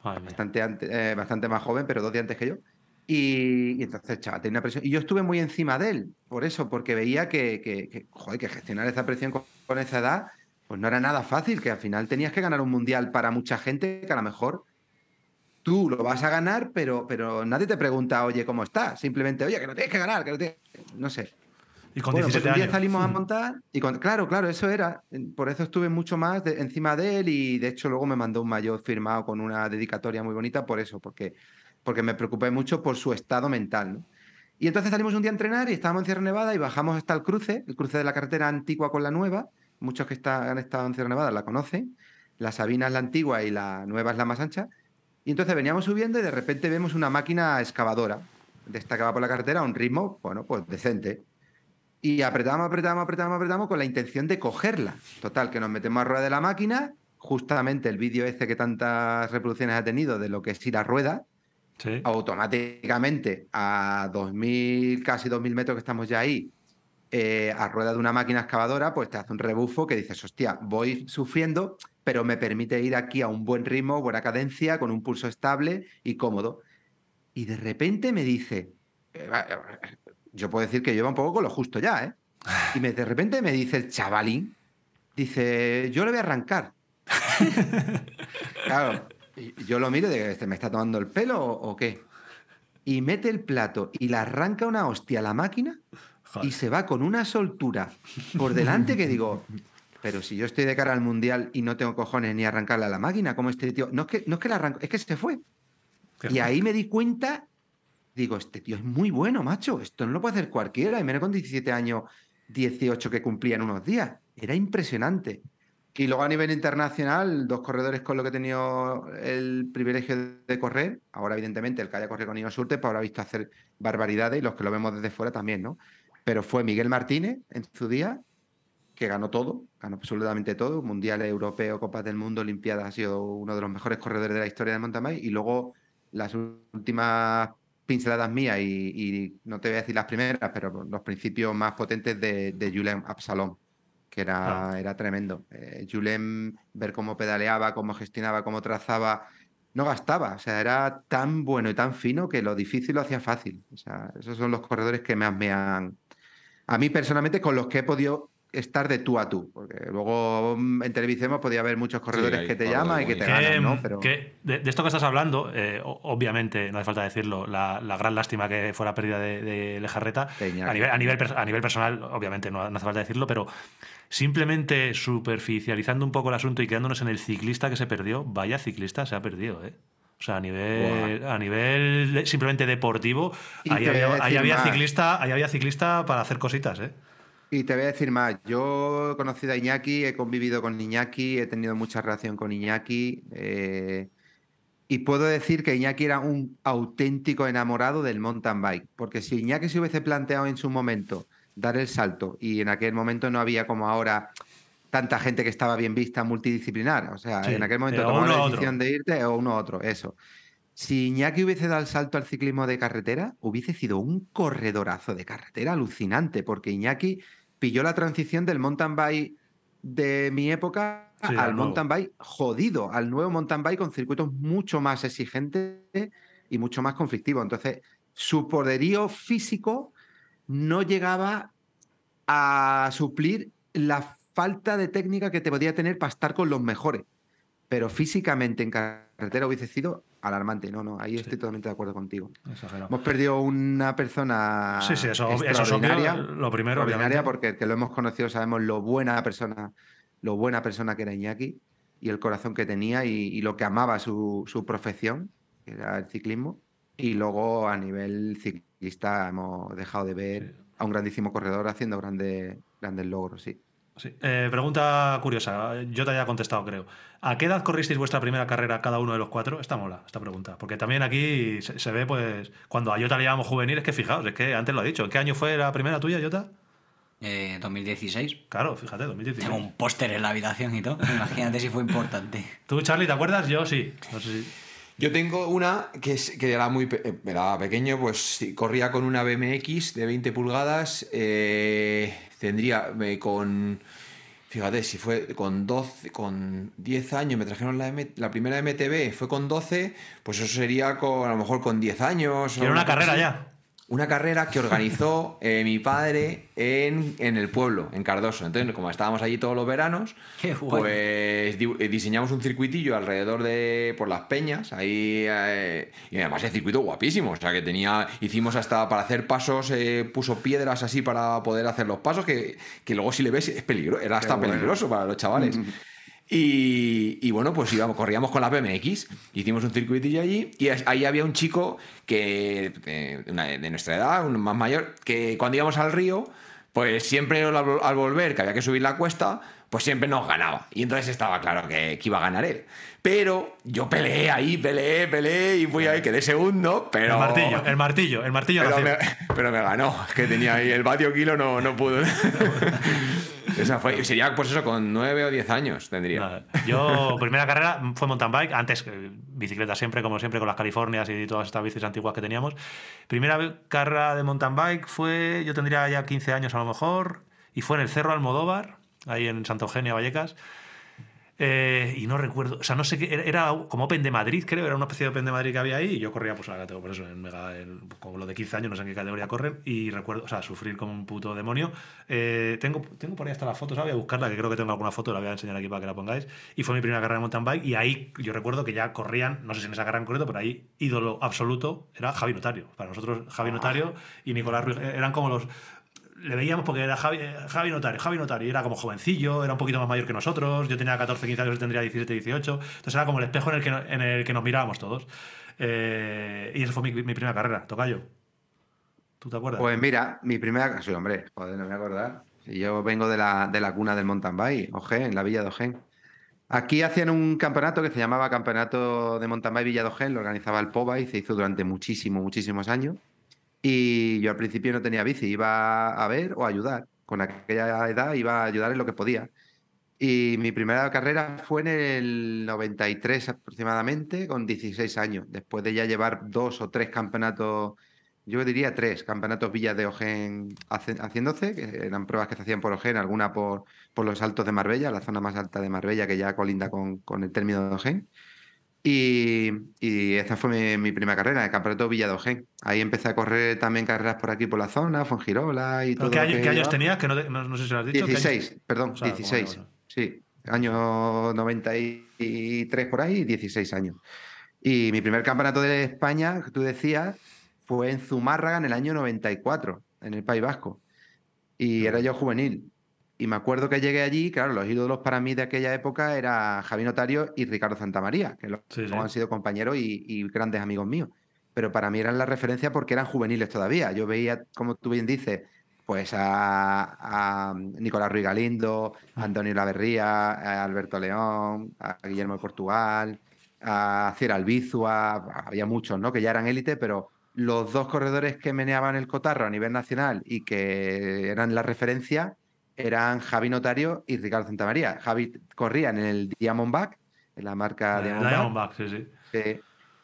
Bastante más joven, pero 2 días antes que yo. Y entonces, chaval, tenía una presión. Y yo estuve muy encima de él, por eso, porque veía que gestionar esa presión con esa edad, pues no era nada fácil, que al final tenías que ganar un mundial para mucha gente, que a lo mejor tú lo vas a ganar, pero nadie te pregunta, oye, ¿cómo estás? Simplemente, oye, que lo tienes que ganar, que lo tienes... No sé. Y con 17 pues un día años. salimos a montar y claro, eso era. Por eso estuve mucho más encima de él y de hecho luego me mandó un maillot firmado con una dedicatoria muy bonita por eso, porque me preocupé mucho por su estado mental, ¿no? Y entonces salimos un día a entrenar y estábamos en Sierra Nevada y bajamos hasta el cruce de la carretera antigua con la nueva. Muchos que han estado en Sierra Nevada la conocen. La Sabina es la antigua y la nueva es la más ancha. Y entonces veníamos subiendo y de repente vemos una máquina excavadora de esta que va por la carretera a un ritmo, bueno, pues decente. Y apretamos con la intención de cogerla. Total, que nos metemos a rueda de la máquina. Justamente el vídeo que tantas reproducciones ha tenido de lo que es ir a rueda, sí. Automáticamente a 2.000, casi 2.000 metros que estamos ya ahí, a rueda de una máquina excavadora, pues te hace un rebufo que dices, hostia, voy sufriendo, pero me permite ir aquí a un buen ritmo, buena cadencia, con un pulso estable y cómodo. Y de repente me dice, yo puedo decir que lleva un poco con lo justo ya, ¿eh? Y de repente me dice el chavalín, dice, yo le voy a arrancar. Claro, yo lo miro y digo, ¿me está tomando el pelo o qué? Y mete el plato y le arranca una hostia a la máquina. Joder. Y se va con una soltura por delante que digo, pero si yo estoy de cara al Mundial y no tengo cojones ni arrancarle a la máquina, ¿cómo este tío? No es que la arrancó, es que se fue. Y ahí me di cuenta, digo, este tío es muy bueno, macho, esto no lo puede hacer cualquiera, y menos con 17 años, 18 que cumplía en unos días. Era impresionante. Y luego a nivel internacional, 2 corredores con los que he tenido el privilegio de correr, ahora evidentemente el que haya corrido con Ineos Urte, pues habrá visto hacer barbaridades y los que lo vemos desde fuera también, ¿no? Pero fue Miguel Martínez en su día, que ganó todo, ganó absolutamente todo, mundiales, europeos, Copas del Mundo, Olimpiadas, ha sido uno de los mejores corredores de la historia del mountain bike. Y luego las últimas pinceladas mías, y no te voy a decir las primeras, pero los principios más potentes de Julen Absalon, que era tremendo. Julen, ver cómo pedaleaba, cómo gestionaba, cómo trazaba, no gastaba. O sea, era tan bueno y tan fino que lo difícil lo hacía fácil. O sea, esos son los corredores que más me han... A mí personalmente, con los que he podido estar de tú a tú, porque luego en televisión podía haber muchos corredores que te llaman y que te ganan, ¿no? Pero... de esto que estás hablando, obviamente, no hace falta decirlo, la gran lástima que fue la pérdida de Lejarreta, a nivel personal, obviamente, no hace falta decirlo, pero simplemente superficializando un poco el asunto y quedándonos en el ciclista que se perdió, vaya ciclista se ha perdido, ¿eh? O sea, a nivel simplemente deportivo, ahí había ciclista para hacer cositas, ¿eh? Y te voy a decir más, yo he conocido a Iñaki, he convivido con Iñaki, he tenido mucha relación con Iñaki, y puedo decir que Iñaki era un auténtico enamorado del mountain bike, porque si Iñaki se hubiese planteado en su momento dar el salto, y en aquel momento no había como ahora tanta gente que estaba bien vista multidisciplinar, o sea, sí, en aquel momento tomaba la decisión de irte o uno u otro, eso. Si Iñaki hubiese dado el salto al ciclismo de carretera, hubiese sido un corredorazo de carretera alucinante, porque Iñaki pilló la transición del mountain bike de mi época al mountain bike jodido, al nuevo mountain bike con circuitos mucho más exigentes y mucho más conflictivos. Entonces, su poderío físico no llegaba a suplir la falta de técnica que te podía tener para estar con los mejores. Pero físicamente en carretera hubiese sido alarmante. No, ahí estoy totalmente de acuerdo contigo. Exagerado. Hemos perdido una persona extraordinaria, eso es lo primero, extraordinaria, porque que lo hemos conocido, sabemos lo buena persona que era Iñaki y el corazón que tenía y lo que amaba su profesión, que era el ciclismo. Y luego a nivel ciclista hemos dejado de ver a un grandísimo corredor haciendo grandes logros, sí. Sí. Pregunta curiosa, yo te haya contestado, creo. ¿A qué edad corristeis vuestra primera carrera cada uno de los 4? Esta mola, esta pregunta. Porque también aquí se ve, pues, cuando a Jota le llamamos juvenil, es que fijaos, es que antes lo he dicho. ¿En qué año fue la primera tuya, Jota? 2016. Claro, fíjate, 2016. Tengo un póster en la habitación y todo. Imagínate si fue importante. ¿Tú, Charlie, te acuerdas? Yo sí. No sé si... Yo tengo una que era era pequeño, pues sí, corría con una BMX de 20 pulgadas, tendría fíjate, si fue con 10 años, me trajeron la primera MTB, fue con 12, pues eso sería a lo mejor con 10 años. Era una carrera así. ya. Una carrera que organizó mi padre en el pueblo, en Cardoso. Entonces, como estábamos allí todos los veranos, pues diseñamos un circuitillo alrededor por las peñas, ahí, y además el circuito guapísimo, o sea que hicimos hasta para hacer pasos, puso piedras así para poder hacer los pasos, que luego si le ves es peligroso, era hasta peligroso para los chavales. Y bueno, pues corríamos con la BMX, hicimos un circuitillo allí y ahí había un chico de nuestra edad, un más mayor, que cuando íbamos al río, pues siempre al volver, que había que subir la cuesta, pues siempre nos ganaba. Y entonces estaba claro que iba a ganar él. Pero yo peleé y fui ahí, quedé segundo, pero... El martillo. Pero me ganó, es que tenía ahí el vatio kilo, no pudo. Esa sería pues eso, con 9 o 10 años tendría. Nada. Yo, primera carrera fue mountain bike, antes bicicleta siempre, como siempre, con las Californias y todas estas bicis antiguas que teníamos. Primera carrera de mountain bike yo tendría ya 15 años a lo mejor, y fue en el Cerro Almodóvar, ahí en Santa Eugenia, Vallecas. Y no recuerdo, o sea, no sé qué, era como Open de Madrid, creo, era una especie de Open de Madrid que había ahí, y yo corría, pues, por eso, con lo de 15 años, no sé en qué categoría corren, y recuerdo, o sea, sufrir como un puto demonio. Tengo por ahí hasta la foto, voy a buscarla, que creo que tengo alguna foto, la voy a enseñar aquí para que la pongáis, y fue mi primera carrera de mountain bike, y ahí yo recuerdo que ya corrían, no sé si en esa carrera en concreto, pero ahí ídolo absoluto era Javi Notario. Para nosotros, Javi Notario y Nicolás Ruiz eran como los... Le veíamos porque era Javi Notario, y era como jovencillo, era un poquito más mayor que nosotros, yo tenía 14, 15 años, él tendría 17, 18, entonces era como el espejo en el que nos mirábamos todos. Y esa fue mi primera carrera, tocayo. ¿Tú te acuerdas? Pues mira, mi primera... Sí, hombre, joder, no me voy a acordar. Yo vengo de la cuna del mountain bike, Ojén, en la villa de Ojén. Aquí hacían un campeonato que se llamaba Campeonato de Mountain Bike Villa de Ojén, lo organizaba el POBA y se hizo durante muchísimos años. Y yo al principio no tenía bici, iba a ver o a ayudar. Con aquella edad iba a ayudar en lo que podía. Y mi primera carrera fue en el 93 aproximadamente, con 16 años. Después de ya llevar 2 o 3 campeonatos, yo diría 3 campeonatos Villas de Ojén haciéndose, que eran pruebas que se hacían por Ojén, alguna por los Altos de Marbella, la zona más alta de Marbella, que ya colinda con el término de Ojén. Y esa fue mi primera carrera, el Campeonato Villa de Ojén. Ahí empecé a correr también carreras por aquí, por la zona, Fuengirola y todo. ¿Qué años tenías? Que no sé si lo has dicho. 16, perdón, o sea, 16. Bueno. Sí, año 93 por ahí, 16 años. Y mi primer campeonato de España, que tú decías, fue en Zumárraga en el año 94, en el País Vasco. Y era yo juvenil. Y me acuerdo que llegué allí, claro, los ídolos para mí de aquella época eran Javi Notario y Ricardo Santamaría, que luego han sido compañeros y grandes amigos míos. Pero para mí eran la referencia porque eran juveniles todavía. Yo veía, como tú bien dices, pues a Nicolás Ruiz Galindo, a Antonio Laverría, a Alberto León, a Guillermo de Portugal, a Cier Albizua, había muchos, ¿no? Que ya eran élite, pero los dos corredores que meneaban el cotarro a nivel nacional y que eran la referencia eran Javi Notario y Ricardo Santamaría. Javi corría en el Diamondback, en la marca Diamondback, sí.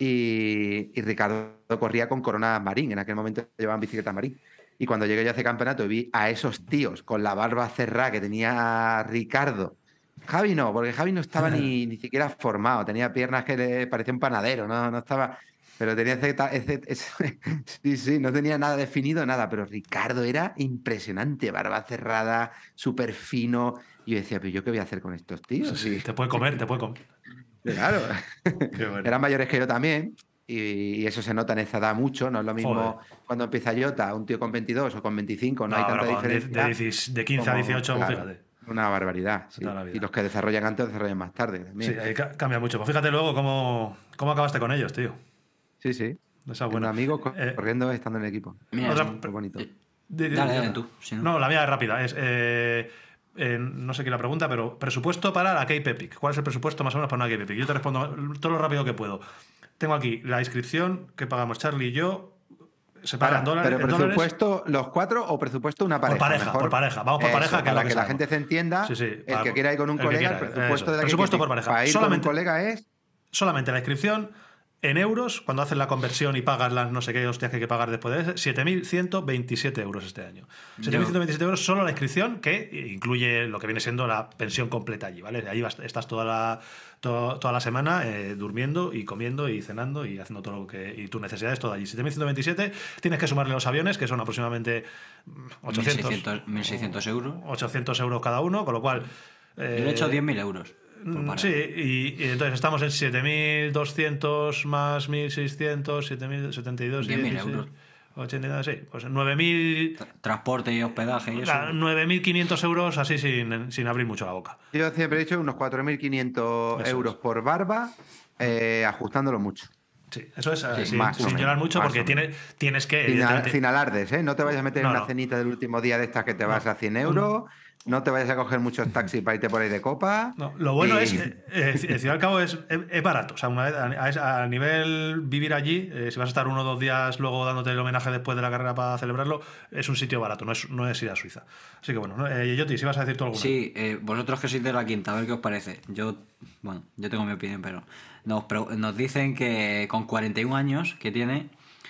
Y Ricardo corría con Corona Marín, en aquel momento llevaban bicicleta Marín. Y cuando llegué yo a ese campeonato y vi a esos tíos con la barba cerrada que tenía Ricardo. Javi no, porque Javi no estaba ni siquiera formado, tenía piernas que le parecía un panadero, no estaba... Pero tenía sí, no tenía nada definido, nada, pero Ricardo era impresionante, barba cerrada, súper fino. Y yo decía, pero ¿yo qué voy a hacer con estos tíos? Sí, te puede comer. Claro. Bueno. Eran mayores que yo también, y eso se nota en esa edad mucho, no es lo mismo cuando empieza Jota, un tío con 22 o con 25, no hay tanta diferencia. De 15 a 18, claro, fíjate. Una barbaridad. Sí. Y los que desarrollan antes desarrollan más tarde también. Sí, ahí cambia mucho. Pues fíjate luego cómo acabaste con ellos, tío. Sí. Esa es buena. Amigos corriendo estando en el equipo. Mira, otra, muy bonito. Dale tú. Si no, la mía es rápida. No sé quién la pregunta, pero presupuesto para la Cape Epic. ¿Cuál es el presupuesto más o menos para una Cape Epic? Yo te respondo todo lo rápido que puedo. Tengo aquí la inscripción que pagamos Charlie y yo. Se pagan dólares. ¿Pero presupuesto los 4 o presupuesto una pareja? Por pareja. Vamos por pareja. Para que la gente se entienda, el que quiera ir con un colega, el presupuesto de la presupuesto por pareja. Para ir con un colega es... Solamente la inscripción en euros, cuando haces la conversión y pagas las no sé qué hostias que hay que pagar después de eso, 7.127 euros este año. 7.127 euros solo la inscripción, que incluye lo que viene siendo la pensión completa allí, ¿vale? Ahí estás toda la semana durmiendo y comiendo y cenando y haciendo todo lo que... Y tus necesidades, todo allí. 7.127, tienes que sumarle los aviones, que son aproximadamente 1.600 euros. 800 euros cada uno, con lo cual... Yo le he hecho 10.000 euros. Sí, y entonces estamos en 7.200 más 1.600, 7.072... 10.000 euros. 80, sí, pues 9.000... Transporte y hospedaje y eso. 9.500 euros así sin abrir mucho la boca. Yo siempre he dicho unos 4.500 euros por barba, ajustándolo mucho. Sí, eso es sin llorar mucho porque tienes que... Sin alardes, ¿eh? No te vayas a meter en una cenita del último día de estas que te vas a 100 euros... No te vayas a coger muchos taxis para irte por ahí de copa. No, lo bueno es, al cabo, es barato. O sea, una vez, a nivel vivir allí, si vas a estar 1 o 2 días luego dándote el homenaje después de la carrera para celebrarlo, es un sitio barato, no es ir a Suiza. Así que bueno, Yoti, si vas a decir tú alguna. Sí, vosotros que sois de la quinta, a ver qué os parece. Yo tengo mi opinión, pero nos dicen que con 41 años que tiene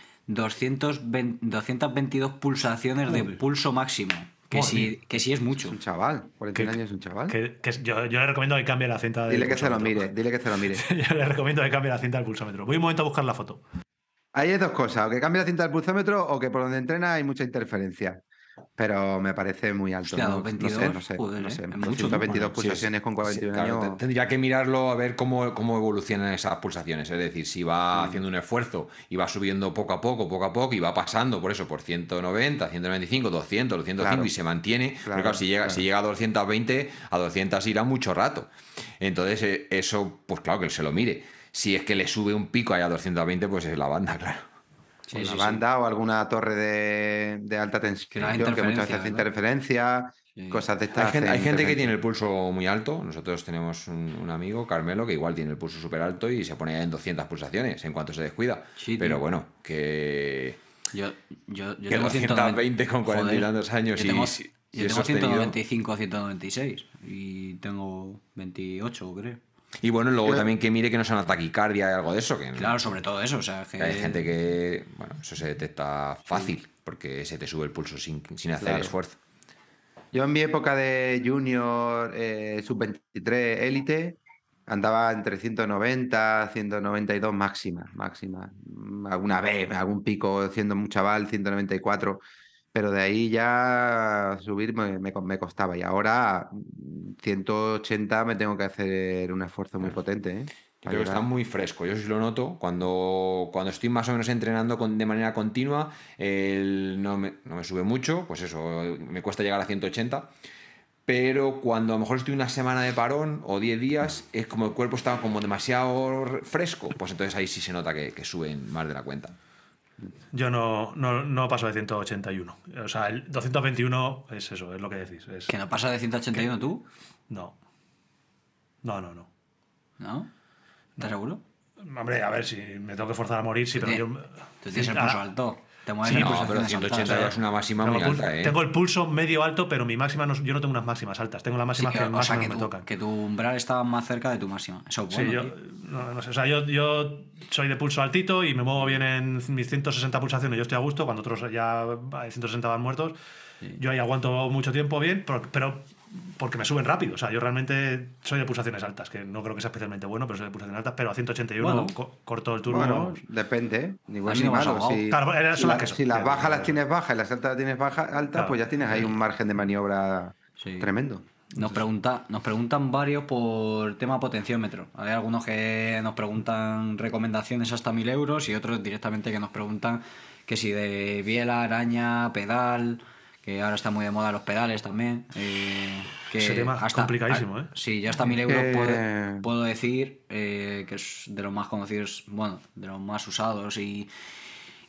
222 pulsaciones de pulso máximo. Que sí es mucho. Es un chaval, 41 años es un chaval. Yo le recomiendo que cambie la cinta del Dile que se lo mire. Yo le recomiendo que cambie la cinta del pulsómetro. Voy un momento a buscar la foto. Ahí hay 2 cosas, o que cambie la cinta del pulsómetro o que por donde entrena hay mucha interferencia. Pero me parece muy alto. Hostia, 22, no sé. Joder, 222 pulsaciones con 41 años. Claro, tendría que mirarlo a ver cómo evolucionan esas pulsaciones. Es decir, si va haciendo un esfuerzo y va subiendo poco a poco y va pasando por 190, 195, 200, 205 y se mantiene. Pero claro, si llega a 220, a 200 irá mucho rato. Entonces, eso, pues claro, que se lo mire. Si es que le sube un pico allá a 220, pues es la banda, claro. La banda o alguna torre de alta tensión que muchas veces hace interferencia, cosas de estas. Hay gente que tiene el pulso muy alto. Nosotros tenemos un amigo, Carmelo, que igual tiene el pulso súper alto y se pone en 200 pulsaciones en cuanto se descuida. Sí, pero bueno, que... Yo que tengo 220 con 40 y tantos años yo tengo 195 a 196 y tengo 28, creo. Y bueno, luego también que mire que no sea una taquicardia y algo de eso. Claro, sobre todo eso. O sea, que hay gente que, bueno, eso se detecta fácil porque se te sube el pulso sin hacer esfuerzo. Yo en mi época de junior, sub-23 élite, andaba entre 190, 192 máxima. Alguna vez, algún pico, siendo un chaval, 194. Pero de ahí ya subir me costaba. Y ahora 180 me tengo que hacer un esfuerzo muy potente. Yo creo que está muy fresco. Yo sí lo noto. Cuando estoy más o menos entrenando de manera continua, no me sube mucho. Pues eso, me cuesta llegar a 180. Pero cuando a lo mejor estoy una semana de parón o 10 días, es como el cuerpo está como demasiado fresco. Pues entonces ahí sí se nota que suben más de la cuenta. Yo no paso de 181. O sea, el 221 es eso, es lo que decís. ¿Que no pasa de 181 tú? No. ¿No? ¿Estás seguro? Hombre, a ver, si me tengo que forzar a morir, sí, pero yo... Tú tienes el pulso alto. Te mueves pero 180 es una máxima muy alta, Tengo el pulso medio alto, pero mi máxima yo no tengo unas máximas altas. Tengo las máximas que más o menos me tocan. Que tu umbral está más cerca de tu máxima. Eso es bueno. No sé. O sea, yo soy de pulso altito y me muevo bien en mis 160 pulsaciones. Yo estoy a gusto. Cuando otros ya 160 van muertos, yo ahí aguanto mucho tiempo bien, pero porque me suben rápido. O sea, yo realmente soy de pulsaciones altas, que no creo que sea especialmente bueno, pero soy de pulsaciones altas. Pero a 181 corto el turno. Bueno, depende. Ni bueno ni malo. Si las bajas las tienes bajas y las altas las tienes altas, pues ya tienes ahí un margen de maniobra tremendo. Nos preguntan varios por tema potenciómetro. Hay algunos que nos preguntan recomendaciones hasta 1.000 euros y otros directamente que nos preguntan que si de biela, araña, pedal... que ahora está muy de moda los pedales también. Ese tema es complicadísimo, ¿eh? Sí, ya hasta 1.000 euros puedo decir que es de los más conocidos, bueno, de los más usados y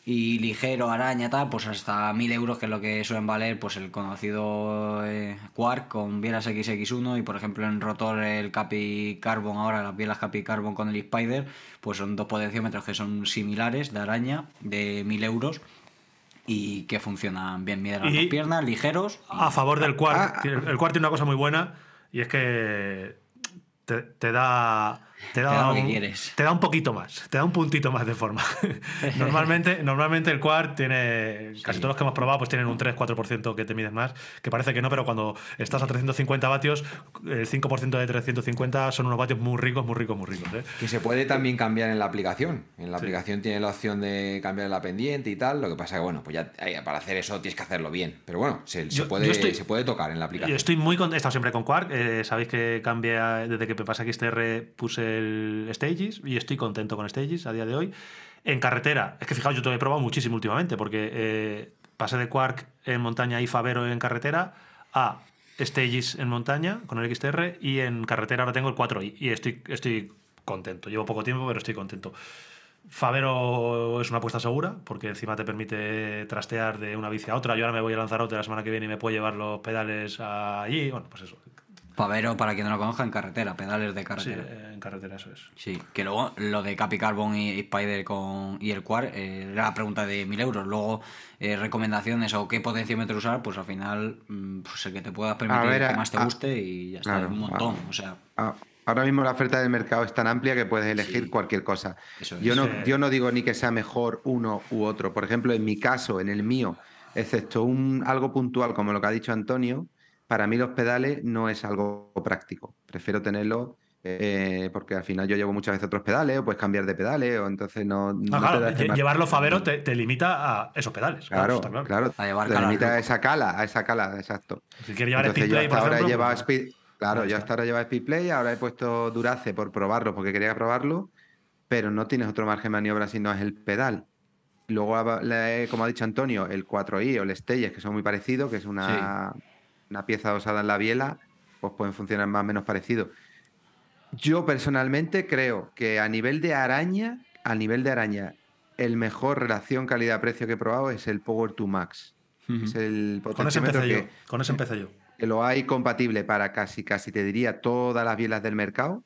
y ligero, araña, tal, pues hasta 1000 euros, que es lo que suelen valer pues el conocido Quark con bielas XX1 y por ejemplo en rotor el Capi Carbon, ahora las bielas Capi Carbon con el Spider, pues son 2 potenciómetros que son similares de araña de 1000 euros y que funcionan bien, miden las dos piernas, ligeros. A favor del Quark, el Quark tiene una cosa muy buena y es que te da lo que quieres. Te da un poquito más, te da un puntito más de forma. normalmente el Quark tiene, casi todos los que hemos probado, pues tienen un 3-4% que te mides más, que parece que no, pero cuando estás a 350 vatios, el 5% de 350 son unos vatios muy ricos, muy ricos, muy ricos. Que se puede también cambiar en la aplicación. En la aplicación tiene la opción de cambiar la pendiente y tal. Lo que pasa que, bueno, pues ya para hacer eso tienes que hacerlo bien. Pero bueno, se puede tocar en la aplicación. Yo estoy muy contento, he estado siempre con Quark. Sabéis que desde que me pasa XTR puse el Stages y estoy contento con Stages a día de hoy. En carretera, es que fijaos, yo te he probado muchísimo últimamente porque pasé de Quark en montaña y Favero en carretera a Stages en montaña con el XTR y en carretera ahora tengo el 4i y estoy contento. Llevo poco tiempo, pero estoy contento. Favero es una apuesta segura porque encima te permite trastear de una bici a otra. Yo ahora me voy a Lanzarote la semana que viene y me puedo llevar los pedales allí. Bueno, pues eso. Favero, para quien no lo conozca, en carretera, pedales de carretera. Sí, en carretera, eso es. Sí, que luego lo de Capi Carbon y Spider y el Quark era la pregunta de 1000 euros. Luego, recomendaciones o qué potenciómetro usar, pues al final, pues el que te puedas permitir el que más te guste y ya está, claro, un montón. O sea. Ahora mismo la oferta del mercado es tan amplia que puedes elegir cualquier cosa. Eso es. Yo no digo ni que sea mejor uno u otro. Por ejemplo, en mi caso, en el mío, excepto algo puntual como lo que ha dicho Antonio, para mí los pedales no es algo práctico. Prefiero tenerlo porque al final yo llevo muchas veces otros pedales o puedes cambiar de pedales o entonces no claro, llevarlo Favero te limita a esos pedales. Claro. A llevar te limita a esa cala, exacto. Si quieres llevar entonces, Speedplay, por ejemplo... yo hasta ahora llevaba Speedplay, ahora he puesto Durace por probarlo porque quería probarlo, pero no tienes otro margen de maniobra si no es el pedal. Luego, como ha dicho Antonio, el 4i o el Stages, que son muy parecidos, que es una pieza dosada en la biela, pues pueden funcionar más o menos parecido. Yo personalmente creo que a nivel de araña, el mejor relación calidad-precio que he probado es el Power 2 Max. Es el potenciómetro con ese empecé yo. Que lo hay compatible para casi te diría todas las bielas del mercado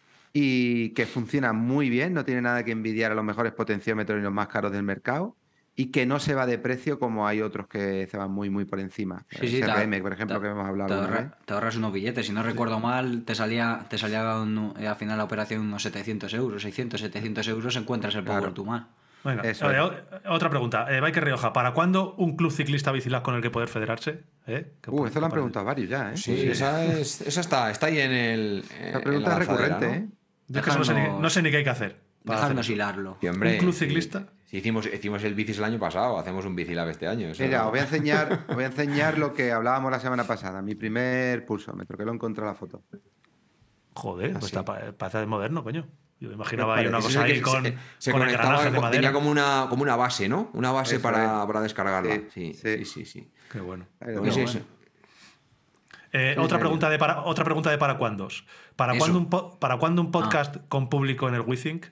y que funciona muy bien, no tiene nada que envidiar a los mejores potenciómetros y los más caros del mercado. Y que no se va de precio como hay otros que se van muy por encima. Sí, CRM, por ejemplo, que hemos hablado. Te ahorras unos billetes. Si no recuerdo mal, te salía al final la operación unos 700 euros, 600, 700 euros, encuentras el Power 2 Max. Venga, otra pregunta. Biker Rioja, ¿para cuándo un club ciclista bicilab con el que poder federarse? Eso lo han preguntado varios ya, ¿eh? Sí, esa está ahí en el... La pregunta es recurrente, ¿no? Yo es que no sé ni qué hay que hacer. Dejarnos hilarlo. Sí, hombre, ¿un club ciclista? Si hicimos el bicis el año pasado, hacemos un bicilab este año. Mira, os voy a enseñar lo que hablábamos la semana pasada, mi primer pulsómetro, que lo encontré en la foto. Joder, pues parece moderno, coño. Yo me imaginaba ahí una cosa ahí con engranajes de madera. Tenía como una base, ¿no? Una base para descargarla. Sí. Qué bueno. Pues eso. Otra pregunta de para cuándos. ¿Para cuándo un podcast con público en el WeThink?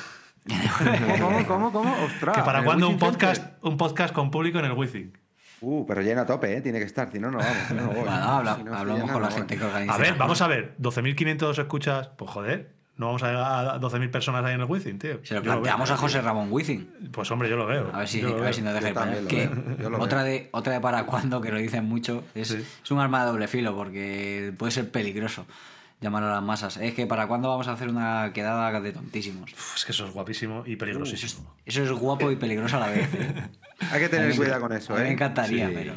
¿Cómo? Ostras. Que para cuándo un podcast con público en el WeThink. Pero lleno a tope, tiene que estar, si no, no vamos. Hablamos con la gente que organiza. A ver, vamos a ver, 12.500 escuchas, pues joder, no vamos a 12.000 personas ahí en el WeThink, tío. Se lo planteamos a José Ramón WeThink. Pues hombre, yo lo veo. A ver si nos deja ir. Otra de para cuándo, que lo dicen mucho, es un arma de doble filo, porque puede ser peligroso llamar a las masas. Es que para cuándo vamos a hacer una quedada de tontísimos. Es que eso es guapísimo y peligrosísimo. Eso es guapo y peligroso a la vez. Hay que tener cuidado con eso, Me encantaría, pero...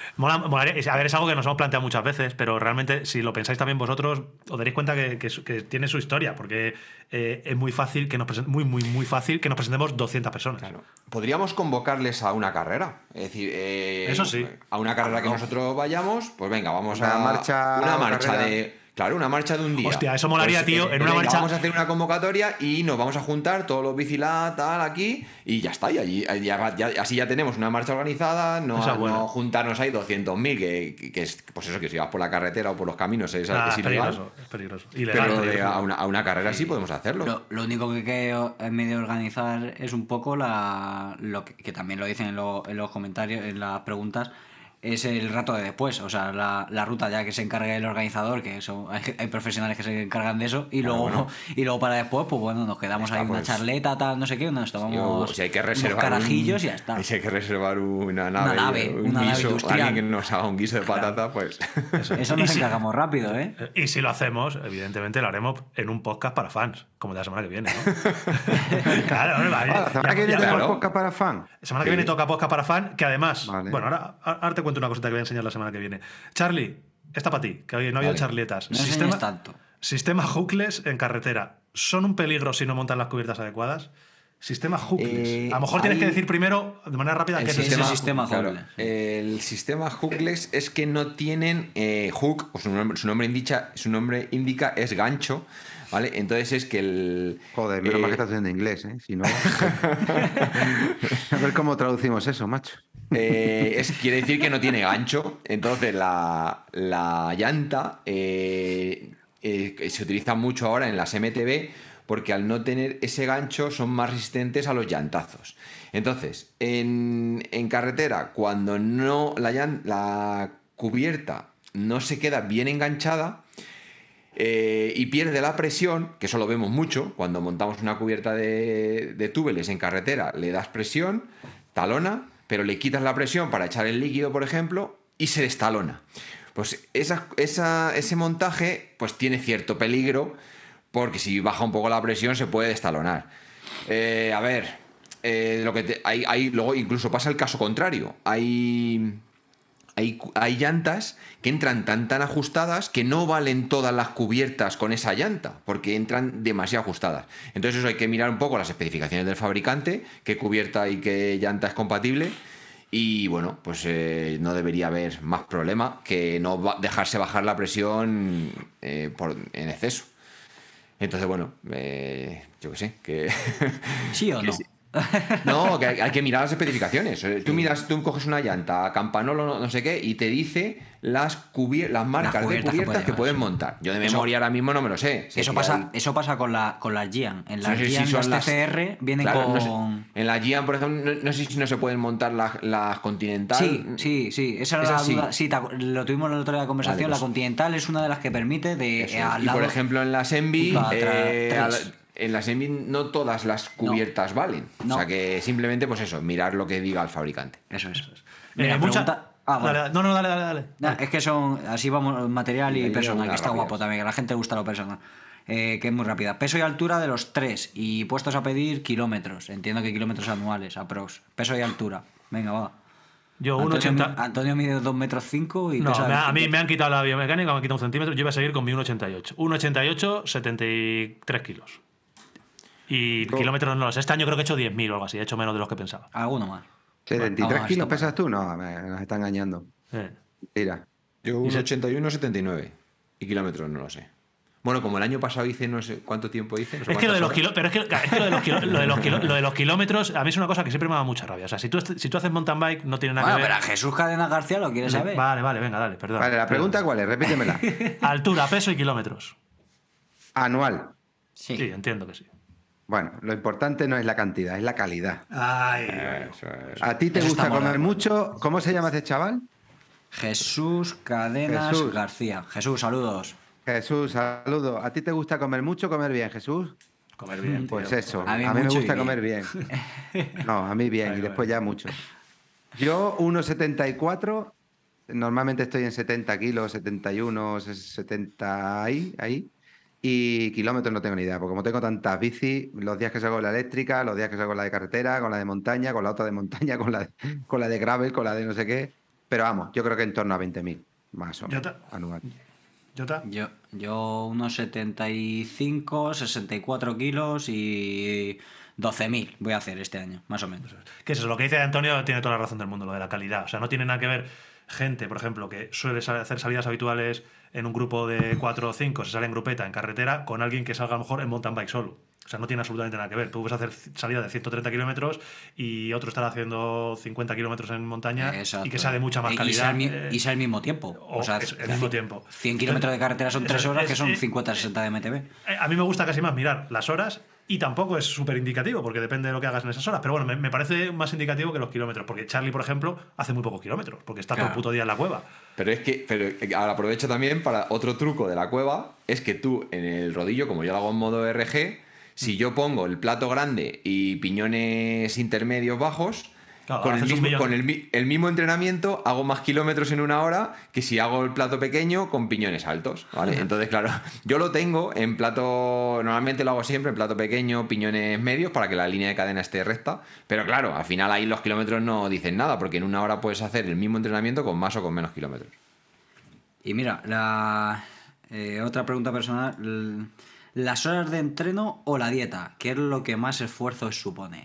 A ver, es algo que nos hemos planteado muchas veces, pero realmente, si lo pensáis también vosotros, os daréis cuenta que tiene su historia, porque es muy fácil que nos muy fácil que nos presentemos 200 personas. Claro. Podríamos convocarles a una carrera. Es decir, eso sí. A una carrera que nosotros vayamos, pues venga, vamos una marcha de Claro, una marcha de un día. Hostia, eso molaría, Pues, tío, en una marcha... Vamos a hacer una convocatoria y nos vamos a juntar todos los bicilá, tal, aquí, y ya está. Y allí, así ya tenemos una marcha organizada, no juntarnos ahí 200.000, que es, pues eso, que si vas por la carretera o por los caminos es ilegal. Es peligroso. Ilegal, pero a una carrera sí podemos hacerlo. Lo único que he medio organizar es un poco lo que también lo dicen en los comentarios, en las preguntas, es el rato de después, o sea, la ruta ya que se encargue el organizador, que hay profesionales que se encargan de eso, y luego para después, pues bueno, nos quedamos ahí una charleta, tal, no sé qué, nos tomamos si hay que reservar unos carajillos y ya está. Si hay que reservar una nave guiso, industrial. alguien que nos haga un guiso de patata, pues... Eso nos encargamos rápido, ¿eh? Y si lo hacemos, evidentemente lo haremos en un podcast para fans, como de la semana que viene, ¿no? Claro, la semana que viene tenemos podcast para fan. La semana que viene toca podcast para fan, que además, vale. Bueno, ahora te cuento una cosita que voy a enseñar la semana que viene. Charlie, esta para ti, que hoy no ha habido charlietas. No tanto. Sistema hookless en carretera. ¿Son un peligro si no montan las cubiertas adecuadas? Sistema hookless. A lo mejor tienes que decir primero, de manera rápida, qué es el sistema hookless. El sistema hookless es que no tienen hook, o su nombre indica es gancho, ¿vale? Entonces es que el... Joder, menos mal que estás haciendo inglés, ¿eh? Si no... A ver cómo traducimos eso, macho. Quiere decir que no tiene gancho. Entonces la llanta se utiliza mucho ahora en las MTB porque al no tener ese gancho son más resistentes a los llantazos. Entonces, en carretera, cuando la cubierta no se queda bien enganchada y pierde la presión, que eso lo vemos mucho, cuando montamos una cubierta de túbeles en carretera, le das presión, talona, pero le quitas la presión para echar el líquido, por ejemplo, y se destalona. Pues ese montaje pues tiene cierto peligro, porque si baja un poco la presión se puede destalonar. Luego incluso pasa el caso contrario. Hay llantas que entran tan ajustadas que no valen todas las cubiertas con esa llanta, porque entran demasiado ajustadas. Entonces eso hay que mirar un poco las especificaciones del fabricante, qué cubierta y qué llanta es compatible. Y bueno, pues no debería haber más problema que no dejarse bajar la presión en exceso. Entonces, bueno, yo qué sé, que... ¿Sí o no? No, que hay que mirar las especificaciones. Tú coges una llanta, Campanolo, no sé qué, y te dice las marcas de cubiertas que puedes montar. Yo de memoria ahora mismo no me lo sé. Eso pasa con las Gian. En las Gian las TCR vienen con... No sé. En la Gian, por ejemplo, no sé si no se pueden montar las Continental. Sí. Esa era la duda. Sí, lo tuvimos en la otra conversación. Vale, pues, la Continental es una de las que permite y por ejemplo, en las Envy... En las Envy no todas las cubiertas valen. No. O sea que simplemente, pues eso, mirar lo que diga el fabricante. Eso es. Mira, Bueno. Dale. Es que son... Así vamos, material y personal, que está guapo también, que a la gente le gusta lo personal. Que es muy rápida. Peso y altura de los 3 y puestos a pedir kilómetros. Entiendo que kilómetros anuales, aprox. Peso y altura. Venga, va. Yo 1,80. Antonio mide 2,5 metros y no, pesa... a mí me han quitado la biomecánica, me han quitado un centímetro. Yo iba a seguir con mi 1,88. 1,88, 73 kilos. Y kilómetros no lo sé. Este año creo que he hecho 10.000 o algo así. He hecho menos de los que pensaba. Alguno más. ¿73 kilos pesas tú? No, nos está engañando. Mira. Yo 1,81, 79. Y kilómetros no lo sé. Bueno, como el año pasado hice no sé cuánto tiempo hice. No sé es que lo de los kilómetros a mí es una cosa que siempre me da mucha rabia. O sea, si tú haces mountain bike no tiene nada que ver. Pero a Jesús Cadena García lo quieres saber. Vale, venga, dale, perdón. Vale, la pregunta ¿cuál es? Repítemela. Altura, peso y kilómetros. Anual. Sí, entiendo que sí. Bueno, lo importante no es la cantidad, es la calidad. Ay, ¿A ti te gusta comer mucho? ¿Cómo se llama este chaval? Jesús Cadenas García. Jesús, saludos. Jesús, saludos. ¿A ti te gusta comer mucho o comer bien, Jesús? Comer bien. Pues tío. eso, a mí me gusta comer bien. No, a mí bien, y después ya mucho. Yo 1,74, normalmente estoy en 70 kilos, 71, 70 ahí. Y kilómetros no tengo ni idea, porque como tengo tantas bicis, los días que salgo con la eléctrica, los días que salgo con la de carretera, con la de montaña, con la otra de montaña, con la de gravel, con la de no sé qué. Pero vamos, yo creo que en torno a 20.000, más o menos, anual. Yo unos 75, 64 kilos y 12.000 voy a hacer este año, más o menos. ¿Qué es eso? Lo que dice Antonio tiene toda la razón del mundo, lo de la calidad. O sea, no tiene nada que ver gente, por ejemplo, que suele hacer salidas habituales en un grupo de 4 o 5, se sale en grupeta, en carretera, con alguien que salga a lo mejor en mountain bike solo. O sea, no tiene absolutamente nada que ver. Tú puedes hacer salida de 130 kilómetros y otro estará haciendo 50 kilómetros en montaña. Exacto. Y que sea de mucha más calidad. Y sea al mismo tiempo. O sea, el mismo tiempo. 100 kilómetros de carretera son 3 horas, que son 50-60 de MTB. A mí me gusta casi más mirar las horas. Y tampoco es súper indicativo, porque depende de lo que hagas en esas horas. Pero bueno, me parece más indicativo que los kilómetros. Porque Charlie, por ejemplo, hace muy pocos kilómetros, porque está todo el puto día en la cueva. Pero ahora aprovecho también para otro truco de la cueva, es que tú en el rodillo, como yo lo hago en modo RG, si yo pongo el plato grande y piñones intermedios bajos, claro, con el mismo entrenamiento hago más kilómetros en una hora que si hago el plato pequeño con piñones altos, ¿vale? Entonces, claro, yo lo tengo en plato, normalmente lo hago siempre en plato pequeño, piñones medios, para que la línea de cadena esté recta, pero claro, al final ahí los kilómetros no dicen nada, porque en una hora puedes hacer el mismo entrenamiento con más o con menos kilómetros. Y mira, otra pregunta personal, ¿las horas de entreno o la dieta? ¿Qué es lo que más esfuerzo os supone?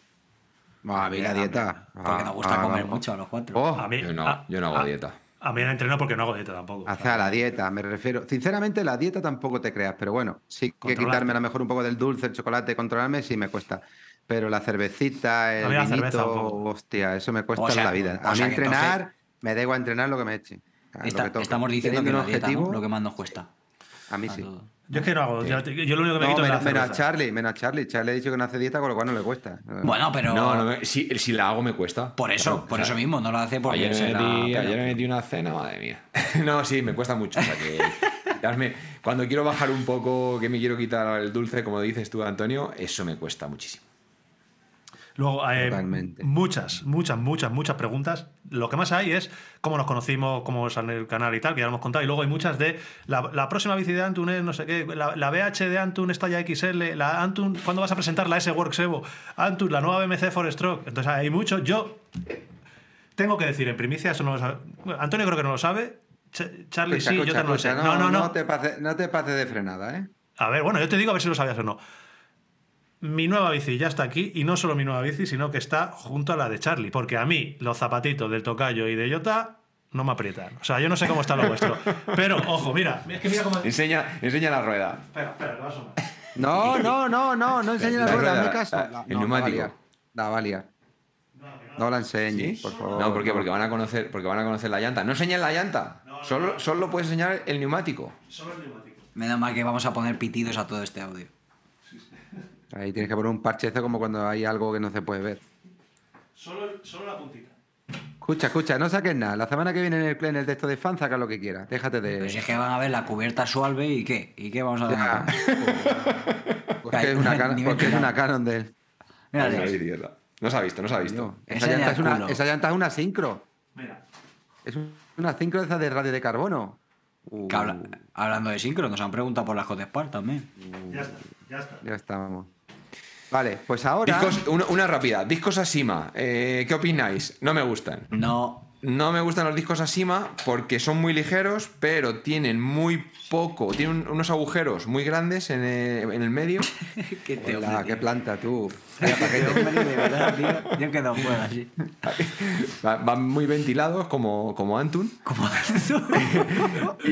A mí la dieta. Porque nos gusta comer mucho a los 4. A mí, yo no hago dieta. A mí no entreno porque no hago dieta tampoco. Hacia la dieta, me refiero. Sinceramente, la dieta tampoco te creas, pero bueno, sí que quitarme a lo mejor un poco del dulce, el chocolate, controlarme, sí me cuesta. Pero la cervecita, el vinito, hostia, eso me cuesta la vida. A mí entrenar, entonces, me da igual entrenar lo que me eche. Estamos diciendo que la dieta, ¿no? Lo que más nos cuesta. A mí sí. Yo es que no hago. Yo lo único que me quito es la cerveza. Menos a Charlie. Charlie ha dicho que no hace dieta, con lo cual no le cuesta. Bueno, pero... si la hago me cuesta. Por eso mismo, no lo hace porque... Ayer me metí una cena, madre mía. No, sí, me cuesta mucho. O sea que... cuando quiero bajar un poco, que me quiero quitar el dulce, como dices tú, Antonio, eso me cuesta muchísimo. Luego, muchas preguntas. Lo que más hay es cómo nos conocimos, cómo es en el canal y tal, que ya lo hemos contado. Y luego hay muchas de la próxima bici de Antun es no sé qué, la BH de Antun es talla XL, la Antun, ¿cuándo vas a presentar la S-Works Evo? Antun, la nueva BMC Forestroke. Entonces hay mucho. Yo tengo que decir en primicia, eso no lo sabe. Antonio creo que no lo sabe. Charlie sí, yo también lo sé. No te pases de frenada, ¿eh? A ver, bueno, yo te digo a ver si lo sabías o no. Mi nueva bici ya está aquí, y no solo mi nueva bici, sino que está junto a la de Charlie, porque a mí los zapatitos del Tocayo y de Jota no me aprietan. O sea, yo no sé cómo está lo vuestro. Pero, ojo, mira. Es que mira cómo... Enseña la rueda. Espera, que va a asomar. No enseña la rueda, hazme caso. El neumático. La va a liar. No la enseñes, ¿Sí? por favor. No, ¿por qué? Porque van a conocer la llanta. No enseñan la llanta. Solo puedes enseñar el neumático. Solo el neumático. Menos mal que vamos a poner pitidos a todo este audio. Ahí tienes que poner un parchece como cuando hay algo que no se puede ver. Solo la puntita. Escucha, no saques nada. La semana que viene en el texto de fan saca lo que quieras. Déjate de... Pero si es que van a ver la cubierta suave y ¿qué? ¿Y qué vamos a hacer? Porque es una Canon de él. No se ha visto. Esa llanta es una sincro. Mira. Es una sincro de esa de radio de carbono. Hablando de sincro, nos han preguntado por las Hot Spark también. Ya estamos. Vale, pues ahora... Una rápida. Discos Asima. ¿Qué opináis? No me gustan. No me gustan los discos Asima porque son muy ligeros, pero tienen muy poco. Tienen unos agujeros muy grandes en el medio. Qué planta, tú. Yo quedo fuera así. Van muy ventilados como Antun. Y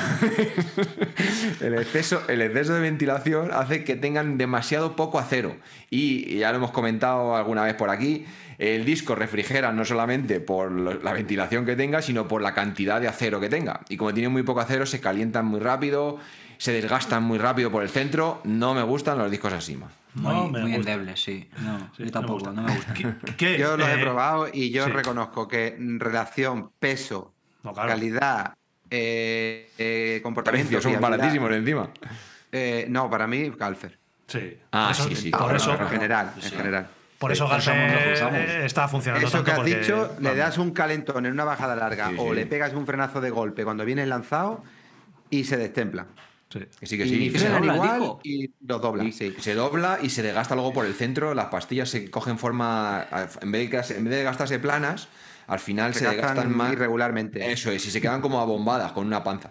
el exceso de ventilación hace que tengan demasiado poco acero. Y ya lo hemos comentado alguna vez por aquí. El disco refrigera no solamente por la ventilación que tenga, sino por la cantidad de acero que tenga. Y como tiene muy poco acero, se calientan muy rápido, se desgastan muy rápido por el centro. No me gustan los discos Asima. Muy endebles, sí. Yo tampoco, no me gusta. Yo los he probado y yo reconozco que relación peso, calidad, comportamiento... Son baratísimos encima. No, para mí, Galfer. Sí. Sí. Por eso, en general. Por eso Galfer está funcionando eso tanto. Eso que has dicho, le das un calentón en una bajada larga o le pegas un frenazo de golpe cuando viene lanzado y se destempla. Sí. Y frenan igual y los doblan. Se dobla y se desgasta luego por el centro. Las pastillas se cogen forma... En vez de gastarse planas, al final se desgastan más irregularmente. Eso es, y se quedan como abombadas con una panza.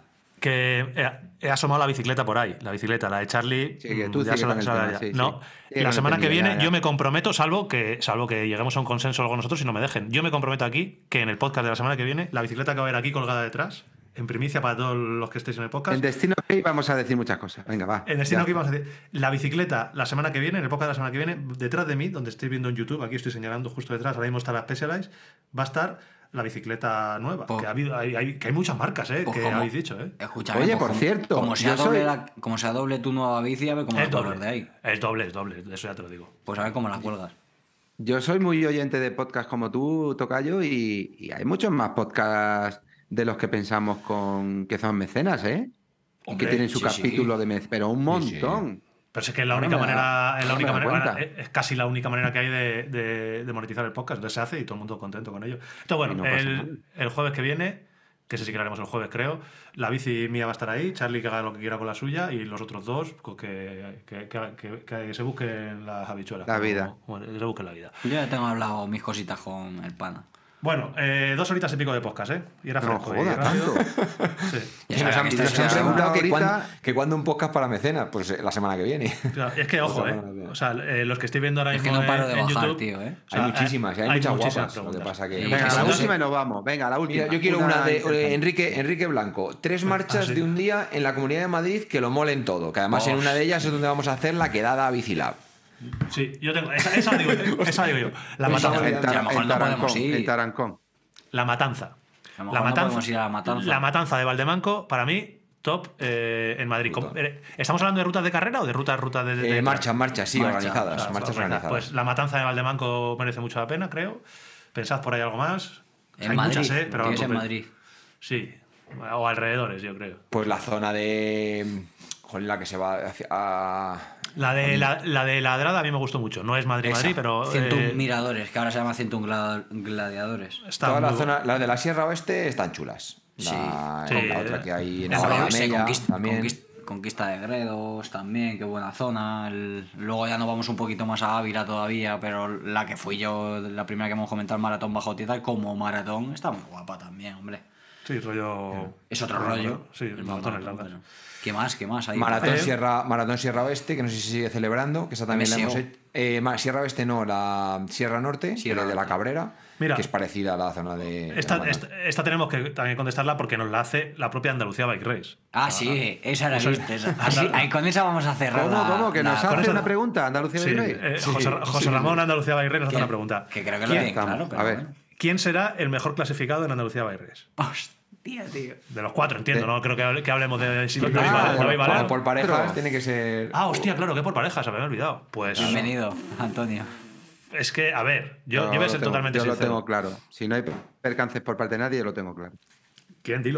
Que he asomado la bicicleta por ahí. La bicicleta, la de Charlie. Sí, que tú ya sigue con el tema, sí, no, sí. la semana que viene ya. yo me comprometo, salvo que lleguemos a un consenso luego nosotros y no me dejen. Yo me comprometo aquí que en el podcast de la semana que viene, la bicicleta que va a haber aquí colgada detrás, en primicia para todos los que estéis en el podcast. En Destino Key vamos a decir muchas cosas. Venga, va. En Destino Key vamos a decir. La bicicleta, la semana que viene, en el podcast de la semana que viene, detrás de mí, donde estáis viendo en YouTube, aquí estoy señalando justo detrás, ahora mismo está la Specialized, va a estar la bicicleta nueva. Que hay muchas marcas, que habéis dicho, Escúchame, Oye, por cierto, como sea doble tu nueva bici, a ver cómo la cuelgas de ahí. Es doble, eso ya te lo digo. Pues a ver cómo la cuelgas. Yo soy muy oyente de podcast como tú, Tocayo, y hay muchos más podcasts de los que pensamos que son mecenas, ¿eh? Y Hombre, que tienen su capítulo de mecenas, pero un montón. Pero es que es la única manera, es casi la única manera que hay de monetizar el podcast. Entonces se hace y todo el mundo contento con ello. Entonces, bueno, el jueves que viene, que ese sí que lo haremos el jueves, creo, la bici mía va a estar ahí, Charlie que haga lo que quiera con la suya y los otros dos que se busquen las habichuelas. La vida. Que se busquen la vida. Yo ya tengo hablado mis cositas con el pana. Bueno, 2 horitas y pico de podcast, ¿eh? Y era fresco. No joda, tanto. Sí. Ya Nos sabes han que esto es preguntado ahorita- que cuándo un podcast para mecenas. Pues la semana que viene. Claro, es que, ojo, O sea, los que estoy viendo ahora Es mismo que no paro de en bajar, YouTube, tío, o sea, Hay muchísimas, hay muchas muchísimas guapas. Lo que preguntas. pasa que... Sí. Venga, Sí, la sí. última y nos vamos. Venga, la última. Mira, yo quiero una de interesante. Enrique Blanco. 3 marchas sí. de un día en la Comunidad de Madrid que lo molen todo. Que además en una de ellas es donde vamos a hacer la quedada Bicilab. Sí, yo tengo. Esa digo yo. La matanza. en a lo mejor no podemos ir. En Tarancón. La matanza. A lo mejor no podemos ir a la matanza. La matanza de Valdemanco, para mí, top en Madrid. ¿Estamos hablando de rutas de carrera o de rutas de Marchas, sí, Marcha, organizadas. Claro, Marchas organizadas. organizadas. Pues la matanza de Valdemanco merece mucho la pena, creo. Pensad por ahí algo más. En Hay Madrid. muchas, pero Tienes en Madrid. Sí, o alrededores, yo creo. Pues la zona de... Joder, la que se va hacia... La de la Drada a mí me gustó mucho. No es Madrid-Madrid, pero... 101 miradores, que ahora se llama 101 gladiadores. está Toda la muy- zona, las de la Sierra Oeste están chulas. La otra que hay en Alamella también. Conquista de Gredos también, qué buena zona. Luego ya nos vamos un poquito más a Ávila todavía, pero la que fui yo, la primera que hemos comentado, el maratón bajo tierra, como maratón, está muy guapa también, hombre. Sí, rollo... Es otro rollo. Sí, el maratón es largo. ¿Qué más? Hay? Maratón Sierra Oeste, que no sé si sigue celebrando, que esa también la hemos hecho. Sierra Oeste no, la Sierra Norte, Sierra de la Norte. Cabrera, Mira, que es parecida a la zona de... Esta tenemos que también contestarla porque nos la hace la propia Andalucía Bike Race. Sí, esa la Eso- viste. Ahí con esa vamos a cerrar. ¿Cómo? ¿Que nos con hace esa- una pregunta, Andalucía Sí, Virrey? José Ramón Andalucía Bike Race nos hace una pregunta. Que creo que lo tiene claro, pero A ver. bueno. ¿Quién será el mejor clasificado en Andalucía Bike Race? Hostia, tío. De los 4, entiendo, no creo que hablemos de si David por Valero. parejas Pero- tiene que ser... Hostia, claro, que por parejas, se me había olvidado. Pues Bienvenido, Antonio. es que, a ver, yo voy a ser totalmente Yo lo sincero. tengo claro. Si no hay percances por parte de nadie, yo lo tengo claro. ¿Quién? Dilo.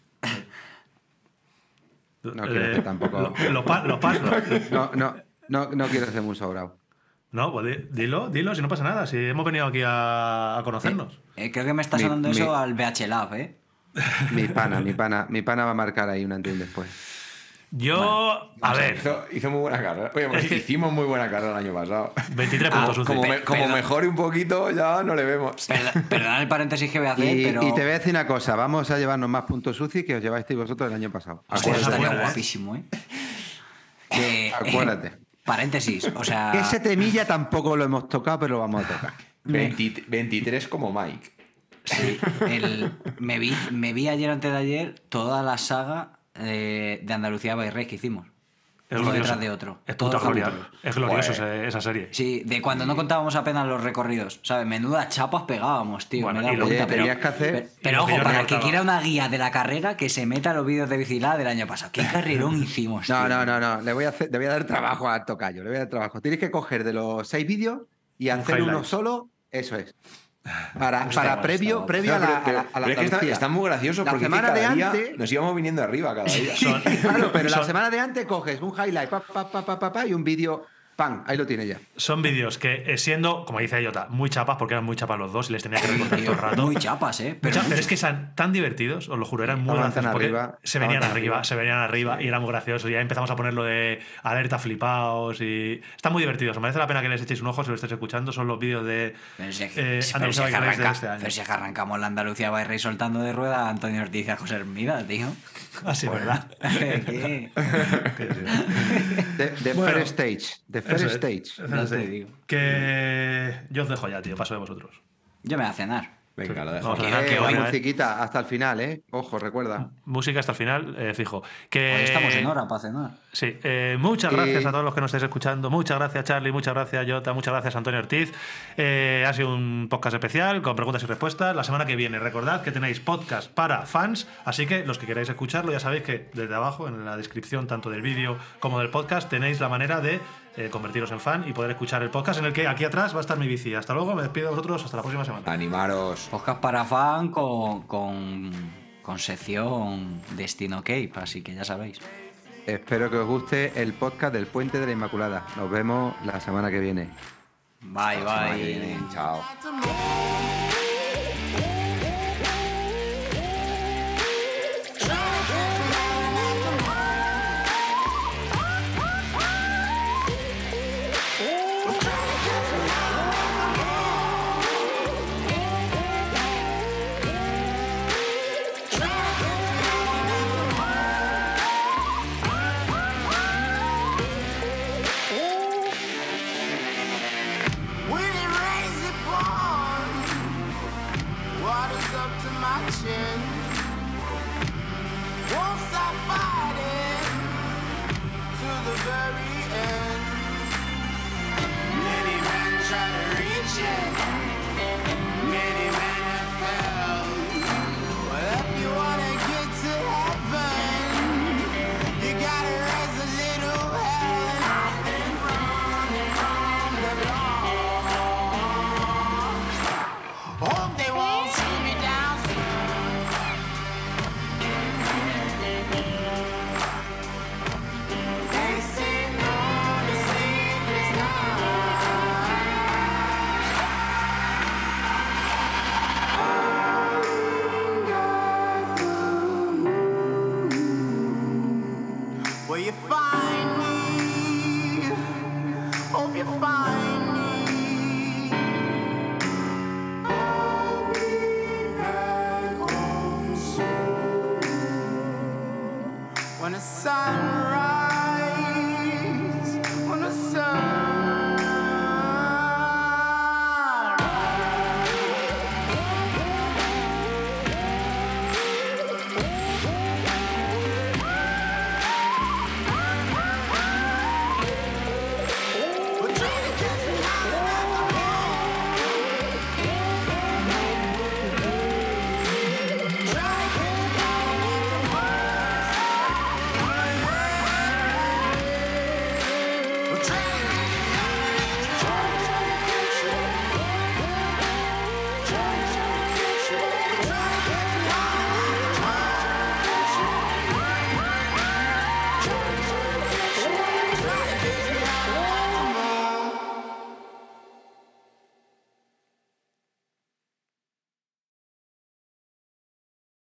No quiero hacer tampoco... Los pas, No quiero ser muy sobrado. No, pues dilo, si no pasa nada. Si hemos venido aquí a conocernos. Creo que me está sonando eso al BH Lab, ¿eh? Mi pana va a marcar ahí un antes y un después. Yo, a ver, Hizo muy buena carrera. Oye, pues Es que- hicimos muy buena carrera el año pasado. 23 puntos Como, UCI. como mejore un poquito, ya no le vemos. Perdón el paréntesis que voy a hacer, Y pero... te voy a decir una cosa, vamos a llevarnos más puntos UCI que os llevasteis vosotros el año pasado. Hostia, Acuérdate, estaría ¿eh? guapísimo, ¿eh? Que, Acuérdate. paréntesis, o sea... Ese temilla tampoco lo hemos tocado, pero lo vamos a tocar. 23 como Mike. Sí, me vi ayer antes de ayer toda la saga de Andalucía Bike Race que hicimos. Es uno glorioso. detrás de otro. Es Todos puta gloria. capítulos. Es glorioso Joder. esa serie. Sí, de cuando no contábamos apenas los recorridos, ¿sabes? Menudas chapas pegábamos, tío. Bueno, me he dado y lo- cuenta, Oye, tenías que hacer... pero y lo ojo, que yo para no el que notaba. quiera una guía de la carrera, que se meta los vídeos de bicicleta del año pasado. ¿Qué carrerón hicimos, tío? No. Le voy a dar trabajo a Tocayo. Le voy a dar trabajo. Tienes que coger de los 6 vídeos y hacer uno highlight. solo. Eso es. Para Está previo No, a la pero es que Andalucía. está muy gracioso La porque es que semana cada de día antes- nos íbamos viniendo arriba cada día. Claro, pero la son- semana de antes coges un highlight y un vídeo ¡Pam! Ahí lo tiene ya. Son vídeos que, siendo, como dice Iota, muy chapas, porque eran muy chapas los dos y les tenía que recortar todo el rato. Muy chapas, ¿eh? Pero es que eran tan divertidos, os lo juro, eran muy graciosos. Se venían arriba y era muy gracioso. Y ya empezamos a poner lo de alerta flipaos y... Están muy divertidos. Me merece la pena que les echéis un ojo si lo estáis escuchando. Son los vídeos de Andalucía Bike Race de este año. Pero si es que arrancamos la Andalucía Bike Race soltando de rueda a Antonio Ortiz y a José Hermida, tío. Así, ¿verdad? The first stage. The first stage. No te digo. Que yo os dejo ya, tío. Paso de vosotros. Yo me voy a cenar. Venga, lo dejo. Vamos a cenar, que hay musiquita hasta el final, ¿eh? Ojo, recuerda. Música hasta el final, fijo. Que... Hoy estamos en hora para cenar. Sí, muchas gracias a todos los que nos estáis escuchando. Muchas gracias, Charlie. Muchas gracias, Jota. Muchas gracias, Antonio Ortiz. Ha sido un podcast especial con preguntas y respuestas. La semana que viene, recordad que tenéis podcast para fans. Así que los que queráis escucharlo, ya sabéis que desde abajo, en la descripción tanto del vídeo como del podcast, tenéis la manera de convertiros en fan y poder escuchar el podcast en el que aquí atrás va a estar mi bici. Hasta luego, me despido de vosotros. Hasta la próxima semana. Animaros. Podcast para fan con sección Destino Cape, así que ya sabéis. Espero que os guste el podcast del Puente de la Inmaculada. Nos vemos la semana que viene. Bye, bye. Chao. Many men try to reach it. Many men